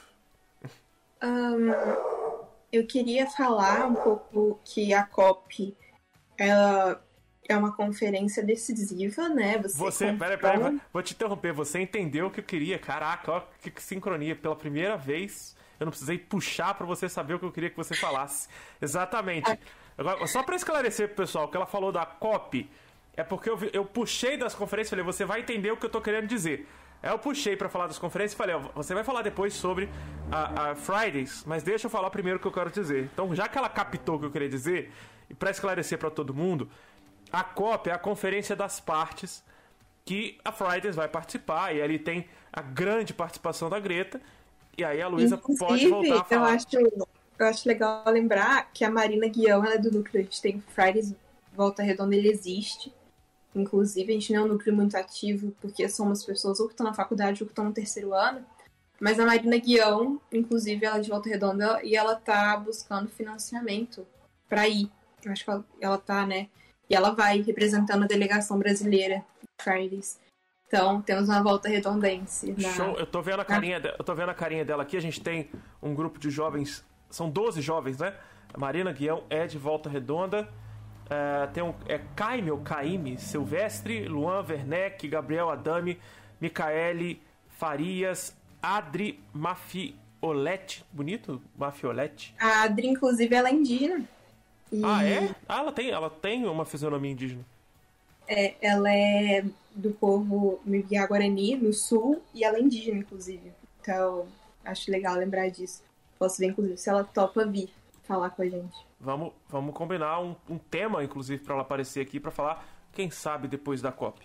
Eu queria falar um pouco que a COP ela é uma conferência decisiva, né? Peraí, vou te interromper. Você entendeu o que eu queria? Caraca, ó, que sincronia. Pela primeira vez, eu não precisei puxar pra você saber o que eu queria que você falasse. Exatamente. Agora, só pra esclarecer pro pessoal, o que ela falou da COP é porque eu puxei das conferências e falei, você vai entender o que eu tô querendo dizer. Aí eu puxei pra falar das conferências e falei, ó, você vai falar depois sobre a Fridays, mas deixa eu falar primeiro o que eu quero dizer. Então, já que ela captou o que eu queria dizer, e pra esclarecer pra todo mundo, a COP é a Conferência das Partes que a Fridays vai participar, e ali tem a grande participação da Greta, e aí a Luísa pode voltar a falar. Eu acho legal lembrar que a Marina Guião, ela é do núcleo, a gente tem Fridays Volta Redonda, ele existe. Inclusive, a gente não é um núcleo muito ativo, porque somos pessoas ou que estão na faculdade ou que estão no terceiro ano. Mas a Marina Guião, inclusive, ela é de Volta Redonda, e ela tá buscando financiamento para ir. Eu acho que ela tá, né? E ela vai representando a delegação brasileira de Fridays. Então, temos uma volta redondense. Show! Eu tô vendo a carinha dela aqui. A gente tem um grupo de jovens, são 12 jovens, né? A Marina Guião é de Volta Redonda. Tem Caime, Silvestre, Luan Werneck, Gabriel Adame, Micaele Farias, Adri Mafioletti. Bonito? Mafioletti. A Adri, inclusive, ela é indígena. Ah, é? Ela tem uma fisionomia indígena. Ela é do povo Miguiá-Guarani, no sul, e ela é indígena, inclusive. Então, acho legal lembrar disso. Posso ver, inclusive, se ela topa vir falar com a gente. Vamos combinar um tema, inclusive, para ela aparecer aqui, para falar, quem sabe, depois da COP.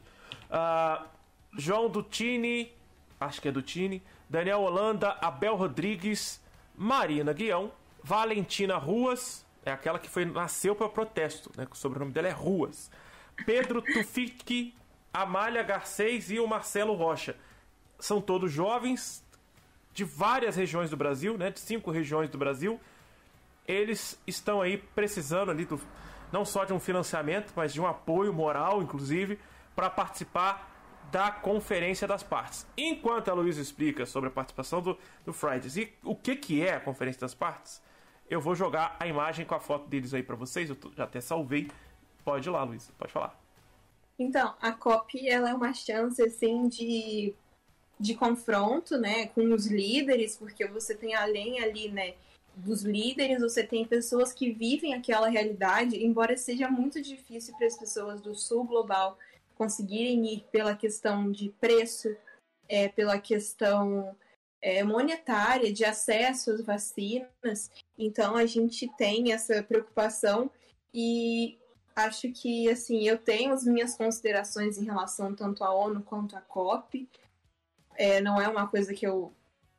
João Dutini, acho que é Dutini, Daniel Holanda, Abel Rodrigues, Marina Guião, Valentina Ruas, é aquela que nasceu para protesto, né? O sobrenome dela é Ruas. Pedro Tufik, Amália Garcês e o Marcelo Rocha. São todos jovens de várias regiões do Brasil, né? De 5 regiões do Brasil. Eles estão aí precisando ali não só de um financiamento, mas de um apoio moral, inclusive, para participar da Conferência das Partes. Enquanto a Luísa explica sobre a participação do Fridays e o que é a Conferência das Partes, eu vou jogar a imagem com a foto deles aí para vocês. Eu já até salvei. Pode ir lá, Luísa. Pode falar. Então, a COP ela é uma chance assim, de confronto, né, com os líderes, porque você tem além ali, né, dos líderes, você tem pessoas que vivem aquela realidade, embora seja muito difícil para as pessoas do sul global conseguirem ir pela questão de preço, pela questão monetária, de acesso às vacinas. Então, a gente tem essa preocupação e acho que, assim, eu tenho as minhas considerações em relação tanto à ONU quanto à COP. Não é uma coisa que eu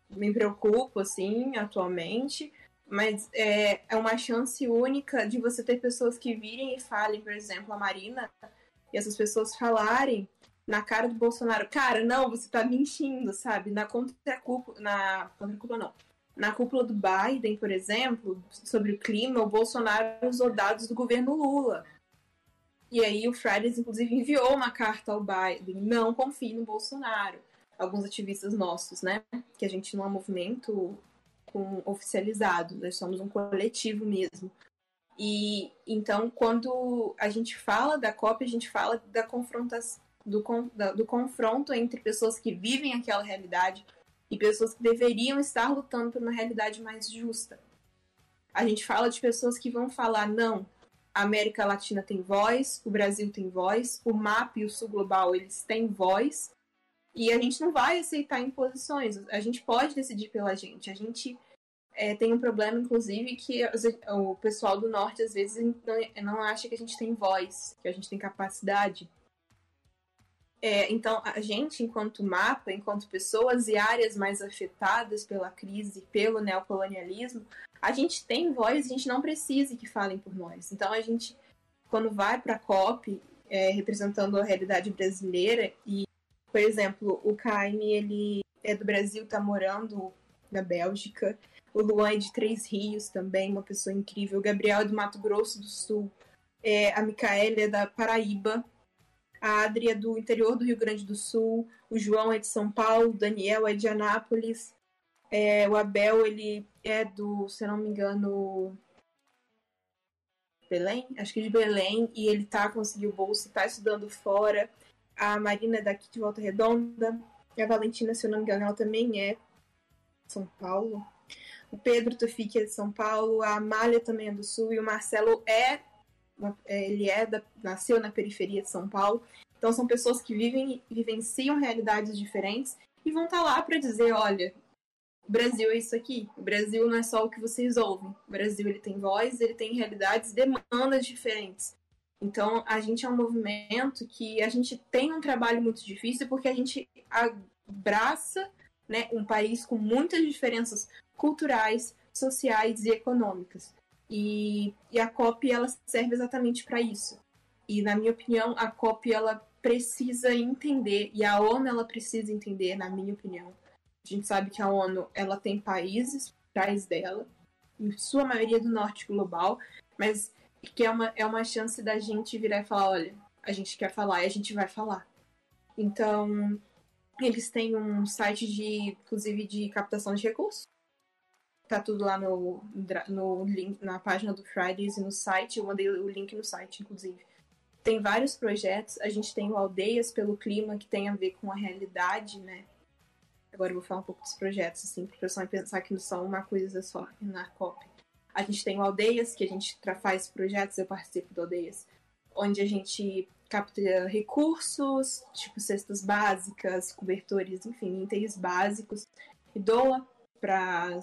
me preocupo, assim, atualmente, mas é uma chance única de você ter pessoas que virem e falem, por exemplo, a Marina, e essas pessoas falarem na cara do Bolsonaro, cara, não, você tá mentindo, sabe? Na contraculpa não. Na cúpula do Biden, por exemplo, sobre o clima, o Bolsonaro usou dados do governo Lula. E aí o Fridays, inclusive, enviou uma carta ao Biden, não confie no Bolsonaro. Alguns ativistas nossos, né? Que a gente não é um movimento oficializado, nós somos um coletivo mesmo. E então, quando a gente fala da COP, a gente fala da confrontação, do confronto entre pessoas que vivem aquela realidade e pessoas que deveriam estar lutando por uma realidade mais justa. A gente fala de pessoas que vão falar, não, a América Latina tem voz, o Brasil tem voz, o MAP e o Sul Global, eles têm voz, e a gente não vai aceitar imposições, a gente pode decidir pela gente. A gente tem um problema, inclusive, que o pessoal do Norte, às vezes, não acha que a gente tem voz, que a gente tem capacidade. Então, a gente, enquanto mapa, enquanto pessoas e áreas mais afetadas pela crise, pelo neocolonialismo, a gente tem voz, a gente não precisa que falem por nós. Então, a gente, quando vai para a COP, representando a realidade brasileira, e, por exemplo, o Caime, ele é do Brasil, está morando na Bélgica, o Luan é de Três Rios também, uma pessoa incrível, o Gabriel é do Mato Grosso do Sul, a Micaela é da Paraíba, a Adri é do interior do Rio Grande do Sul, o João é de São Paulo, o Daniel é de Anápolis, o Abel, ele é do, se eu não me engano, Belém? Acho que de Belém, e ele conseguiu bolsa, está estudando fora. A Marina é daqui de Volta Redonda, a Valentina, se eu não me engano, ela também é de São Paulo. O Pedro Tufik é de São Paulo, a Amália também é do Sul, e o Marcelo nasceu na periferia de São Paulo. Então são pessoas que vivenciam realidades diferentes e vão estar lá para dizer, olha, o Brasil é isso aqui. O Brasil não é só o que vocês ouvem. O Brasil, ele tem voz, ele tem realidades, demandas diferentes. Então a gente é um movimento que a gente tem um trabalho muito difícil porque a gente abraça, né, um país com muitas diferenças culturais, sociais e econômicas. E a COP, ela serve exatamente para isso. E, na minha opinião, a COP, ela precisa entender, e a ONU, ela precisa entender, na minha opinião. A gente sabe que a ONU, ela tem países atrás dela, em sua maioria do norte global, mas que é uma chance da gente virar e falar, olha, a gente quer falar e a gente vai falar. Então, eles têm um site, inclusive, de captação de recursos. Tá tudo lá no link, na página do Fridays e no site. Eu mandei o link no site, inclusive. Tem vários projetos. A gente tem o Aldeias pelo Clima, que tem a ver com a realidade, né? Agora eu vou falar um pouco dos projetos, assim, porque o pessoal vai pensar que não são uma coisa só na COP. A gente tem o Aldeias, que a gente faz projetos, eu participo do Aldeias, onde a gente capta recursos, tipo cestas básicas, cobertores, enfim, itens básicos, e doa para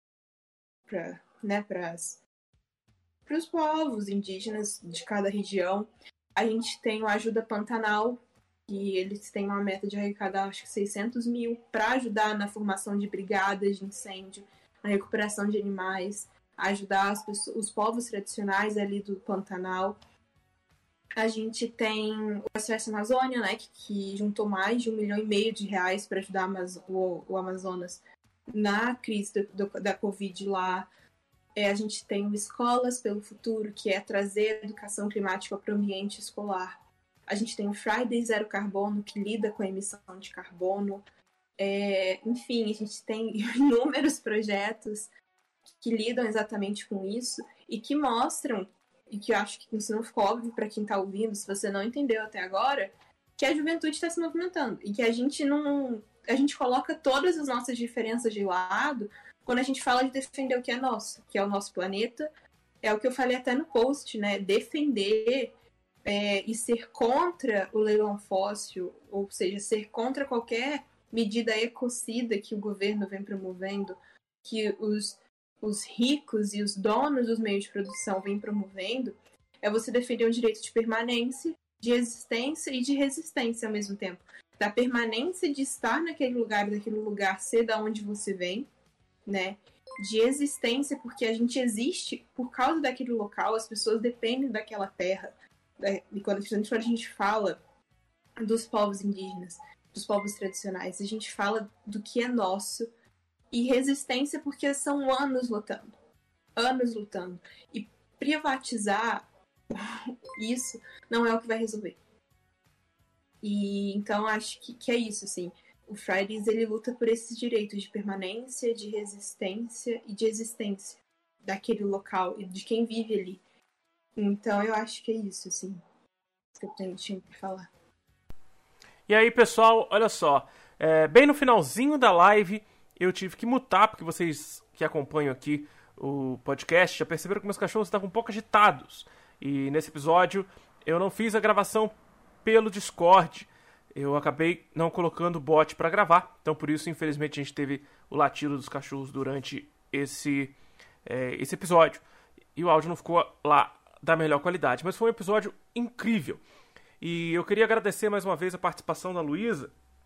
os povos indígenas de cada região. A gente tem o Ajuda Pantanal, que eles têm uma meta de arrecadar, acho que 600 mil, para ajudar na formação de brigadas de incêndio, na recuperação de animais, ajudar os povos tradicionais ali do Pantanal. A gente tem o SOS Amazônia, né, que juntou mais de R$1,5 milhão para ajudar o Amazonas na crise da Covid lá. A gente tem o Escolas pelo Futuro, que é trazer educação climática para o ambiente escolar. A gente tem o Friday Zero Carbono, que lida com a emissão de carbono. Enfim, a gente tem inúmeros projetos que lidam exatamente com isso e que mostram, e que eu acho que isso não ficou óbvio para quem está ouvindo, se você não entendeu até agora, que a juventude está se movimentando e que a gente coloca todas as nossas diferenças de lado quando a gente fala de defender o que é nosso, que é o nosso planeta. É o que eu falei até no post, né? Defender e ser contra o leilão fóssil, ou seja, ser contra qualquer medida ecocida que o governo vem promovendo, que os ricos e os donos dos meios de produção vêm promovendo, é você defender o direito de permanência, de existência e de resistência ao mesmo tempo. da permanência de estar naquele lugar ser da onde você vem, né? De existência, porque a gente existe por causa daquele local, as pessoas dependem daquela terra. E quando a gente fala dos povos indígenas, dos povos tradicionais, a gente fala do que é nosso. E resistência porque são anos lutando. Anos lutando. E privatizar isso não é o que vai resolver. E então acho que é isso, assim. O Fridays, ele luta por esses direitos de permanência, de resistência e de existência daquele local e de quem vive ali. Então eu acho que é isso, assim, que eu tinha pra falar. E aí, pessoal, olha só. Bem no finalzinho da live, eu tive que mutar, porque vocês que acompanham aqui o podcast já perceberam que meus cachorros estavam um pouco agitados. E nesse episódio, eu não fiz a gravação pelo Discord. Eu acabei não colocando o bot para gravar. Então, por isso, infelizmente, a gente teve o latido dos cachorros durante esse episódio. E o áudio não ficou lá da melhor qualidade. Mas foi um episódio incrível. E eu queria agradecer mais uma vez a participação da Luísa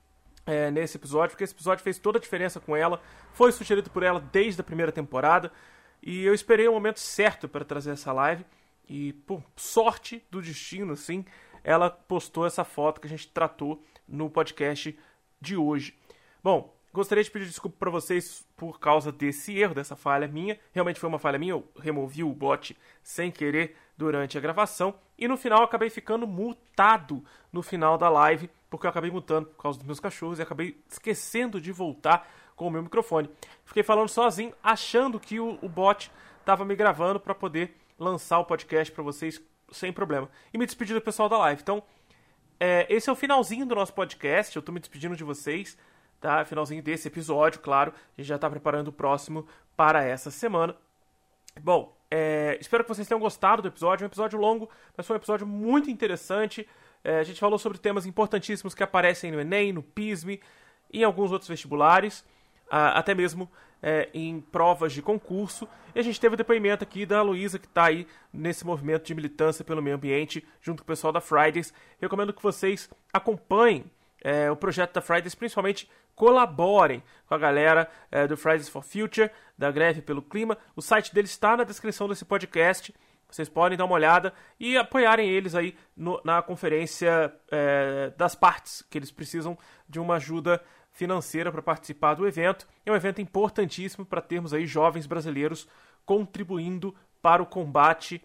nesse episódio, porque esse episódio fez toda a diferença com ela. Foi sugerido por ela desde a primeira temporada. E eu esperei o momento certo para trazer essa live. E, por sorte do destino, assim, ela postou essa foto que a gente tratou no podcast de hoje. Bom, gostaria de pedir desculpa para vocês por causa desse erro, dessa falha minha. Realmente foi uma falha minha, eu removi o bot sem querer durante a gravação. E no final eu acabei ficando mutado no final da live, porque eu acabei mutando por causa dos meus cachorros e acabei esquecendo de voltar com o meu microfone. Fiquei falando sozinho, achando que o bot estava me gravando para poder lançar o podcast para vocês sem problema. E me despedi do pessoal da live. Então, esse é o finalzinho do nosso podcast. Eu tô me despedindo de vocês, tá? Finalzinho desse episódio, claro. A gente já tá preparando o próximo para essa semana. Bom, espero que vocês tenham gostado do episódio. É um episódio longo, mas foi um episódio muito interessante. A gente falou sobre temas importantíssimos que aparecem no Enem, no PISME e em alguns outros vestibulares. Até mesmo em provas de concurso. E a gente teve o depoimento aqui da Luísa, que está aí nesse movimento de militância pelo meio ambiente, junto com o pessoal da Fridays. Recomendo que vocês acompanhem o projeto da Fridays, principalmente colaborem com a galera do Fridays for Future, da Greve pelo Clima. O site deles está na descrição desse podcast. Vocês podem dar uma olhada e apoiarem eles aí na conferência das partes, que eles precisam de uma ajuda financeira para participar do evento. É um evento importantíssimo para termos aí jovens brasileiros contribuindo para o combate,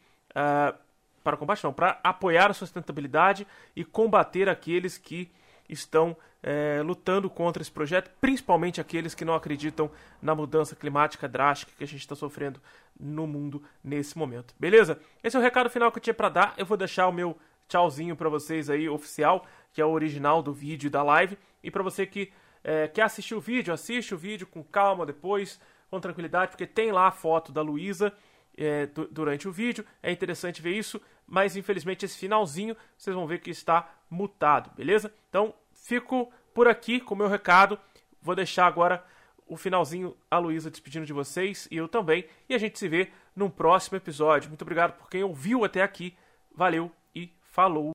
para apoiar a sustentabilidade e combater aqueles que estão lutando contra esse projeto, principalmente aqueles que não acreditam na mudança climática drástica que a gente está sofrendo no mundo nesse momento. Beleza? Esse é o recado final que eu tinha para dar. Eu vou deixar o meu tchauzinho para vocês aí, oficial, que é o original do vídeo e da live. E para você que quer assistir o vídeo, assiste o vídeo com calma depois, com tranquilidade, porque tem lá a foto da Luísa durante o vídeo. É interessante ver isso, mas infelizmente esse finalzinho vocês vão ver que está mutado, beleza? Então, fico por aqui com o meu recado. Vou deixar agora o finalzinho, a Luísa despedindo de vocês, e eu também. E a gente se vê num próximo episódio. Muito obrigado por quem ouviu até aqui. Valeu e falou!